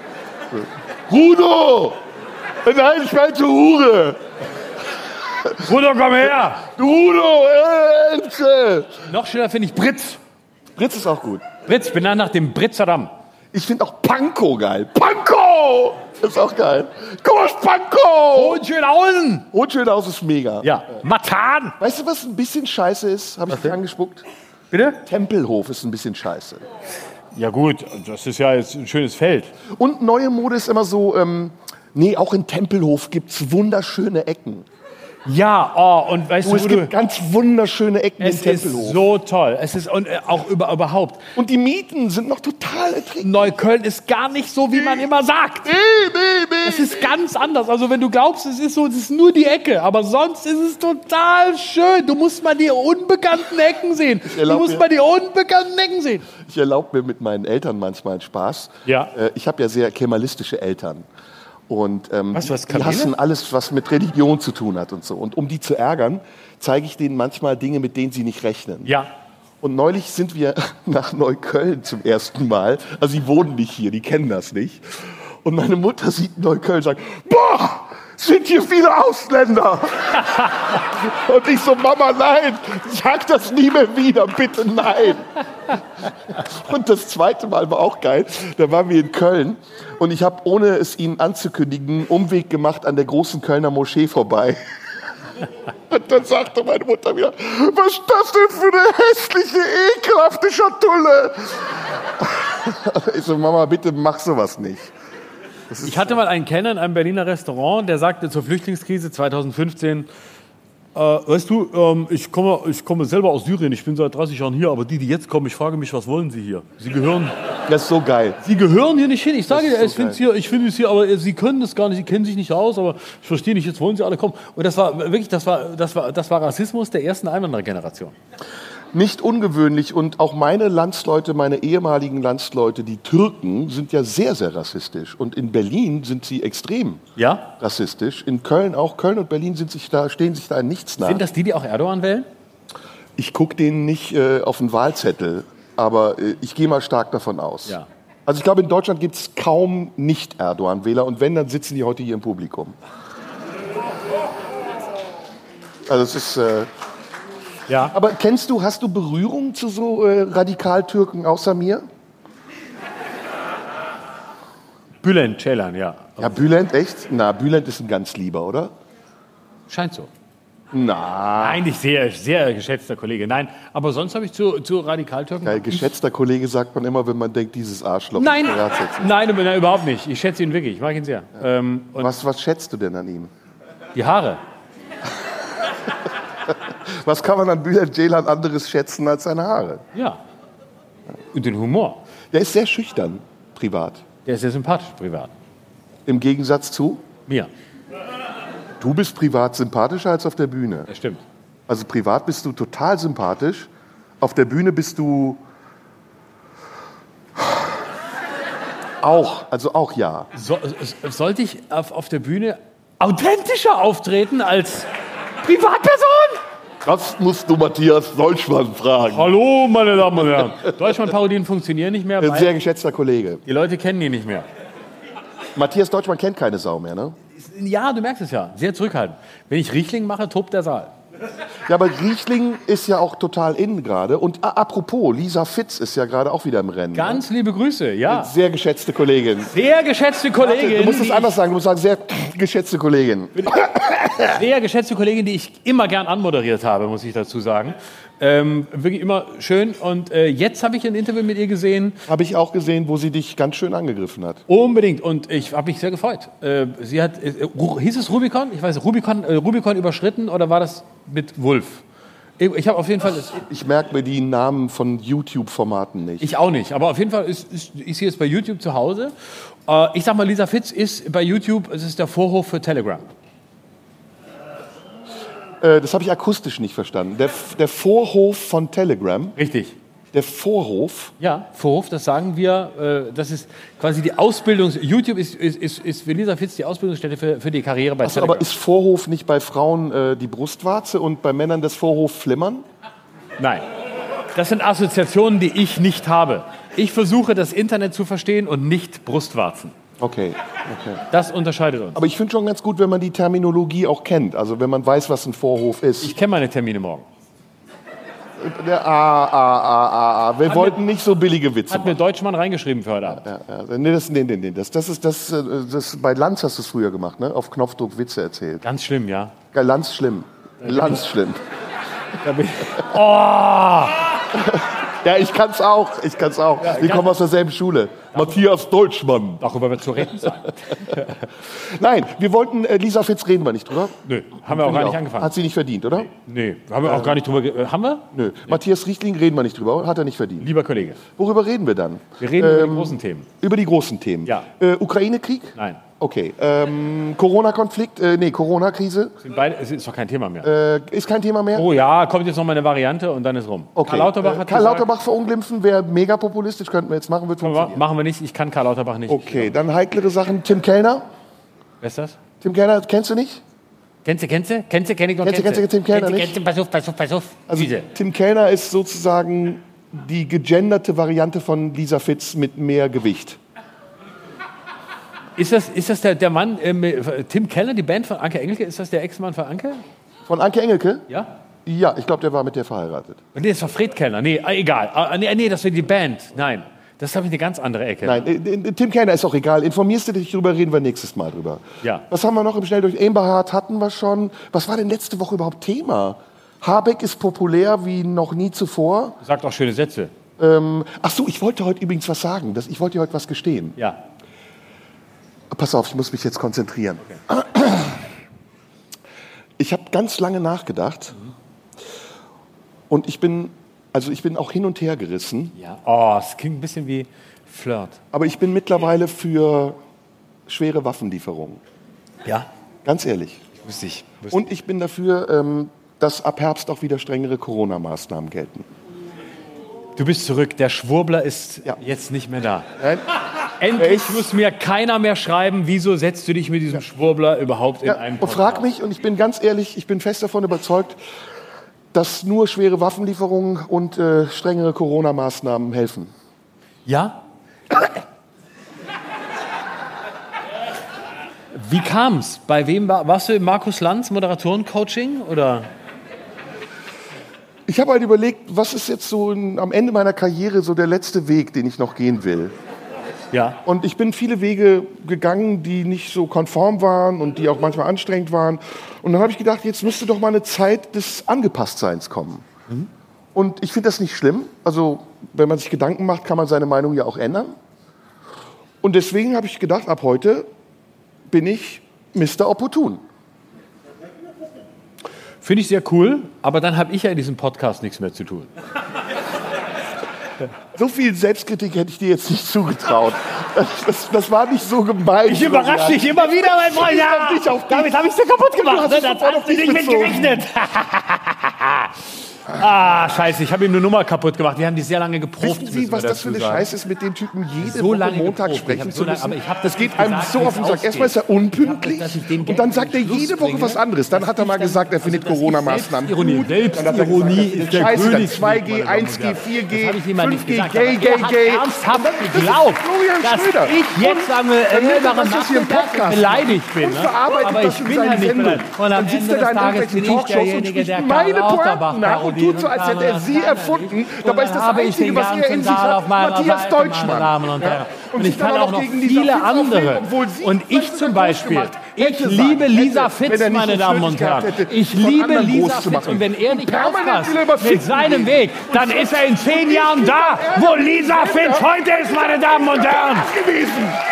Rudow! Nein, ich meinte Hure! Rudo, komm her. Rudow, Elze! Noch schöner finde ich Britz. Britz ist auch gut. Britz, benannt nach dem Britzaddam. Ich finde auch Pankow geil. Pankow! Ist auch geil. Komm aus Pankow! Und Schönhausen. Hohenschönhaus ist mega. Ja. Matan. Weißt du, was ein bisschen scheiße ist? Habe ich dich angespuckt? Bitte? Tempelhof ist ein bisschen scheiße. Ja gut, das ist ja jetzt ein schönes Feld. Und neue Mode ist immer so, auch in Tempelhof gibt es wunderschöne Ecken. Ja, oh, und weißt Es gibt ganz wunderschöne Ecken in es ist Tempelhof. so toll. Es ist und auch überhaupt. Und die Mieten sind noch total erträglich. Neukölln ist gar nicht so, wie man immer sagt. Nee. Es ist ganz anders. Also wenn du glaubst, es ist nur die Ecke, aber sonst ist es total schön. Du musst mal die unbekannten Ecken sehen. Ich erlaube mir mit meinen Eltern manchmal einen Spaß. Ja. Ich habe ja sehr kemalistische Eltern. Und Was, die Kamele? hassen alles, was mit Religion zu tun hat und so. Und um die zu ärgern, zeige ich denen manchmal Dinge, mit denen sie nicht rechnen. Ja. Und neulich sind wir nach Neukölln zum ersten Mal. Also sie wohnen nicht hier, die kennen das nicht. Und meine Mutter sieht Neukölln und sagt, boah, sind hier viele Ausländer. Und ich so, Mama, nein, sag das nie mehr wieder, bitte nein. Und das zweite Mal war auch geil. Da waren wir in Köln und ich habe, ohne es ihnen anzukündigen, einen Umweg gemacht an der großen Kölner Moschee vorbei. Und dann sagte meine Mutter wieder, was ist das denn für eine hässliche, ekelhafte Schatulle? Ich so, Mama, bitte mach sowas nicht. Ich hatte mal einen Kellner in einem Berliner Restaurant, der sagte zur Flüchtlingskrise 2015, weißt du, ich komme selber aus Syrien, ich bin seit 30 Jahren hier, aber die jetzt kommen, ich frage mich, was wollen sie hier? Sie gehören... Das ist so geil. Sie gehören hier nicht hin. Ich sage dir, so ich finde es hier, aber sie können das gar nicht, sie kennen sich nicht aus, aber ich verstehe nicht, jetzt wollen sie alle kommen. Und das war wirklich, das war Rassismus der ersten Einwanderergeneration. Nicht ungewöhnlich und auch meine Landsleute, meine ehemaligen Landsleute, die Türken, sind ja sehr, sehr rassistisch. Und in Berlin sind sie extrem rassistisch. In Köln auch. Köln und Berlin stehen sich da in nichts nach. Sind das die auch Erdogan wählen? Ich gucke denen nicht auf den Wahlzettel, aber ich gehe mal stark davon aus. Ja. Also ich glaube, in Deutschland gibt es kaum Nicht-Erdogan-Wähler und wenn, dann sitzen die heute hier im Publikum. Also es ist... Ja. Aber hast du Berührung zu so Radikaltürken außer mir? Bülent Ceylan, ja. Ja, Bülent, echt? Na, Bülent ist ein ganz lieber, oder? Scheint so. Na. Eigentlich sehr, sehr geschätzter Kollege. Nein, aber sonst habe ich zu Radikaltürken... Geil, geschätzter Kollege sagt man immer, wenn man denkt, dieses Arschloch. Nein, ist nein, überhaupt nicht. Ich schätze ihn wirklich, ich mag ihn sehr. Ja. Was schätzt du denn an ihm? Die Haare. Was kann man an Bülent Ceylan anderes schätzen als seine Haare? Ja. Und den Humor. Der ist sehr schüchtern, privat. Der ist sehr sympathisch, privat. Im Gegensatz zu? Mir. Du bist privat sympathischer als auf der Bühne. Das stimmt. Also privat bist du total sympathisch. Auf der Bühne bist du auch ja. Sollte ich auf der Bühne authentischer auftreten als Privatperson? Das musst du Matthias Deutschmann fragen. Hallo, meine Damen und Herren. Deutschmann-Parodien funktionieren nicht mehr, Ein weil sehr geschätzter Kollege. die Leute kennen ihn nicht mehr. Matthias Deutschmann kennt keine Sau mehr, ne? Ja, du merkst es ja. Sehr zurückhaltend. Wenn ich Riechling mache, tobt der Saal. Ja, aber Riechling ist ja auch total in gerade. Und apropos, Lisa Fitz ist ja gerade auch wieder im Rennen. Ganz liebe Grüße, ja. Sehr geschätzte Kollegin. Sehr geschätzte Kollegin. Du musst es anders sagen, du musst sagen, sehr geschätzte Kollegin. Sehr geschätzte Kollegin, die ich immer gern anmoderiert habe, muss ich dazu sagen. Wirklich immer schön. Und jetzt habe ich ein Interview mit ihr gesehen. Habe ich auch gesehen, wo sie dich ganz schön angegriffen hat. Unbedingt. Und ich habe mich sehr gefreut. Sie hat, hieß es Rubicon? Ich weiß nicht, Rubicon überschritten oder war das mit Wulff? Ich habe auf jeden Fall... Ich merke mir die Namen von YouTube-Formaten nicht. Ich auch nicht. Aber auf jeden Fall ist sie jetzt bei YouTube zu Hause. Ich sag mal, Lisa Fitz ist bei YouTube, es ist der Vorhof für Telegram. Das habe ich akustisch nicht verstanden. Der Vorhof von Telegram. Richtig. Der Vorhof? Ja, Vorhof, das sagen wir. Das ist quasi die Ausbildung. YouTube ist für Lisa Fitz die Ausbildungsstätte für die Karriere bei Telegram. Aber ist Vorhof nicht bei Frauen die Brustwarze und bei Männern das Vorhof Flimmern? Nein. Das sind Assoziationen, die ich nicht habe. Ich versuche, das Internet zu verstehen und nicht Brustwarzen. Okay. Das unterscheidet uns. Aber ich finde schon ganz gut, wenn man die Terminologie auch kennt. Also wenn man weiß, was ein Vorhof ist. Ich kenne meine Termine morgen. Wir wollten nicht so billige Witze Hat mir Deutschmann reingeschrieben für heute Abend. Nee. Das bei Lanz hast du es früher gemacht, ne? Auf Knopfdruck Witze erzählt. Ganz schlimm, ja. Lanz schlimm. Lanz schlimm. Oh! Ja, ich kann's auch. Ja, Wir kommen aus derselben Schule. Matthias Deutschmann. Darüber wird zu reden sein. Nein, wir wollten, Lisa Fitz reden wir nicht drüber. Nö, haben wir auch gar nicht angefangen. Hat sie nicht verdient, oder? Nee, haben wir auch gar nicht drüber. Haben wir? Nö. Matthias Richtling reden wir nicht drüber, hat er nicht verdient. Lieber Kollege. Worüber reden wir dann? Wir reden über die großen Themen. Über die großen Themen. Ja. Ukraine-Krieg? Nein. Okay. Corona-Konflikt? Corona-Krise? Es ist doch kein Thema mehr. Ist kein Thema mehr? Oh ja, kommt jetzt noch mal eine Variante und dann ist rum. Okay. Karl Lauterbach hat Karl Lauterbach verunglimpfen wäre mega populistisch, könnten wir jetzt machen. Machen wir nicht, ich kann Karl Lauterbach nicht. Okay, dann heiklere Sachen. Tim Kellner? Wer ist das? Tim Kellner, kennst du nicht? Kennst du? Kenn ich noch. Kennst du Tim Kellner nicht? Pass auf. Also Tim Kellner ist sozusagen die gegenderte Variante von Lisa Fitz mit mehr Gewicht. Ist das der Mann, Tim Kellner, die Band von Anke Engelke, ist das der Ex-Mann von Anke? Von Anke Engelke? Ja. Ja, ich glaube, der war mit der verheiratet. Nee, das war Fred Kellner. Nee, egal. Nee, das war die Band. Nein, das habe ich eine ganz andere Ecke. Nein, Tim Kellner ist auch egal. Informierst du dich drüber, reden wir nächstes Mal drüber. Ja. Was haben wir noch im Schnelldurch? Eberhard hatten wir schon. Was war denn letzte Woche überhaupt Thema? Habeck ist populär wie noch nie zuvor. Sagt auch schöne Sätze. Ach so, ich wollte heute übrigens was sagen. Ich wollte dir heute was gestehen. Ja. Pass auf, ich muss mich jetzt konzentrieren. Okay. Ich habe ganz lange nachgedacht und ich bin auch hin und her gerissen. Ja. Oh, es klingt ein bisschen wie Flirt. Aber ich bin mittlerweile für schwere Waffenlieferungen. Ja? Ganz ehrlich. Wusste ich. Und ich bin dafür, dass ab Herbst auch wieder strengere Corona-Maßnahmen gelten. Du bist zurück. Der Schwurbler ist Ja. jetzt nicht mehr da. Nein? Endlich muss mir keiner mehr schreiben, wieso setzt du dich mit diesem Schwurbler überhaupt in einen Und Podcast? frag mich, und ich bin ganz ehrlich, ich bin fest davon überzeugt, dass nur schwere Waffenlieferungen und strengere Corona-Maßnahmen helfen. Ja? Wie kam's? Bei wem warst du im Markus Lanz Moderatoren-Coaching oder? Ich habe halt überlegt, was ist jetzt so am Ende meiner Karriere so der letzte Weg, den ich noch gehen will. Ja. Und ich bin viele Wege gegangen, die nicht so konform waren und die auch manchmal anstrengend waren. Und dann habe ich gedacht, jetzt müsste doch mal eine Zeit des Angepasstseins kommen. Und ich finde das nicht schlimm. Also wenn man sich Gedanken macht, kann man seine Meinung ja auch ändern. Und deswegen habe ich gedacht, ab heute bin ich Mr. Opportun. Finde ich sehr cool, aber dann habe ich ja in diesem Podcast nichts mehr zu tun. So viel Selbstkritik hätte ich dir jetzt nicht zugetraut. Das war nicht so gemein. Ich überrasche dich immer wieder, mein Freund. Ja, nicht auf dich. damit habe ich es dir kaputt gemacht. Du hast Ne? es Das sofort auf hast du dich nicht mit bezogen. gerechnet. Ah, scheiße, ich habe ihm eine Nummer kaputt gemacht. Wir haben die sehr lange geprobt. Wissen Sie, müssen was wir das für dazu eine sagen. Scheiße ist, mit dem Typen jede So Woche lange Montag geprobt. sprechen Ich zu hab so müssen? lange- aber ich hab Das geht nicht einem gesagt, so wie auf es den Sack. ausgeht. Erstmal ist er unpünktlich Ich hab, dass ich den und dann Gag sagt er zum Schluss jede Woche bringe, was anderes. Dann hat er mal gesagt, er findet Corona-Maßnahmen Selbstironie. gut. Dann hat er gesagt, Selbstironie er findet ist der Scheiße, dann Königsweg, 2G, meine Damen und 1G, Herren. 4G, Das habe ich jemandem nicht 5G, gesagt, gay, aber gay, er hat gay. ernsthaft Das ist geglaubt, Florian dass Schröder. ich jetzt sagen wir, das hier im Podcast beleidigt bin. und Ne? verarbeitet Aber das ich in bin seinen ja nicht Sendungen. beleidigt. Und am Dann sitzt Ende er da des in Tages irgendwelchen bin ich Talkshows und derjenige, spricht der meine Karl Pointen Lauterbach nach und tut so, als hätte er sie erfunden. Dabei ist das Einzige, was er in sich hat, Matthias Deutschmann. Ja. Und ich sich dann kann auch noch gegen Lisa viele Fitz auflegen, andere. obwohl sie Und ich vielleicht zum sogar Beispiel, groß gemacht ich hätte liebe sein, Lisa wenn Fitz, er nicht meine so Damen und Nötig gehabt Herren. hätte, Ich von liebe anderen Lisa groß zu Fitz. machen. Und wenn er nicht Permanent aufpasst will er über mit Ficken seinem reden. Weg, dann ist er in 10 Jahren da, wo Lisa Fitz heute ist, meine Damen und Herren. gewesen.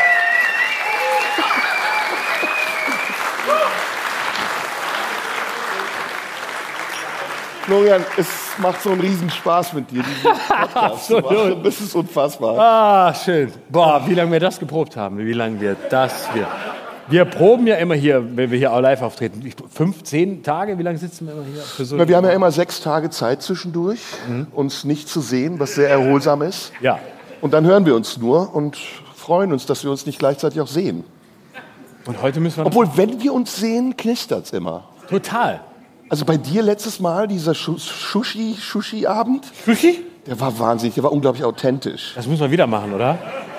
Florian, es macht so einen Riesenspaß mit dir, diesen Podcast zu machen. Das ist unfassbar. Ah, schön. Boah, wie lange wir das geprobt haben, wie lange wir das... Wir proben ja immer hier, wenn wir hier auch live auftreten. 15 Tage, wie lange sitzen wir immer hier? Für so Wir haben ja immer 6 Tage Zeit zwischendurch, uns nicht zu sehen, was sehr erholsam ist. Ja. Und dann hören wir uns nur und freuen uns, dass wir uns nicht gleichzeitig auch sehen. Und heute müssen wir... Obwohl, wenn wir uns sehen, knistert es immer. Total. Also bei dir letztes Mal, dieser Sushi-Abend, Sushi? der war wahnsinnig, der war unglaublich authentisch. Das müssen wir wieder machen, oder?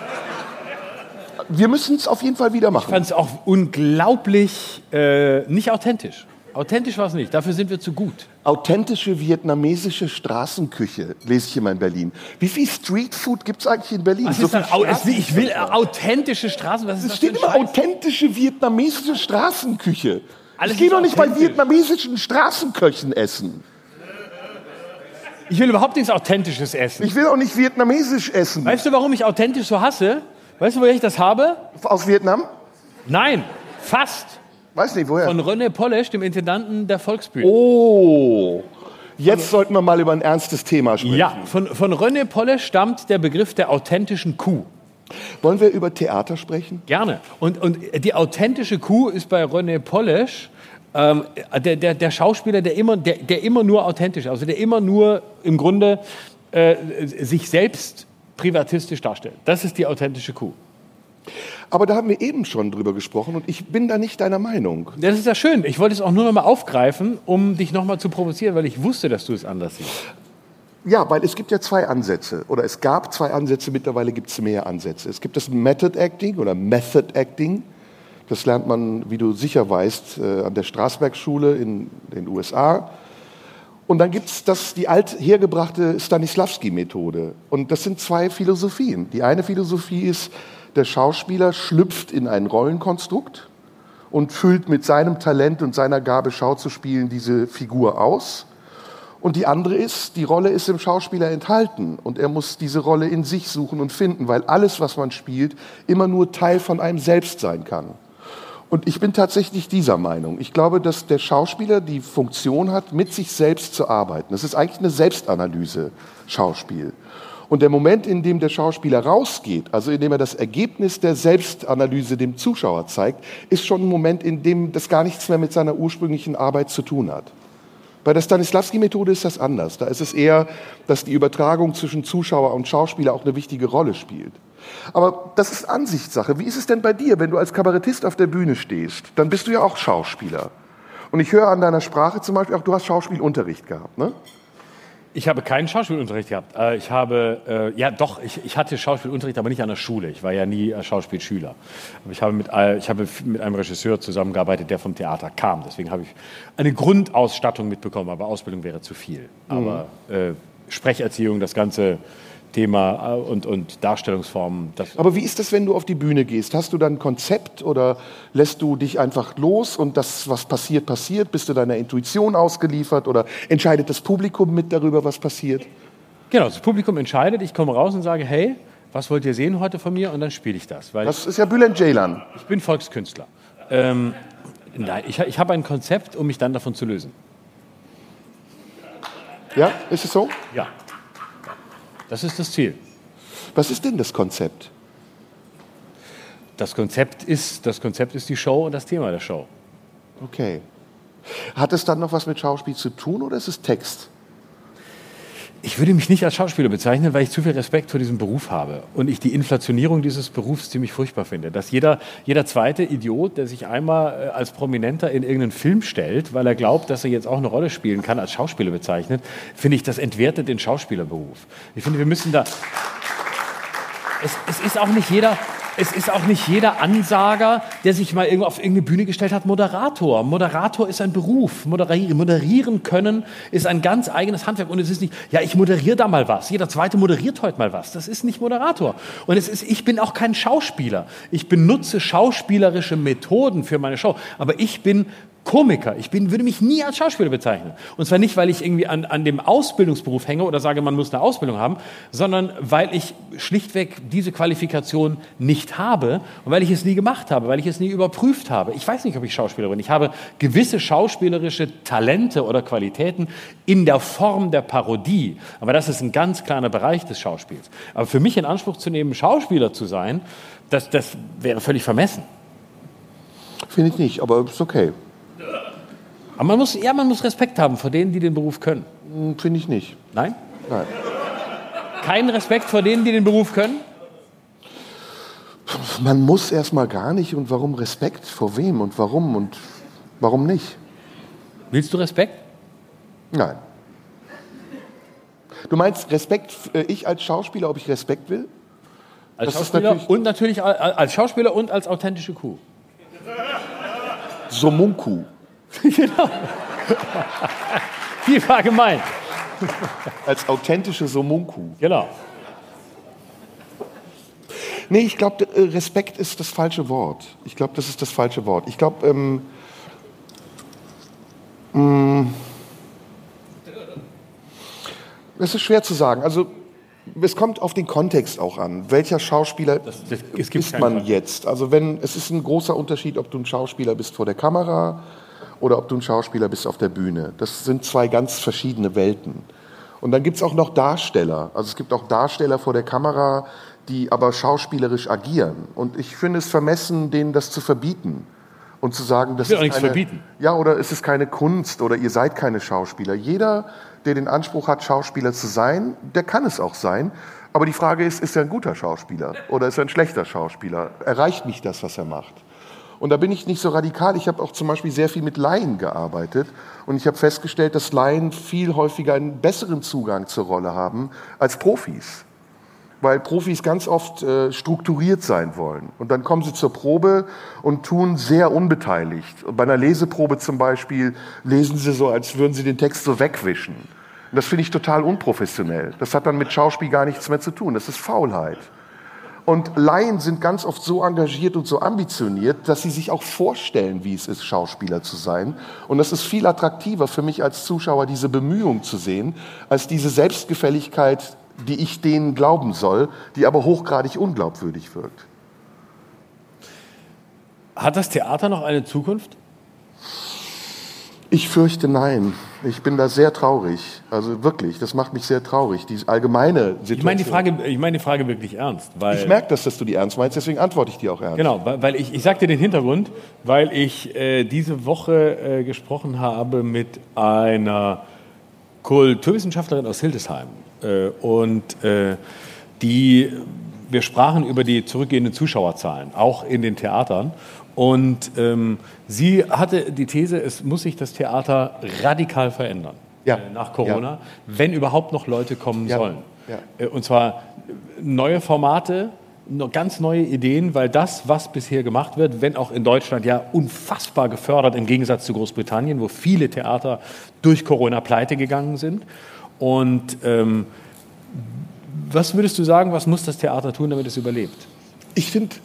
Wir müssen es auf jeden Fall wieder Ich machen. fand es auch unglaublich nicht authentisch. Authentisch war es nicht, dafür sind wir zu gut. Authentische vietnamesische Straßenküche, lese ich immer in Berlin. Wie viel Streetfood gibt es eigentlich in Berlin? Was So ist dann, viel ich will authentische Straßen, was ist Es das für steht ein immer Scheiß? authentische vietnamesische Straßenküche. Alles Ich gehe ist doch nicht bei authentisch. vietnamesischen Straßenköchen essen. Ich will überhaupt nichts Authentisches essen. Ich will auch nicht vietnamesisch essen. Weißt du, warum ich authentisch so hasse? Weißt du, woher ich das habe? Aus Vietnam? Nein, fast. Weiß nicht, woher. Von René Polesch, dem Intendanten der Volksbühne. Oh, jetzt sollten wir mal über ein ernstes Thema sprechen. Ja, von René Polesch stammt der Begriff der authentischen Kuh. Wollen wir über Theater sprechen? Gerne. Und die authentische Kuh ist bei René Polesch der Schauspieler, der immer nur authentisch, also der immer nur im Grunde sich selbst privatistisch darstellt. Das ist die authentische Kuh. Aber da haben wir eben schon drüber gesprochen und ich bin da nicht deiner Meinung. Das ist ja schön. Ich wollte es auch nur noch mal aufgreifen, um dich noch mal zu provozieren, weil ich wusste, dass du es anders siehst. Ja, weil es gibt ja 2 Ansätze. Oder es gab 2 Ansätze, mittlerweile gibt es mehr Ansätze. Es gibt das Method Acting oder Method Acting. Das lernt man, wie du sicher weißt, an der Strasberg-Schule in den USA. Und dann gibt es die althergebrachte Stanislavski-Methode. Und das sind 2 Philosophien. Die eine Philosophie ist, der Schauspieler schlüpft in ein Rollenkonstrukt und füllt mit seinem Talent und seiner Gabe, Schau zu spielen, diese Figur aus. Und die andere ist, die Rolle ist im Schauspieler enthalten und er muss diese Rolle in sich suchen und finden, weil alles, was man spielt, immer nur Teil von einem selbst sein kann. Und ich bin tatsächlich dieser Meinung. Ich glaube, dass der Schauspieler die Funktion hat, mit sich selbst zu arbeiten. Das ist eigentlich eine Selbstanalyse, Schauspiel. Und der Moment, in dem der Schauspieler rausgeht, also in dem er das Ergebnis der Selbstanalyse dem Zuschauer zeigt, ist schon ein Moment, in dem das gar nichts mehr mit seiner ursprünglichen Arbeit zu tun hat. Bei der Stanislavski-Methode ist das anders. Da ist es eher, dass die Übertragung zwischen Zuschauer und Schauspieler auch eine wichtige Rolle spielt. Aber das ist Ansichtssache. Wie ist es denn bei dir, wenn du als Kabarettist auf der Bühne stehst? Dann bist du ja auch Schauspieler. Und ich höre an deiner Sprache zum Beispiel auch, du hast Schauspielunterricht gehabt, ne? Ich habe keinen Schauspielunterricht gehabt. Ich hatte Schauspielunterricht, aber nicht an der Schule. Ich war ja nie Schauspielschüler. Aber ich habe mit einem Regisseur zusammengearbeitet, der vom Theater kam. Deswegen habe ich eine Grundausstattung mitbekommen, aber Ausbildung wäre zu viel. Aber Sprecherziehung, das ganze Thema und Darstellungsformen. Aber wie ist das, wenn du auf die Bühne gehst? Hast du dann ein Konzept oder lässt du dich einfach los und das, was passiert, passiert? Bist du deiner Intuition ausgeliefert oder entscheidet das Publikum mit darüber, was passiert? Genau, das Publikum entscheidet. Ich komme raus und sage, hey, was wollt ihr sehen heute von mir? Und dann spiele ich das. Weil das ist ja Bülent Ceylan. Ich bin Volkskünstler. Nein, ich habe ein Konzept, um mich dann davon zu lösen. Ja, ist es so? Ja. Das ist das Ziel. Was ist denn das Konzept? Das Konzept ist die Show und das Thema der Show. Okay. Hat es dann noch was mit Schauspiel zu tun oder ist es Text? Ich würde mich nicht als Schauspieler bezeichnen, weil ich zu viel Respekt vor diesem Beruf habe. Und ich die Inflationierung dieses Berufs ziemlich furchtbar finde. Dass jeder zweite Idiot, der sich einmal als Prominenter in irgendeinen Film stellt, weil er glaubt, dass er jetzt auch eine Rolle spielen kann, als Schauspieler bezeichnet, finde ich, das entwertet den Schauspielerberuf. Ich finde, wir müssen da... Es ist auch nicht jeder Ansager, der sich mal irgendwo auf irgendeine Bühne gestellt hat, Moderator. Moderator ist ein Beruf. Moderieren können ist ein ganz eigenes Handwerk. Und es ist nicht, ja, ich moderiere da mal was. Jeder Zweite moderiert heute mal was. Das ist nicht Moderator. Und ich bin auch kein Schauspieler. Ich benutze schauspielerische Methoden für meine Show. Aber ich bin Komiker. Würde mich nie als Schauspieler bezeichnen. Und zwar nicht, weil ich irgendwie an dem Ausbildungsberuf hänge oder sage, man muss eine Ausbildung haben, sondern weil ich schlichtweg diese Qualifikation nicht habe und weil ich es nie gemacht habe, weil ich es nie überprüft habe. Ich weiß nicht, ob ich Schauspieler bin. Ich habe gewisse schauspielerische Talente oder Qualitäten in der Form der Parodie. Aber das ist ein ganz kleiner Bereich des Schauspiels. Aber für mich in Anspruch zu nehmen, Schauspieler zu sein, das wäre völlig vermessen. Finde ich nicht, aber ist okay. Aber man muss Respekt haben vor denen, die den Beruf können. Finde ich nicht. Nein? Nein. Kein Respekt vor denen, die den Beruf können? Man muss erstmal gar nicht. Und warum Respekt? Vor wem und warum nicht? Willst du Respekt? Nein. Du meinst Respekt, ich als Schauspieler, ob ich Respekt will? Als Schauspieler und natürlich als Schauspieler und als authentische Kuh. Somunku. Genau. Die war gemeint. Als authentische Somunku. Genau. Nee, ich glaube, Respekt ist das falsche Wort. Ich glaube, das ist das falsche Wort. Ich glaube, es ist schwer zu sagen. Also, es kommt auf den Kontext auch an. Welcher Schauspieler ist man jetzt? Also, es ist ein großer Unterschied, ob du ein Schauspieler bist vor der Kamera oder ob du ein Schauspieler bist auf der Bühne. Das sind zwei ganz verschiedene Welten. Und dann gibt es auch noch Darsteller. Also es gibt auch Darsteller vor der Kamera, die aber schauspielerisch agieren. Und ich finde es vermessen, denen das zu verbieten. Und zu sagen, das ist nichts verbieten. Ja, oder es ist keine Kunst oder ihr seid keine Schauspieler. Jeder, der den Anspruch hat, Schauspieler zu sein, der kann es auch sein. Aber die Frage ist er ein guter Schauspieler oder ist er ein schlechter Schauspieler? Erreicht mich das, was er macht? Und da bin ich nicht so radikal. Ich habe auch zum Beispiel sehr viel mit Laien gearbeitet. Und ich habe festgestellt, dass Laien viel häufiger einen besseren Zugang zur Rolle haben als Profis. Weil Profis ganz oft strukturiert sein wollen. Und dann kommen sie zur Probe und tun sehr unbeteiligt. Und bei einer Leseprobe zum Beispiel lesen sie so, als würden sie den Text so wegwischen. Und das finde ich total unprofessionell. Das hat dann mit Schauspiel gar nichts mehr zu tun. Das ist Faulheit. Und Laien sind ganz oft so engagiert und so ambitioniert, dass sie sich auch vorstellen, wie es ist, Schauspieler zu sein. Und das ist viel attraktiver für mich als Zuschauer, diese Bemühung zu sehen, als diese Selbstgefälligkeit, die ich denen glauben soll, die aber hochgradig unglaubwürdig wirkt. Hat das Theater noch eine Zukunft? Ich fürchte nein. Ich bin da sehr traurig. Also wirklich, das macht mich sehr traurig, die allgemeine Situation. Ich meine die Frage wirklich ernst. Weil Ich merke, dass du die ernst meinst, deswegen antworte ich dir auch ernst. Genau, weil ich sage dir den Hintergrund, weil ich diese Woche gesprochen habe mit einer Kulturwissenschaftlerin aus Hildesheim. Wir sprachen über die zurückgehenden Zuschauerzahlen, auch in den Theatern. Und sie hatte die These, es muss sich das Theater radikal verändern nach Corona, wenn überhaupt noch Leute kommen sollen. Ja. Und zwar neue Formate, ganz neue Ideen, weil das, was bisher gemacht wird, wenn auch in Deutschland ja unfassbar gefördert, im Gegensatz zu Großbritannien, wo viele Theater durch Corona pleite gegangen sind. Und was würdest du sagen, was muss das Theater tun, damit es überlebt? Ich finde,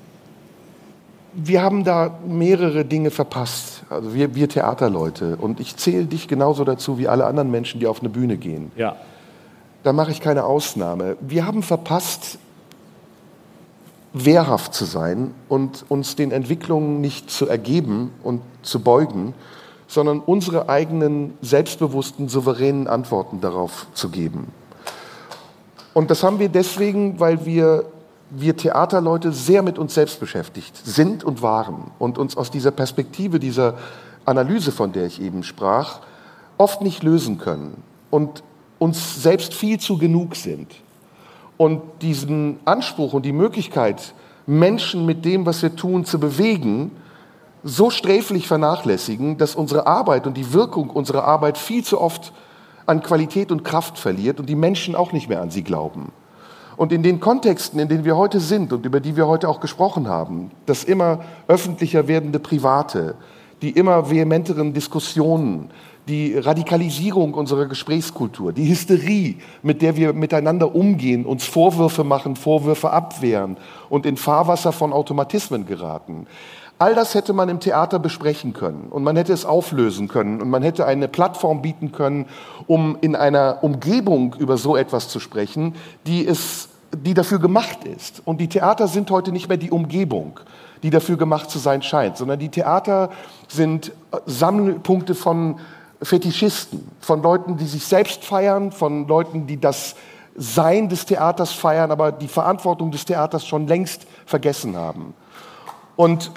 wir haben da mehrere Dinge verpasst, also wir Theaterleute. Und ich zähle dich genauso dazu wie alle anderen Menschen, die auf eine Bühne gehen. Ja. Da mache ich keine Ausnahme. Wir haben verpasst, wehrhaft zu sein und uns den Entwicklungen nicht zu ergeben und zu beugen, sondern unsere eigenen, selbstbewussten, souveränen Antworten darauf zu geben. Und das haben wir deswegen, weil wir Theaterleute sehr mit uns selbst beschäftigt sind und waren und uns aus dieser Perspektive, dieser Analyse, von der ich eben sprach, oft nicht lösen können und uns selbst viel zu genug sind. Und diesen Anspruch und die Möglichkeit, Menschen mit dem, was wir tun, zu bewegen, so sträflich vernachlässigen, dass unsere Arbeit und die Wirkung unserer Arbeit viel zu oft an Qualität und Kraft verliert und die Menschen auch nicht mehr an sie glauben. Und in den Kontexten, in denen wir heute sind und über die wir heute auch gesprochen haben, das immer öffentlicher werdende Private, die immer vehementeren Diskussionen, die Radikalisierung unserer Gesprächskultur, die Hysterie, mit der wir miteinander umgehen, uns Vorwürfe machen, Vorwürfe abwehren und in Fahrwasser von Automatismen geraten. All das hätte man im Theater besprechen können und man hätte es auflösen können und man hätte eine Plattform bieten können, um in einer Umgebung über so etwas zu sprechen, die dafür gemacht ist. Und die Theater sind heute nicht mehr die Umgebung, die dafür gemacht zu sein scheint, sondern die Theater sind Sammelpunkte von Fetischisten, von Leuten, die sich selbst feiern, von Leuten, die das Sein des Theaters feiern, aber die Verantwortung des Theaters schon längst vergessen haben. Und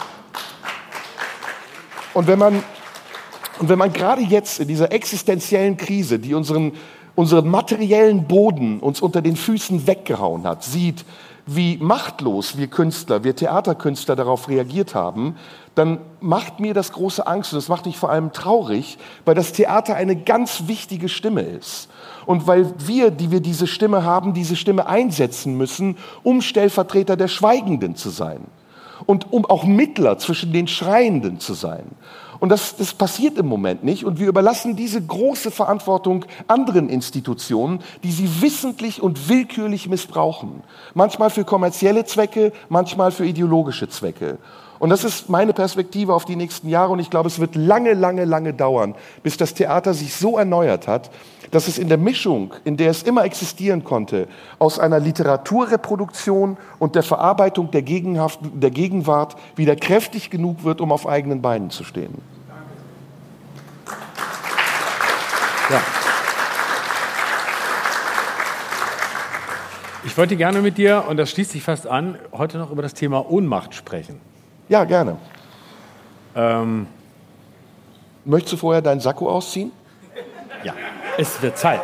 wenn man gerade jetzt in dieser existenziellen Krise, die unseren materiellen Boden uns unter den Füßen weggehauen hat, sieht, wie machtlos wir Theaterkünstler darauf reagiert haben, dann macht mir das große Angst und das macht mich vor allem traurig, weil das Theater eine ganz wichtige Stimme ist. Und weil wir diese Stimme haben, diese Stimme einsetzen müssen, um Stellvertreter der Schweigenden zu sein. Und um auch Mittler zwischen den Schreienden zu sein. Und das passiert im Moment nicht. Und wir überlassen diese große Verantwortung anderen Institutionen, die sie wissentlich und willkürlich missbrauchen. Manchmal für kommerzielle Zwecke, manchmal für ideologische Zwecke. Und das ist meine Perspektive auf die nächsten Jahre. Und ich glaube, es wird lange, lange, lange dauern, bis das Theater sich so erneuert hat, dass es in der Mischung, in der es immer existieren konnte, aus einer Literaturreproduktion und der Verarbeitung der Gegenwart wieder kräftig genug wird, um auf eigenen Beinen zu stehen. Ja. Ich wollte gerne mit dir, und das schließt sich fast an, heute noch über das Thema Ohnmacht sprechen. Ja, gerne. Möchtest du vorher deinen Sakko ausziehen? Ja, es wird Zeit.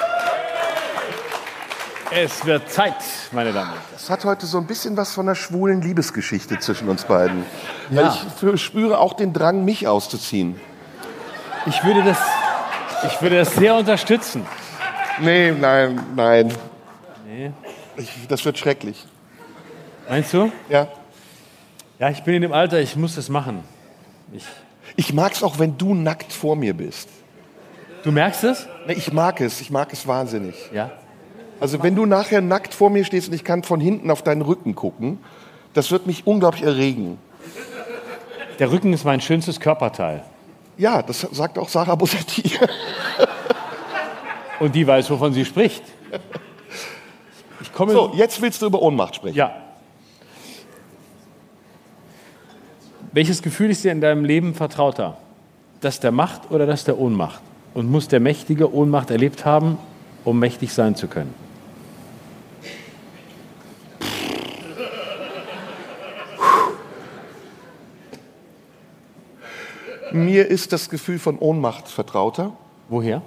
Es wird Zeit, meine Damen und Herren. Es hat heute so ein bisschen was von einer schwulen Liebesgeschichte zwischen uns beiden. Ja. Weil ich spüre auch den Drang, mich auszuziehen. Ich würde das sehr unterstützen. Nee, nein. Nee. Das wird schrecklich. Meinst du? Ja. Ja, ich bin in dem Alter, ich muss das machen. Ich mag es auch, wenn du nackt vor mir bist. Du merkst es? Nee, ich mag es wahnsinnig. Ja. Also wenn du nachher nackt vor mir stehst und ich kann von hinten auf deinen Rücken gucken, das wird mich unglaublich erregen. Der Rücken ist mein schönstes Körperteil. Ja, das sagt auch Sarah Bosetti. Und die weiß, wovon sie spricht. So, jetzt willst du über Ohnmacht sprechen. Ja. Welches Gefühl ist dir in deinem Leben vertrauter? Das der Macht oder das der Ohnmacht? Und muss der Mächtige Ohnmacht erlebt haben, um mächtig sein zu können? Mir ist das Gefühl von Ohnmacht vertrauter. Woher?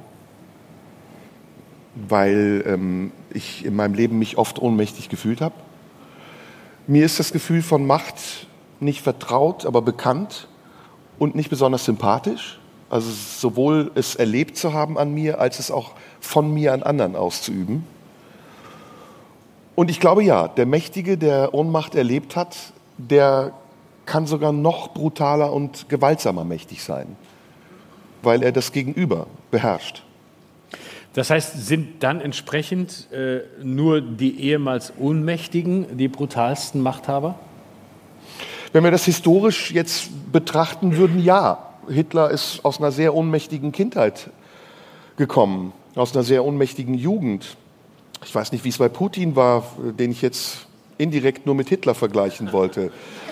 Weil ich in meinem Leben mich oft ohnmächtig gefühlt habe. Mir ist das Gefühl von Macht nicht vertraut, aber bekannt und nicht besonders sympathisch. Also sowohl es erlebt zu haben an mir, als es auch von mir an anderen auszuüben. Und ich glaube ja, der Mächtige, der Ohnmacht erlebt hat, der kann sogar noch brutaler und gewaltsamer mächtig sein, weil er das Gegenüber beherrscht. Das heißt, sind dann entsprechend nur die ehemals Ohnmächtigen die brutalsten Machthaber? Wenn wir das historisch jetzt betrachten würden, ja. Hitler ist aus einer sehr ohnmächtigen Kindheit gekommen, aus einer sehr ohnmächtigen Jugend. Ich weiß nicht, wie es bei Putin war, den ich jetzt indirekt nur mit Hitler vergleichen wollte.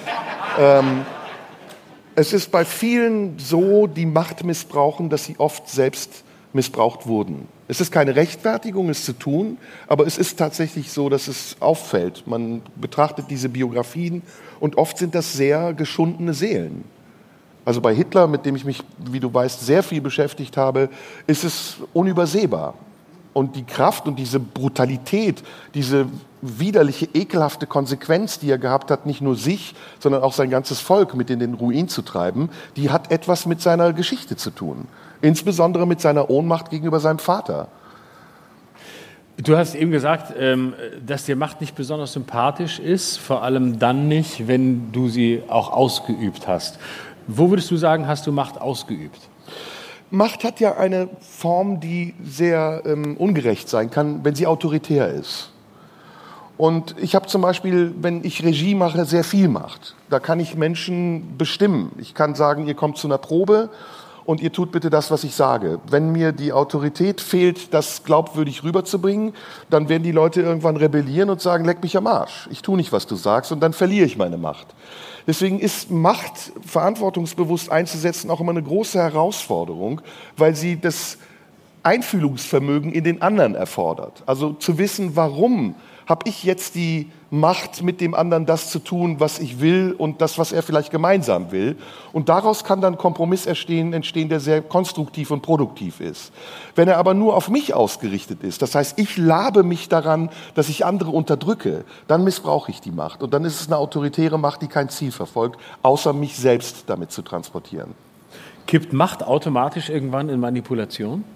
Es ist bei vielen so, die Macht missbrauchen, dass sie oft selbst missbraucht wurden. Es ist keine Rechtfertigung, es zu tun, aber es ist tatsächlich so, dass es auffällt. Man betrachtet diese Biografien und oft sind das sehr geschundene Seelen. Also bei Hitler, mit dem ich mich, wie du weißt, sehr viel beschäftigt habe, ist es unübersehbar. Und die Kraft und diese Brutalität, diese widerliche, ekelhafte Konsequenz, die er gehabt hat, nicht nur sich, sondern auch sein ganzes Volk mit in den Ruin zu treiben, die hat etwas mit seiner Geschichte zu tun. Insbesondere mit seiner Ohnmacht gegenüber seinem Vater. Du hast eben gesagt, dass dir Macht nicht besonders sympathisch ist, vor allem dann nicht, wenn du sie auch ausgeübt hast. Wo würdest du sagen, hast du Macht ausgeübt? Macht hat ja eine Form, die sehr ungerecht sein kann, wenn sie autoritär ist. Und ich habe zum Beispiel, wenn ich Regie mache, sehr viel Macht. Da kann ich Menschen bestimmen. Ich kann sagen, ihr kommt zu einer Probe und ihr tut bitte das, was ich sage. Wenn mir die Autorität fehlt, das glaubwürdig rüberzubringen, dann werden die Leute irgendwann rebellieren und sagen, leck mich am Arsch. Ich tue nicht, was du sagst, und dann verliere ich meine Macht. Deswegen ist Macht verantwortungsbewusst einzusetzen auch immer eine große Herausforderung, weil sie das Einfühlungsvermögen in den anderen erfordert. Also zu wissen, warum habe ich jetzt die Macht, mit dem anderen das zu tun, was ich will und das, was er vielleicht gemeinsam will. Und daraus kann dann Kompromiss entstehen, der sehr konstruktiv und produktiv ist. Wenn er aber nur auf mich ausgerichtet ist, das heißt, ich labe mich daran, dass ich andere unterdrücke, dann missbrauche ich die Macht. Und dann ist es eine autoritäre Macht, die kein Ziel verfolgt, außer mich selbst damit zu transportieren. Kippt Macht automatisch irgendwann in Manipulation?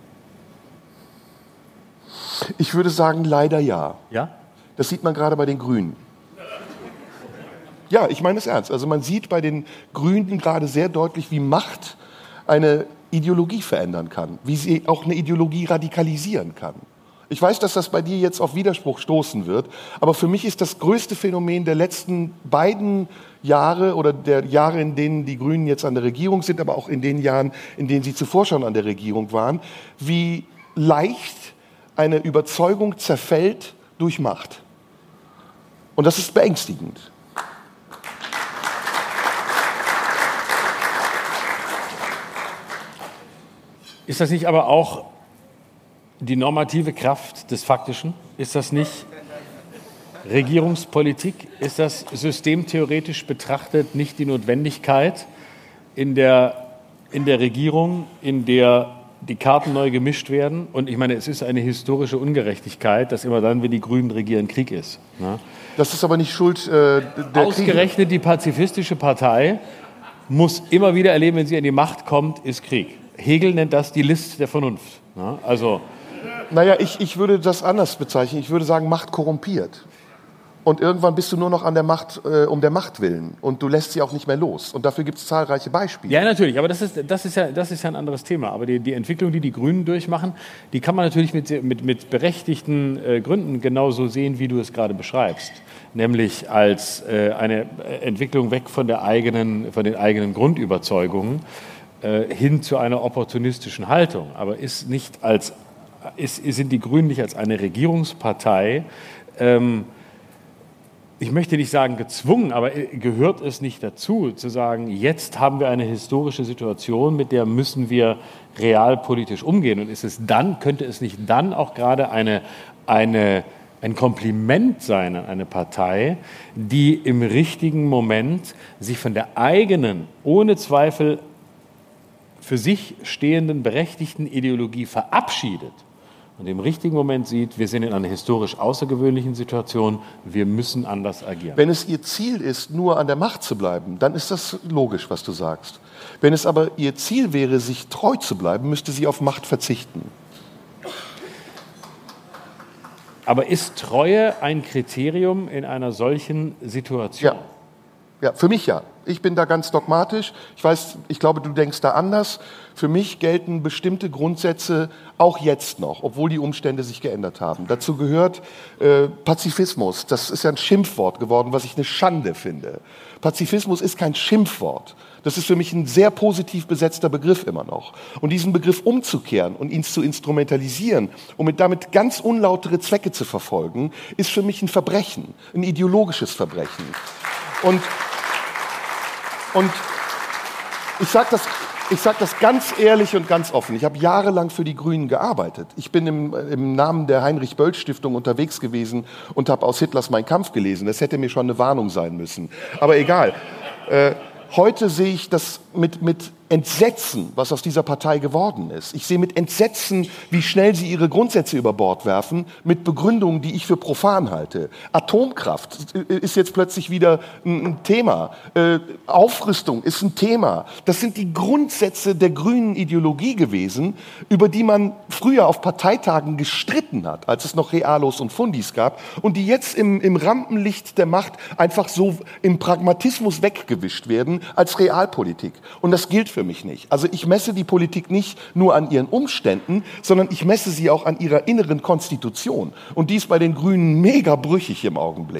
Ich würde sagen, leider ja. Ja? Das sieht man gerade bei den Grünen. Ja, ich meine es ernst. Also man sieht bei den Grünen gerade sehr deutlich, wie Macht eine Ideologie verändern kann, wie sie auch eine Ideologie radikalisieren kann. Ich weiß, dass das bei dir jetzt auf Widerspruch stoßen wird, aber für mich ist das größte Phänomen der letzten beiden Jahre oder der Jahre, in denen die Grünen jetzt an der Regierung sind, aber auch in den Jahren, in denen sie zuvor schon an der Regierung waren, wie leicht eine Überzeugung zerfällt durch Macht. Und das ist beängstigend. Ist das nicht aber auch die normative Kraft des Faktischen? Ist das nicht Regierungspolitik? Ist das systemtheoretisch betrachtet nicht die Notwendigkeit in der Regierung, in der die Karten neu gemischt werden? Und ich meine, es ist eine historische Ungerechtigkeit, dass immer dann, wenn die Grünen regieren, Krieg ist. Ne? Das ist aber nicht Schuld der Ausgerechnet Kriege. die pazifistische Partei muss immer wieder erleben, wenn sie an die Macht kommt, ist Krieg. Hegel nennt das die List der Vernunft. Ne? Also, naja, ich würde das anders bezeichnen. Ich würde sagen, Macht korrumpiert. Und irgendwann bist du nur noch an der Macht, um der Macht willen. Und du lässt sie auch nicht mehr los. Und dafür gibt es zahlreiche Beispiele. ja, natürlich, aber das ist ja ein anderes Thema. Aber die Entwicklung, die die Grünen durchmachen, die kann man natürlich mit berechtigten Gründen genauso sehen, wie du es gerade beschreibst. Nämlich als eine Entwicklung weg von den eigenen Grundüberzeugungen hin zu einer opportunistischen Haltung. Aber sind die Grünen nicht als eine Regierungspartei ich möchte nicht sagen gezwungen, aber gehört es nicht dazu, zu sagen, jetzt haben wir eine historische Situation, mit der müssen wir realpolitisch umgehen. Und könnte es nicht dann auch gerade ein Kompliment sein an eine Partei, die im richtigen Moment sich von der eigenen, ohne Zweifel für sich stehenden, berechtigten Ideologie verabschiedet und im richtigen Moment sieht, wir sind in einer historisch außergewöhnlichen Situation, wir müssen anders agieren. Wenn es ihr Ziel ist, nur an der Macht zu bleiben, dann ist das logisch, was du sagst. Wenn es aber ihr Ziel wäre, sich treu zu bleiben, müsste sie auf Macht verzichten. Aber ist Treue ein Kriterium in einer solchen Situation? Ja, für mich ja. Ich bin da ganz dogmatisch. Ich glaube, du denkst da anders. Für mich gelten bestimmte Grundsätze auch jetzt noch, obwohl die Umstände sich geändert haben. Dazu gehört Pazifismus. Das ist ja ein Schimpfwort geworden, was ich eine Schande finde. Pazifismus ist kein Schimpfwort. Das ist für mich ein sehr positiv besetzter Begriff immer noch. Und diesen Begriff umzukehren und ihn zu instrumentalisieren, um damit ganz unlautere Zwecke zu verfolgen, ist für mich ein Verbrechen, ein ideologisches Verbrechen. Und ich sage das ganz ehrlich und ganz offen. Ich habe jahrelang für die Grünen gearbeitet. Ich bin im Namen der Heinrich-Böll-Stiftung unterwegs gewesen und habe aus Hitlers Mein Kampf gelesen. Das hätte mir schon eine Warnung sein müssen. Aber egal. Heute sehe ich das mit Entsetzen, was aus dieser Partei geworden ist. Ich sehe mit Entsetzen, wie schnell sie ihre Grundsätze über Bord werfen, mit Begründungen, die ich für profan halte. Atomkraft ist jetzt plötzlich wieder ein Thema. Aufrüstung ist ein Thema. Das sind die Grundsätze der grünen Ideologie gewesen, über die man früher auf Parteitagen gestritten hat, als es noch Realos und Fundis gab, und die jetzt im Rampenlicht der Macht einfach so im Pragmatismus weggewischt werden als Realpolitik. Und das gilt für mich nicht. Also ich messe die Politik nicht nur an ihren Umständen, sondern ich messe sie auch an ihrer inneren Konstitution. Und die ist bei den Grünen mega brüchig im Augenblick.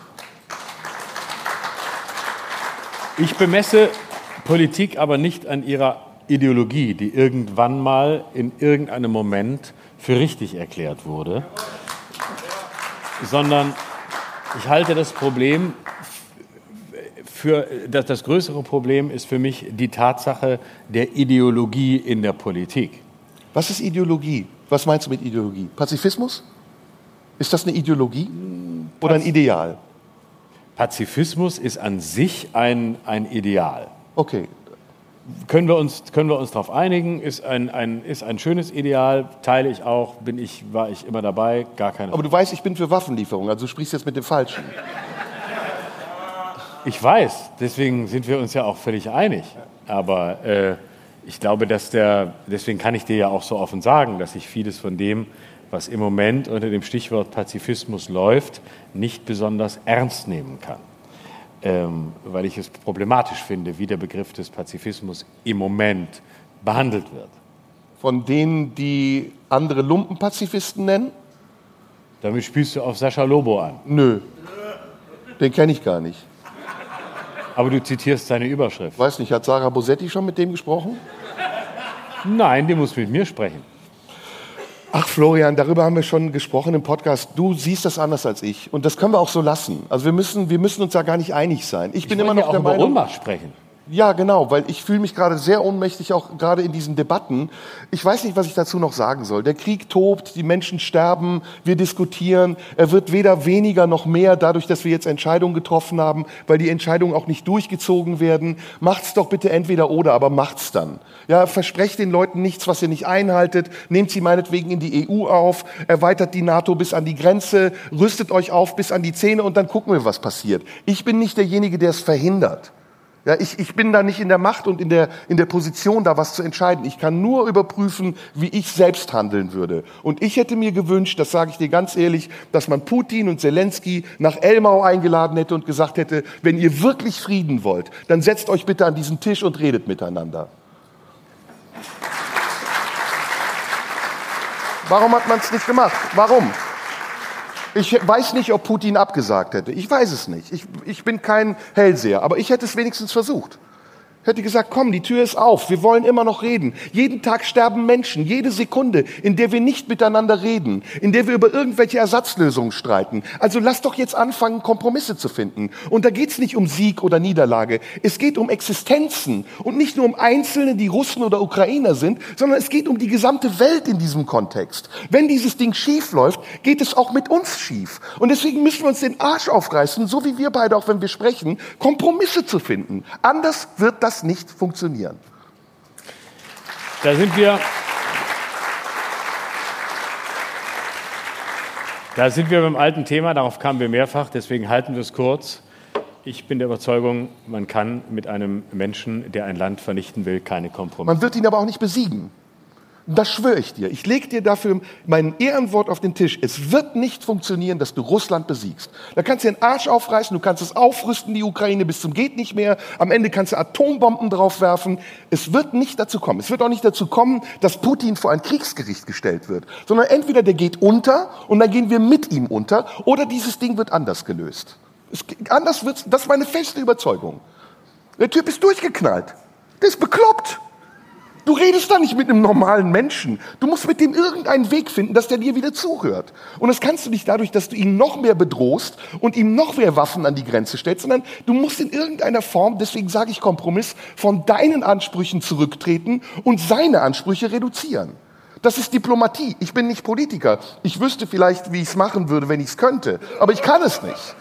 Ich bemesse Politik aber nicht an ihrer Ideologie, die irgendwann mal in irgendeinem Moment für richtig erklärt wurde, sondern ich halte das Problem das größere Problem ist für mich die Tatsache der Ideologie in der Politik. Was ist Ideologie? Was meinst du mit Ideologie? Pazifismus? Ist das eine Ideologie oder ein Ideal? Pazifismus ist an sich ein Ideal. Okay. Können wir uns darauf einigen? Ist ein schönes Ideal, teile ich auch, war ich immer dabei, gar keine Frage. Aber du weißt, ich bin für Waffenlieferung, also du sprichst jetzt mit dem Falschen. Ich weiß, deswegen sind wir uns ja auch völlig einig. Aber ich glaube, deswegen kann ich dir ja auch so offen sagen, dass ich vieles von dem, was im Moment unter dem Stichwort Pazifismus läuft, nicht besonders ernst nehmen kann. Weil ich es problematisch finde, wie der Begriff des Pazifismus im Moment behandelt wird. Von denen, die andere Lumpenpazifisten nennen? Damit spielst du auf Sascha Lobo an. Nö, den kenne ich gar nicht. Aber du zitierst seine Überschrift. Weiß nicht, hat Sarah Bosetti schon mit dem gesprochen? Nein, die muss mit mir sprechen. Ach Florian, darüber haben wir schon gesprochen im Podcast. Du siehst das anders als ich. Und das können wir auch so lassen. Also wir müssen uns da gar nicht einig sein. Ich bin immer noch der Meinung... über Ohnmacht sprechen. Ja, genau, weil ich fühle mich gerade sehr ohnmächtig, auch gerade in diesen Debatten. Ich weiß nicht, was ich dazu noch sagen soll. Der Krieg tobt, die Menschen sterben, wir diskutieren. Er wird weder weniger noch mehr dadurch, dass wir jetzt Entscheidungen getroffen haben, weil die Entscheidungen auch nicht durchgezogen werden. Macht's doch bitte entweder oder, aber macht's dann. Ja, versprecht den Leuten nichts, was ihr nicht einhaltet. Nehmt sie meinetwegen in die EU auf, erweitert die NATO bis an die Grenze, rüstet euch auf bis an die Zähne und dann gucken wir, was passiert. Ich bin nicht derjenige, der es verhindert. Ja, ich bin da nicht in der Macht und in der Position, da was zu entscheiden. Ich kann nur überprüfen, wie ich selbst handeln würde. Und ich hätte mir gewünscht, das sage ich dir ganz ehrlich, dass man Putin und Zelensky nach Elmau eingeladen hätte und gesagt hätte, wenn ihr wirklich Frieden wollt, dann setzt euch bitte an diesen Tisch und redet miteinander. Warum hat man es nicht gemacht? Warum? Ich weiß nicht, ob Putin abgesagt hätte. Ich weiß es nicht. Ich bin kein Hellseher, aber ich hätte es wenigstens versucht. Hätte gesagt, komm, die Tür ist auf, wir wollen immer noch reden. Jeden Tag sterben Menschen, jede Sekunde, in der wir nicht miteinander reden, in der wir über irgendwelche Ersatzlösungen streiten. Also lass doch jetzt anfangen, Kompromisse zu finden. Und da geht's nicht um Sieg oder Niederlage, es geht um Existenzen und nicht nur um Einzelne, die Russen oder Ukrainer sind, sondern es geht um die gesamte Welt in diesem Kontext. Wenn dieses Ding schief läuft, geht es auch mit uns schief. Und deswegen müssen wir uns den Arsch aufreißen, so wie wir beide auch, wenn wir sprechen, Kompromisse zu finden. Anders wird das nicht funktionieren. Da sind wir beim alten Thema, darauf kamen wir mehrfach, deswegen halten wir es kurz. Ich bin der Überzeugung, man kann mit einem Menschen, der ein Land vernichten will, keine Kompromisse. Man wird ihn aber auch nicht besiegen. Das schwöre ich dir. Ich lege dir dafür mein Ehrenwort auf den Tisch. Es wird nicht funktionieren, dass du Russland besiegst. Da kannst du den Arsch aufreißen, du kannst es aufrüsten, die Ukraine, bis zum geht nicht mehr. Am Ende kannst du Atombomben draufwerfen. Es wird nicht dazu kommen. Es wird auch nicht dazu kommen, dass Putin vor ein Kriegsgericht gestellt wird. Sondern entweder der geht unter und dann gehen wir mit ihm unter oder dieses Ding wird anders gelöst. Das ist meine feste Überzeugung. Der Typ ist durchgeknallt. Der ist bekloppt. Du redest da nicht mit einem normalen Menschen. Du musst mit dem irgendeinen Weg finden, dass der dir wieder zuhört. Und das kannst du nicht dadurch, dass du ihn noch mehr bedrohst und ihm noch mehr Waffen an die Grenze stellst, sondern du musst in irgendeiner Form, deswegen sage ich Kompromiss, von deinen Ansprüchen zurücktreten und seine Ansprüche reduzieren. Das ist Diplomatie. Ich bin nicht Politiker. Ich wüsste vielleicht, wie ich es machen würde, wenn ich es könnte. Aber ich kann es nicht.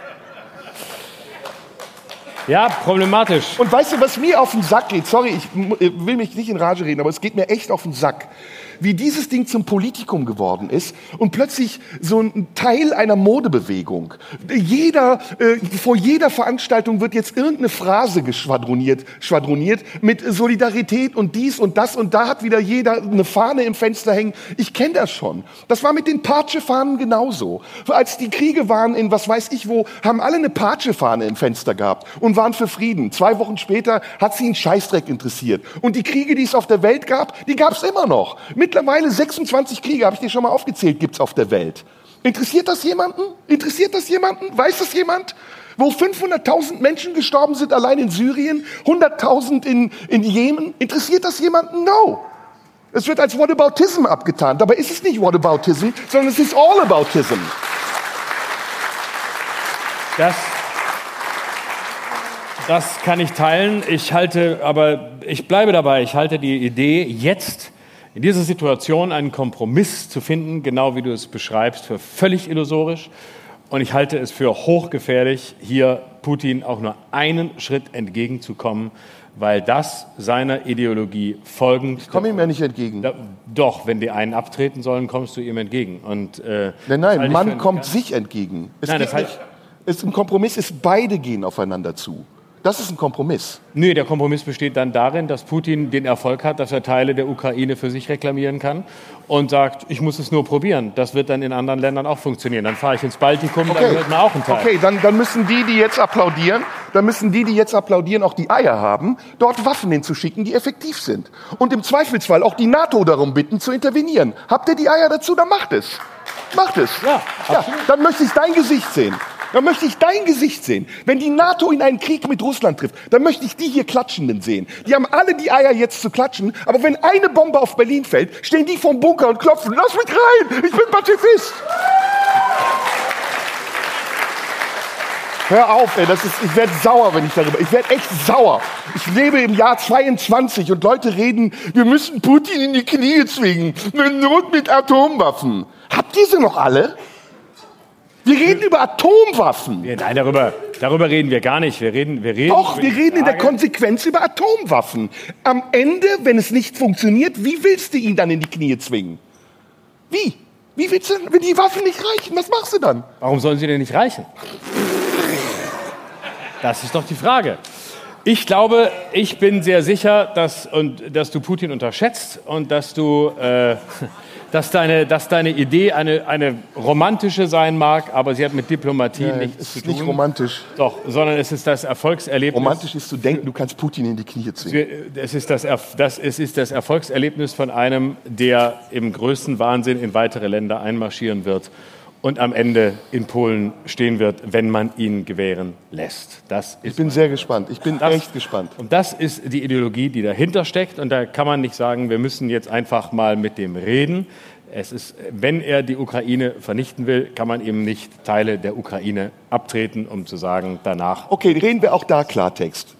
Ja, problematisch. Und weißt du, was mir auf den Sack geht? Sorry, ich will mich nicht in Rage reden, aber es geht mir echt auf den Sack. Wie dieses Ding zum Politikum geworden ist und plötzlich so ein Teil einer Modebewegung. Vor jeder Veranstaltung wird jetzt irgendeine Phrase schwadroniert mit Solidarität und dies und das und da hat wieder jeder eine Fahne im Fenster hängen. Ich kenne das schon. Das war mit den Patsche-Fahnen genauso. Als die Kriege waren in was weiß ich wo, haben alle eine Patsche-Fahne im Fenster gehabt und waren für Frieden. 2 Wochen später hat sie einen Scheißdreck interessiert. Und die Kriege, die es auf der Welt gab, die gab es immer noch. Mittlerweile 26 Kriege, habe ich dir schon mal aufgezählt, gibt's auf der Welt. Interessiert das jemanden? Weiß das jemand? Wo 500.000 Menschen gestorben sind, allein in Syrien, 100.000 in Jemen. Interessiert das jemanden? No. Es wird als Whataboutism abgetan. Dabei ist es nicht Whataboutism, sondern es ist Allaboutism. Das kann ich teilen. Ich bleibe dabei. Ich halte die Idee, jetzt in dieser Situation einen Kompromiss zu finden, genau wie du es beschreibst, für völlig illusorisch. Und ich halte es für hochgefährlich, hier Putin auch nur einen Schritt entgegenzukommen, weil das seiner Ideologie folgend... Ich komme ihm ja nicht entgegen. Doch, wenn die einen abtreten sollen, kommst du ihm entgegen. Und, nein, man kommt sich entgegen. Ein Kompromiss ist, beide gehen aufeinander zu. Das ist ein Kompromiss. Nee, der Kompromiss besteht dann darin, dass Putin den Erfolg hat, dass er Teile der Ukraine für sich reklamieren kann und sagt, ich muss es nur probieren. Das wird dann in anderen Ländern auch funktionieren. Dann fahre ich ins Baltikum, dann gehört mir auch ein Teil. Okay, dann müssen die jetzt applaudieren, auch die Eier haben, dort Waffen hinzuschicken, die effektiv sind. Und im Zweifelsfall auch die NATO darum bitten, zu intervenieren. Habt ihr die Eier dazu? Dann macht es. Macht es. Ja, dann möchte ich dein Gesicht sehen. Wenn die NATO in einen Krieg mit Russland trifft, dann möchte ich die hier Klatschenden sehen. Die haben alle die Eier jetzt zu klatschen, aber wenn eine Bombe auf Berlin fällt, stehen die vorm Bunker und klopfen, lass mich rein, ich bin Pazifist. Hör auf, ey, ich werde sauer, ich werde echt sauer. Ich lebe im Jahr 22 und Leute reden, wir müssen Putin in die Knie zwingen, Not mit Atomwaffen. Habt ihr sie noch alle? Wir reden über Atomwaffen. Nein, darüber reden wir gar nicht. Wir reden in der Konsequenz über Atomwaffen. Am Ende, wenn es nicht funktioniert, wie willst du ihn dann in die Knie zwingen? Wie? Wie willst du, wenn die Waffen nicht reichen, was machst du dann? Warum sollen sie denn nicht reichen? Das ist doch die Frage. Ich glaube, ich bin sehr sicher, dass du Putin unterschätzt und dass deine Idee eine romantische sein mag, aber sie hat mit Diplomatie nichts zu tun. Es ist nicht romantisch. Doch, sondern es ist das Erfolgserlebnis. Romantisch ist zu denken, du kannst Putin in die Knie zwingen. Es ist das Erfolgserlebnis von einem, der im größten Wahnsinn in weitere Länder einmarschieren wird und am Ende in Polen stehen wird, wenn man ihn gewähren lässt. Ich bin sehr gespannt. Ich bin echt gespannt. Und das ist die Ideologie, die dahinter steckt. Und da kann man nicht sagen, wir müssen jetzt einfach mal mit dem reden. Es ist, wenn er die Ukraine vernichten will, kann man ihm nicht Teile der Ukraine abtreten, um zu sagen, danach... Okay, reden wir auch da Klartext.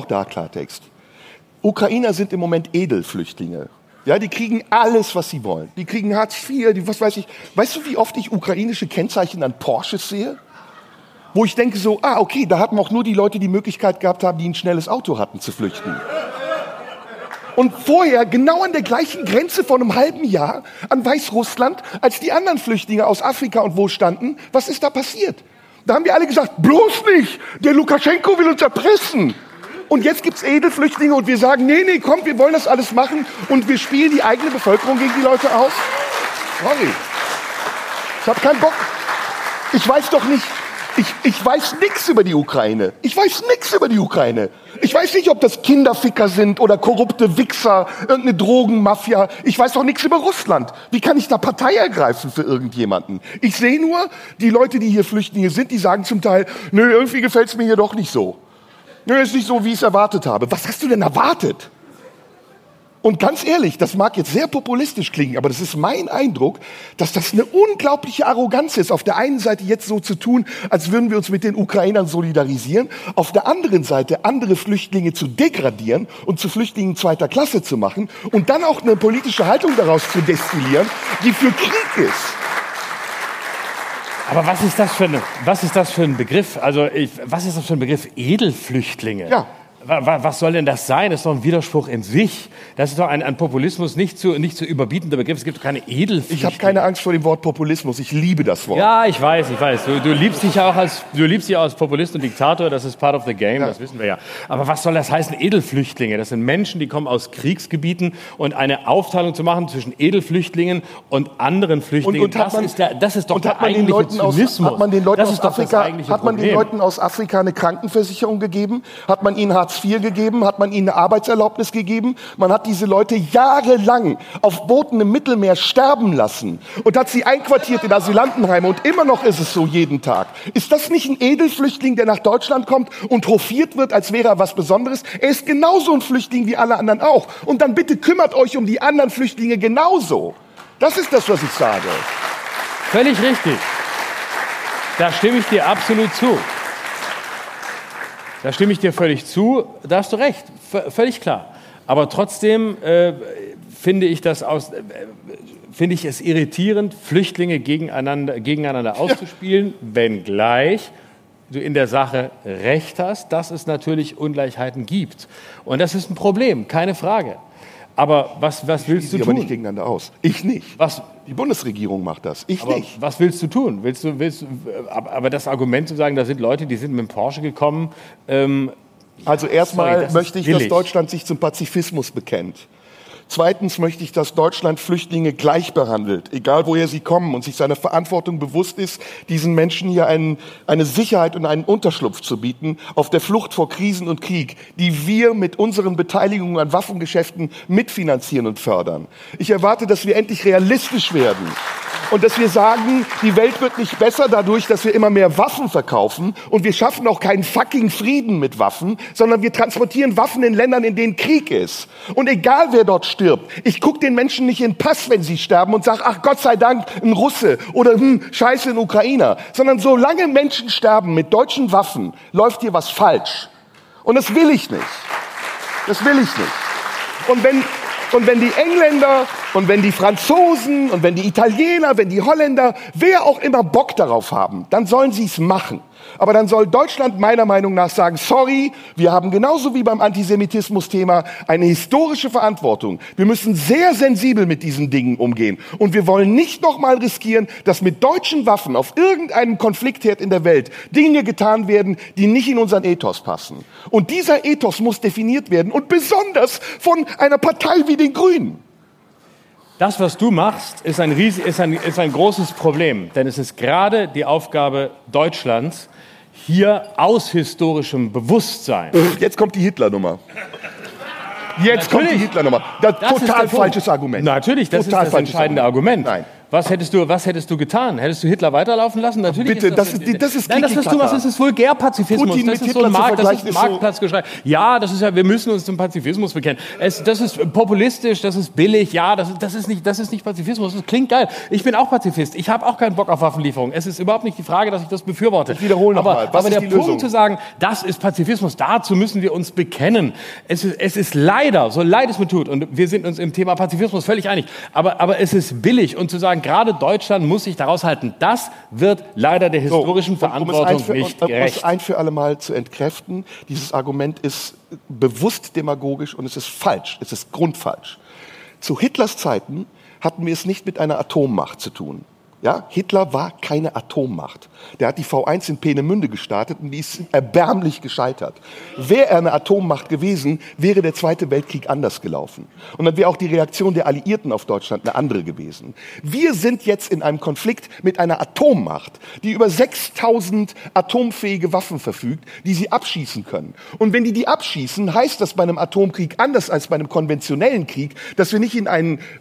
Ukrainer sind im Moment Edelflüchtlinge. Ja, die kriegen alles, was sie wollen. Die kriegen Hartz IV, was weiß ich. Weißt du, wie oft ich ukrainische Kennzeichen an Porsches sehe? Wo ich denke so, okay, da hatten auch nur die Leute die Möglichkeit gehabt haben, die ein schnelles Auto hatten, zu flüchten. Und vorher, genau an der gleichen Grenze vor einem halben Jahr, an Weißrussland, als die anderen Flüchtlinge aus Afrika und wo standen, was ist da passiert? Da haben wir alle gesagt, bloß nicht, der Lukaschenko will uns erpressen. Und jetzt gibt's Edelflüchtlinge und wir sagen, nee, komm, wir wollen das alles machen und wir spielen die eigene Bevölkerung gegen die Leute aus. Sorry. Ich habe keinen Bock. Ich weiß doch nicht, ich weiß nichts über die Ukraine. Ich weiß nicht, ob das Kinderficker sind oder korrupte Wichser, irgendeine Drogenmafia. Ich weiß doch nichts über Russland. Wie kann ich da Partei ergreifen für irgendjemanden? Ich sehe nur, die Leute, die hier Flüchtlinge sind, die sagen zum Teil, nö, irgendwie gefällt's mir hier doch nicht so. Nö, ist nicht so, wie ich es erwartet habe. Was hast du denn erwartet? Und ganz ehrlich, das mag jetzt sehr populistisch klingen, aber das ist mein Eindruck, dass das eine unglaubliche Arroganz ist, auf der einen Seite jetzt so zu tun, als würden wir uns mit den Ukrainern solidarisieren, auf der anderen Seite andere Flüchtlinge zu degradieren und zu Flüchtlingen zweiter Klasse zu machen und dann auch eine politische Haltung daraus zu destillieren, die für Krieg ist. Aber was ist das für ein Begriff? Was ist das für ein Begriff? Edelflüchtlinge? Ja. Was soll denn das sein? Das ist doch ein Widerspruch in sich. Das ist doch ein Populismus nicht zu überbietender Begriff. Es gibt keine Edelflüchtlinge. Ich habe keine Angst vor dem Wort Populismus. Ich liebe das Wort. Ja, ich weiß. Du liebst dich ja auch als Populist und Diktator. Das ist part of the game. Ja. Das wissen wir ja. Aber was soll das heißen? Edelflüchtlinge. Das sind Menschen, die kommen aus Kriegsgebieten und eine Aufteilung zu machen zwischen Edelflüchtlingen und anderen Flüchtlingen. Das ist doch der eigentliche Zynismus. Hat man den Leuten aus Afrika eine Krankenversicherung gegeben? Hat man ihnen Hartz IV gegeben? Hat man ihnen eine Arbeitserlaubnis gegeben? Man hat diese Leute jahrelang auf Booten im Mittelmeer sterben lassen und hat sie einquartiert in Asylantenheime und immer noch ist es so jeden Tag. Ist das nicht ein Edelflüchtling, der nach Deutschland kommt und hofiert wird, als wäre er was Besonderes? Er ist genauso ein Flüchtling wie alle anderen auch. Und dann bitte kümmert euch um die anderen Flüchtlinge genauso. Das ist das, was ich sage. Völlig richtig. Da stimme ich dir absolut zu. Da stimme ich dir völlig zu. Da hast du recht. Völlig klar. Aber trotzdem finde ich es irritierend, Flüchtlinge gegeneinander auszuspielen, wenngleich du in der Sache recht hast, dass es natürlich Ungleichheiten gibt. Und das ist ein Problem, keine Frage. Aber was willst du tun? Aber nicht gegeneinander aus. Ich nicht. Die Bundesregierung macht das. Ich nicht. Was willst du tun? Aber das Argument zu sagen, da sind Leute, die sind mit dem Porsche gekommen. Also erstmal möchte ich, dass Deutschland sich zum Pazifismus bekennt. Zweitens möchte ich, dass Deutschland Flüchtlinge gleich behandelt, egal woher sie kommen, und sich seiner Verantwortung bewusst ist, diesen Menschen hier eine Sicherheit und einen Unterschlupf zu bieten, auf der Flucht vor Krisen und Krieg, die wir mit unseren Beteiligungen an Waffengeschäften mitfinanzieren und fördern. Ich erwarte, dass wir endlich realistisch werden und dass wir sagen, die Welt wird nicht besser dadurch, dass wir immer mehr Waffen verkaufen, und wir schaffen auch keinen fucking Frieden mit Waffen, sondern wir transportieren Waffen in Ländern, in denen Krieg ist. Und egal wer dort stirbt, ich gucke den Menschen nicht in den Pass, wenn sie sterben, und sage, ach Gott sei Dank, ein Russe oder scheiße, ein Ukrainer. Sondern solange Menschen sterben mit deutschen Waffen, läuft hier was falsch. Und das will ich nicht. Das will ich nicht. Und wenn die Engländer und wenn die Franzosen und wenn die Italiener, wenn die Holländer, wer auch immer Bock darauf haben, dann sollen sie es machen. Aber dann soll Deutschland meiner Meinung nach sagen, sorry, wir haben genauso wie beim Antisemitismus-Thema eine historische Verantwortung. Wir müssen sehr sensibel mit diesen Dingen umgehen. Und wir wollen nicht nochmal riskieren, dass mit deutschen Waffen auf irgendeinem Konfliktherd in der Welt Dinge getan werden, die nicht in unseren Ethos passen. Und dieser Ethos muss definiert werden, und besonders von einer Partei wie den Grünen. Das, was du machst, ist ein großes Problem. Denn es ist gerade die Aufgabe Deutschlands, hier aus historischem Bewusstsein. Jetzt kommt die Hitlernummer. Total falsches Argument. Natürlich, das ist das entscheidende Argument. Nein. Was hättest du getan? Hättest du Hitler weiterlaufen lassen? Natürlich. Bitte, das ist nein, das, was du machst, ist Vulgärpazifismus. Putin das mit ist so ein Hitler Marktplatzgeschrei. Ja, das ist ja, wir müssen uns zum Pazifismus bekennen. Das ist populistisch, das ist billig. Ja, das ist nicht Pazifismus. Das klingt geil. Ich bin auch Pazifist. Ich habe auch keinen Bock auf Waffenlieferungen. Es ist überhaupt nicht die Frage, dass ich das befürworte. Ich wiederhole nochmal. Aber der Punkt zu sagen, das ist Pazifismus, dazu müssen wir uns bekennen. Es ist leider, so leid es mir tut, und wir sind uns im Thema Pazifismus völlig einig, aber es ist billig. Und zu sagen, gerade Deutschland muss sich daraus halten, das wird leider der historischen Verantwortung nicht gerecht. Um es ein für alle Mal zu entkräften, dieses Argument ist bewusst demagogisch und es ist falsch, es ist grundfalsch. Zu Hitlers Zeiten hatten wir es nicht mit einer Atommacht zu tun. Ja, Hitler war keine Atommacht. Der hat die V1 in Peenemünde gestartet und die ist erbärmlich gescheitert. Wäre er eine Atommacht gewesen, wäre der Zweite Weltkrieg anders gelaufen. Und dann wäre auch die Reaktion der Alliierten auf Deutschland eine andere gewesen. Wir sind jetzt in einem Konflikt mit einer Atommacht, die über 6000 atomfähige Waffen verfügt, die sie abschießen können. Und wenn die abschießen, heißt das bei einem Atomkrieg anders als bei einem konventionellen Krieg, dass wir nicht in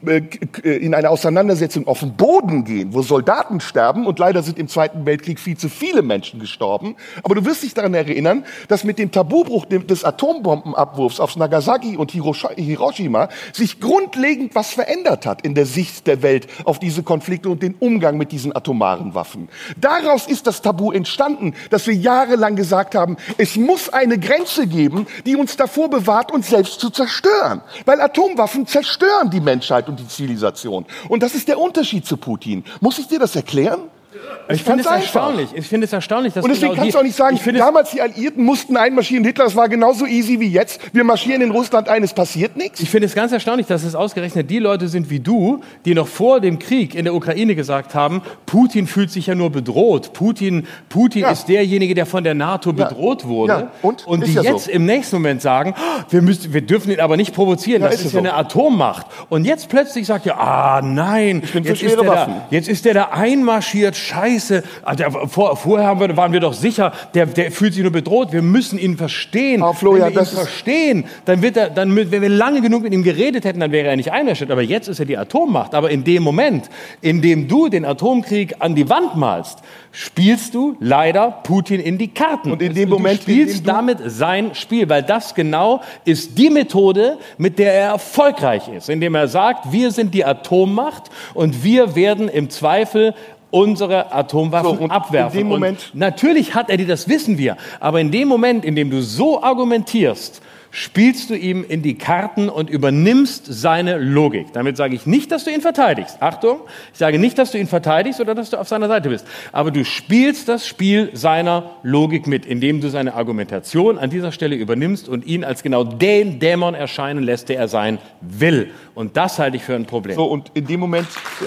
eine Auseinandersetzung auf den Boden gehen, wo Soldaten sterben, und leider sind im Zweiten Weltkrieg viel zu viele Menschen gestorben. Aber du wirst dich daran erinnern, dass mit dem Tabubruch des Atombombenabwurfs auf Nagasaki und Hiroshima sich grundlegend was verändert hat in der Sicht der Welt auf diese Konflikte und den Umgang mit diesen atomaren Waffen. Daraus ist das Tabu entstanden, dass wir jahrelang gesagt haben, es muss eine Grenze geben, die uns davor bewahrt, uns selbst zu zerstören. Weil Atomwaffen zerstören die Menschheit und die Zivilisation. Und das ist der Unterschied zu Putin. Muss ich dir das erklären? Ich finde es erstaunlich, dass und deswegen kannst du auch nicht sagen, damals die Alliierten mussten einmarschieren, Hitler, das war genauso easy wie jetzt. Wir marschieren in Russland ein, es passiert nichts. Ich finde es ganz erstaunlich, dass es ausgerechnet die Leute sind wie du, die noch vor dem Krieg in der Ukraine gesagt haben, Putin fühlt sich ja nur bedroht. Putin ist derjenige, der von der NATO bedroht wurde. Ja. Und die jetzt im nächsten Moment sagen, wir dürfen ihn aber nicht provozieren, das ist ja eine Atommmacht. Und jetzt plötzlich sagt er, nein, jetzt ist der da einmarschiert, scheiße. Vorher waren wir doch sicher, der fühlt sich nur bedroht. Wir müssen ihn verstehen. Florian, wenn wir ihn verstehen, wenn wir lange genug mit ihm geredet hätten, dann wäre er nicht einmarschiert. Aber jetzt ist er die Atommacht. Aber in dem Moment, in dem du den Atomkrieg an die Wand malst, spielst du leider Putin in die Karten. Und in dem Moment spielst damit sein Spiel, weil das genau ist die Methode, mit der er erfolgreich ist, indem er sagt, wir sind die Atommacht und wir werden im Zweifel unsere Atomwaffen abwerfen. Und natürlich hat er die, das wissen wir. Aber in dem Moment, in dem du so argumentierst, spielst du ihm in die Karten und übernimmst seine Logik. Damit sage ich nicht, dass du ihn verteidigst. Achtung, ich sage nicht, dass du ihn verteidigst oder dass du auf seiner Seite bist. Aber du spielst das Spiel seiner Logik mit, indem du seine Argumentation an dieser Stelle übernimmst und ihn als genau den Dämon erscheinen lässt, der er sein will. Und das halte ich für ein Problem. So, und in dem Moment,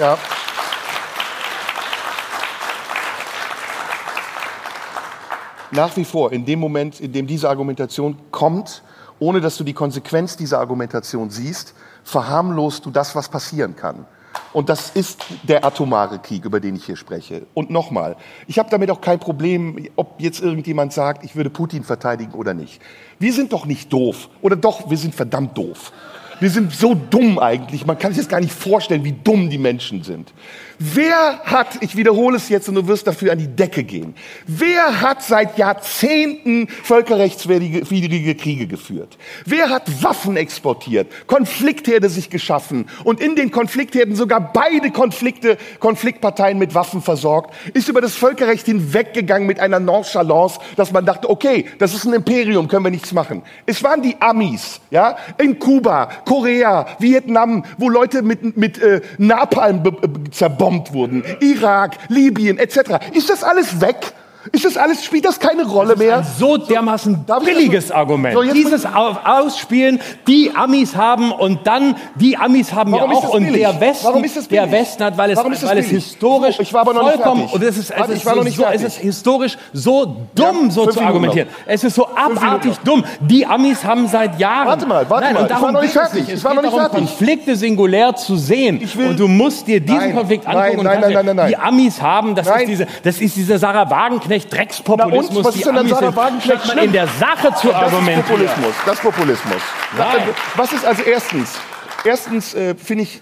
nach wie vor, in dem Moment, in dem diese Argumentation kommt, ohne dass du die Konsequenz dieser Argumentation siehst, verharmlost du das, was passieren kann. Und das ist der atomare Krieg, über den ich hier spreche. Und nochmal, ich habe damit auch kein Problem, ob jetzt irgendjemand sagt, ich würde Putin verteidigen oder nicht. Wir sind doch nicht doof. Oder doch, wir sind verdammt doof. Wir sind so dumm eigentlich, man kann sich das gar nicht vorstellen, wie dumm die Menschen sind. Wer hat, ich wiederhole es jetzt und du wirst dafür an die Decke gehen, wer hat seit Jahrzehnten völkerrechtswidrige Kriege geführt? Wer hat Waffen exportiert, Konfliktherde sich geschaffen und in den Konfliktherden sogar beide Konfliktparteien mit Waffen versorgt, ist über das Völkerrecht hinweggegangen mit einer Nonchalance, dass man dachte, okay, das ist ein Imperium, können wir nichts machen. Es waren die Amis, ja, in Kuba, Korea, Vietnam, wo Leute mit Napalm zerbombt wurden, Irak, Libyen etc. Ist das alles weg? Ist das alles, spielt das keine Rolle mehr? Das ist ein so dermaßen billiges Argument. So, dieses Ausspielen, die Amis haben und dann, die Amis haben ja auch und der Westen hat, weil es historisch ich war aber noch vollkommen, nicht und es ist historisch so dumm, so zu argumentieren. Es ist so abartig dumm. Die Amis haben seit Jahren... Warte mal, und darum ich war noch nicht fertig. Es geht darum, Konflikte singulär zu sehen. Und du musst dir diesen Konflikt angucken. Nein. Die Amis haben, das ist dieser Sarah Wagenknecht Dreckspopulismus, was ist denn an Sarah Wagenknecht in der Sache zu argumentieren. Das ist Populismus. Was ist also erstens finde ich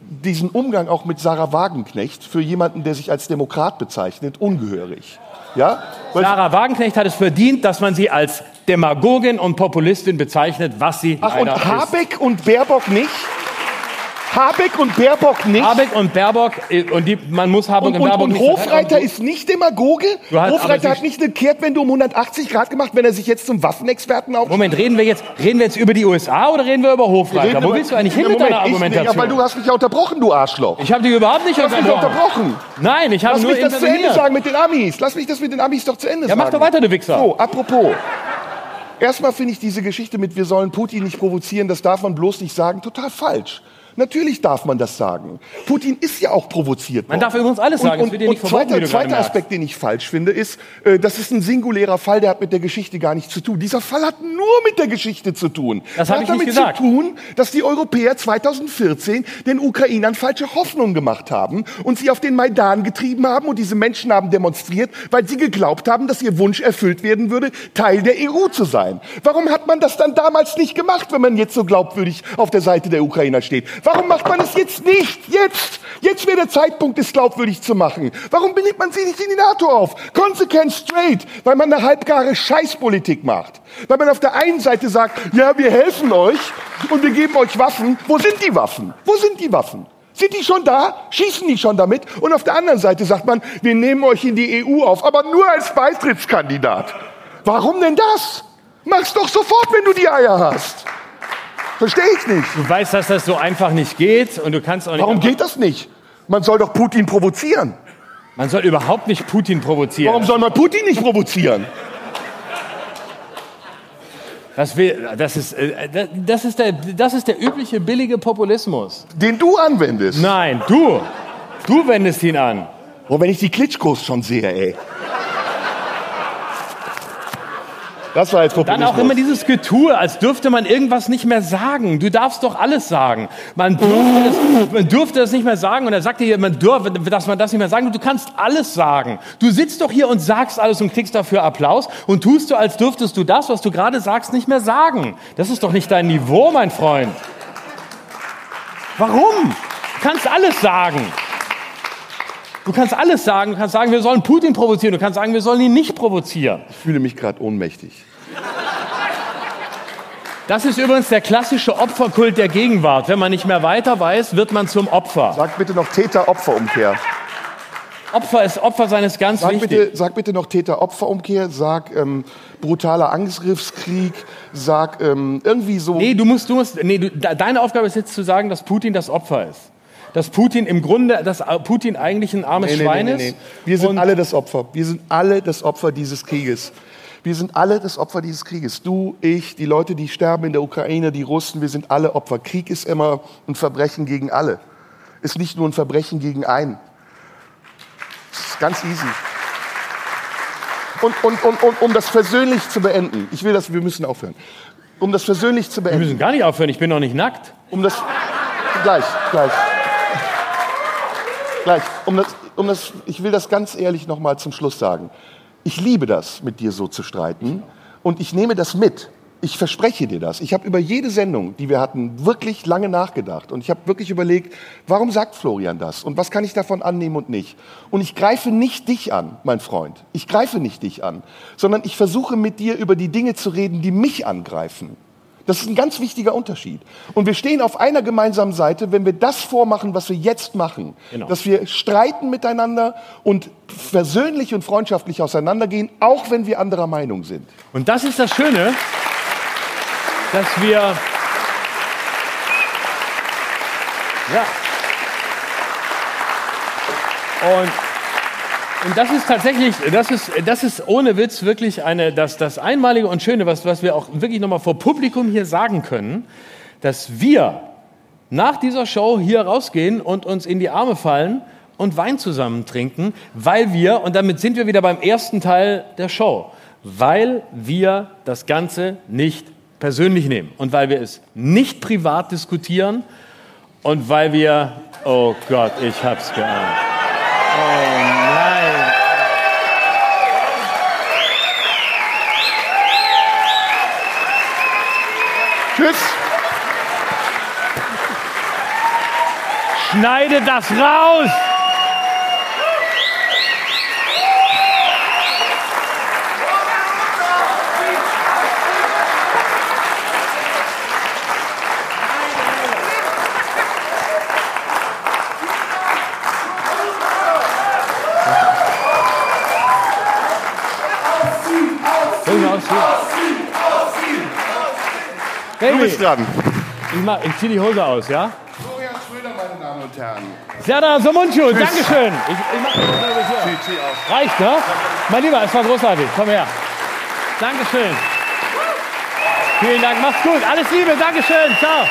diesen Umgang auch mit Sarah Wagenknecht für jemanden, der sich als Demokrat bezeichnet, ungehörig. Ja? Sarah Wagenknecht hat es verdient, dass man sie als Demagogin und Populistin bezeichnet, was sie leider ist. Habeck und Baerbock nicht? Habeck und Baerbock nicht? Habeck und Baerbock, man muss Habeck und Baerbock nicht... Und Hofreiter ist nicht Demagoge? Hofreiter hat nicht eine Kehrtwende um 180 Grad gemacht, wenn er sich jetzt zum Waffenexperten aufstellt? Moment, reden wir jetzt über die USA oder reden wir über Hofreiter? Wo willst du eigentlich hin mit deiner Argumentation? Ja, weil du hast mich ja unterbrochen, du Arschloch. Ich habe dich überhaupt nicht unterbrochen. Nein, ich habe nur interveniert. Lass mich das zu Ende sagen mit den Amis. Lass mich das mit den Amis doch zu Ende sagen. Ja, mach doch weiter, du Wichser. So, apropos. Erstmal finde ich diese Geschichte mit, wir sollen Putin nicht provozieren, das darf man bloß nicht sagen, total falsch. Natürlich darf man das sagen. Putin ist ja auch provoziert worden. Man darf übrigens alles sagen. Und zweiter Aspekt, den ich falsch finde, ist, das ist ein singulärer Fall, der hat mit der Geschichte gar nichts zu tun. Dieser Fall hat nur mit der Geschichte zu tun. Das habe ich nicht gesagt. Hat damit zu tun, dass die Europäer 2014 den Ukrainern falsche Hoffnung gemacht haben und sie auf den Maidan getrieben haben und diese Menschen haben demonstriert, weil sie geglaubt haben, dass ihr Wunsch erfüllt werden würde, Teil der EU zu sein. Warum hat man das dann damals nicht gemacht, wenn man jetzt so glaubwürdig auf der Seite der Ukrainer steht? Warum macht man es jetzt nicht? Jetzt wäre der Zeitpunkt, es glaubwürdig zu machen. Warum bindet man sie nicht in die NATO auf? Konsequent, straight, weil man eine halbgare Scheißpolitik macht. Weil man auf der einen Seite sagt, ja, wir helfen euch und wir geben euch Waffen. Wo sind die Waffen? Wo sind die Waffen? Sind die schon da? Schießen die schon damit? Und auf der anderen Seite sagt man, wir nehmen euch in die EU auf, aber nur als Beitrittskandidat. Warum denn das? Mach's doch sofort, wenn du die Eier hast. Verstehe ich nicht. Du weißt, dass das so einfach nicht geht und du kannst auch nicht... Warum geht das nicht? Man soll doch Putin provozieren. Man soll überhaupt nicht Putin provozieren. Warum soll man Putin nicht provozieren? Das ist der übliche billige Populismus. Den du anwendest? Nein, du. Du wendest ihn an. Oh, wenn ich die Klitschkos schon sehe, ey. Das war jetzt Populismus. Dann auch immer dieses Getue, als dürfte man irgendwas nicht mehr sagen. Du darfst doch alles sagen. Man dürfte das nicht mehr sagen. Und er sagte hier, dass man das nicht mehr sagen. Du kannst alles sagen. Du sitzt doch hier und sagst alles und kriegst dafür Applaus und tust du, als dürftest du das, was du gerade sagst, nicht mehr sagen. Das ist doch nicht dein Niveau, mein Freund. Warum? Du kannst alles sagen. Du kannst alles sagen. Du kannst sagen, wir sollen Putin provozieren. Du kannst sagen, wir sollen ihn nicht provozieren. Ich fühle mich gerade ohnmächtig. Das ist übrigens der klassische Opferkult der Gegenwart. Wenn man nicht mehr weiter weiß, wird man zum Opfer. Sag bitte noch Täter-Opfer-Umkehr. Opfer ist Opfer seines ganz wichtig. Sag bitte noch Täter-Opfer-Umkehr. Sag brutaler Angriffskrieg. Sag irgendwie so... Nee, deine Aufgabe ist jetzt zu sagen, dass Putin das Opfer ist. Dass Putin eigentlich ein armes Schwein ist. Nee. Wir sind alle das Opfer. Wir sind alle das Opfer dieses Krieges. Wir sind alle das Opfer dieses Krieges. Du, ich, die Leute, die sterben in der Ukraine, die Russen, wir sind alle Opfer. Krieg ist immer ein Verbrechen gegen alle. Ist nicht nur ein Verbrechen gegen einen. Das ist ganz easy. Und um das versöhnlich zu beenden, wir müssen aufhören. Um das versöhnlich zu beenden. Wir müssen gar nicht aufhören, ich bin noch nicht nackt. Gleich. Ich will das ganz ehrlich noch mal zum Schluss sagen. Ich liebe das, mit dir so zu streiten. Und ich nehme das mit. Ich verspreche dir das. Ich habe über jede Sendung, die wir hatten, wirklich lange nachgedacht. Und ich habe wirklich überlegt, warum sagt Florian das? Und was kann ich davon annehmen und nicht? Und ich greife nicht dich an, mein Freund. Ich greife nicht dich an. Sondern ich versuche mit dir über die Dinge zu reden, die mich angreifen. Das ist ein ganz wichtiger Unterschied. Und wir stehen auf einer gemeinsamen Seite, wenn wir das vormachen, was wir jetzt machen. Genau. Dass wir streiten miteinander und versöhnlich und freundschaftlich auseinandergehen, auch wenn wir anderer Meinung sind. Und das ist das Schöne, dass wir... Ja. Und das ist tatsächlich, das ist ohne Witz wirklich das Einmalige und Schöne, was wir auch wirklich nochmal vor Publikum hier sagen können, dass wir nach dieser Show hier rausgehen und uns in die Arme fallen und Wein zusammen trinken, weil wir, und damit sind wir wieder beim ersten Teil der Show, weil wir das Ganze nicht persönlich nehmen und weil wir es nicht privat diskutieren und weil wir, oh Gott, ich hab's geahnt. Oh nein. Tschüss. Schneide das raus! Du bist dran. Ich zieh die Hose aus, ja? Florian Schröder, meine Damen und Herren. Serdar Somuncu, Dankeschön. Ich mach das mal hier. Zieh aus. Reicht, ne? Mein Lieber, es war großartig. Komm her. Dankeschön. Vielen Dank, mach's gut. Alles Liebe, Dankeschön. Ciao.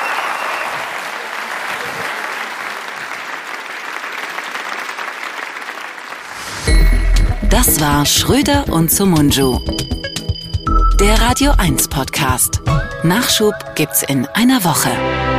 Das war Schröder und Somuncu. Der Radio 1 Podcast. Nachschub gibt's in einer Woche.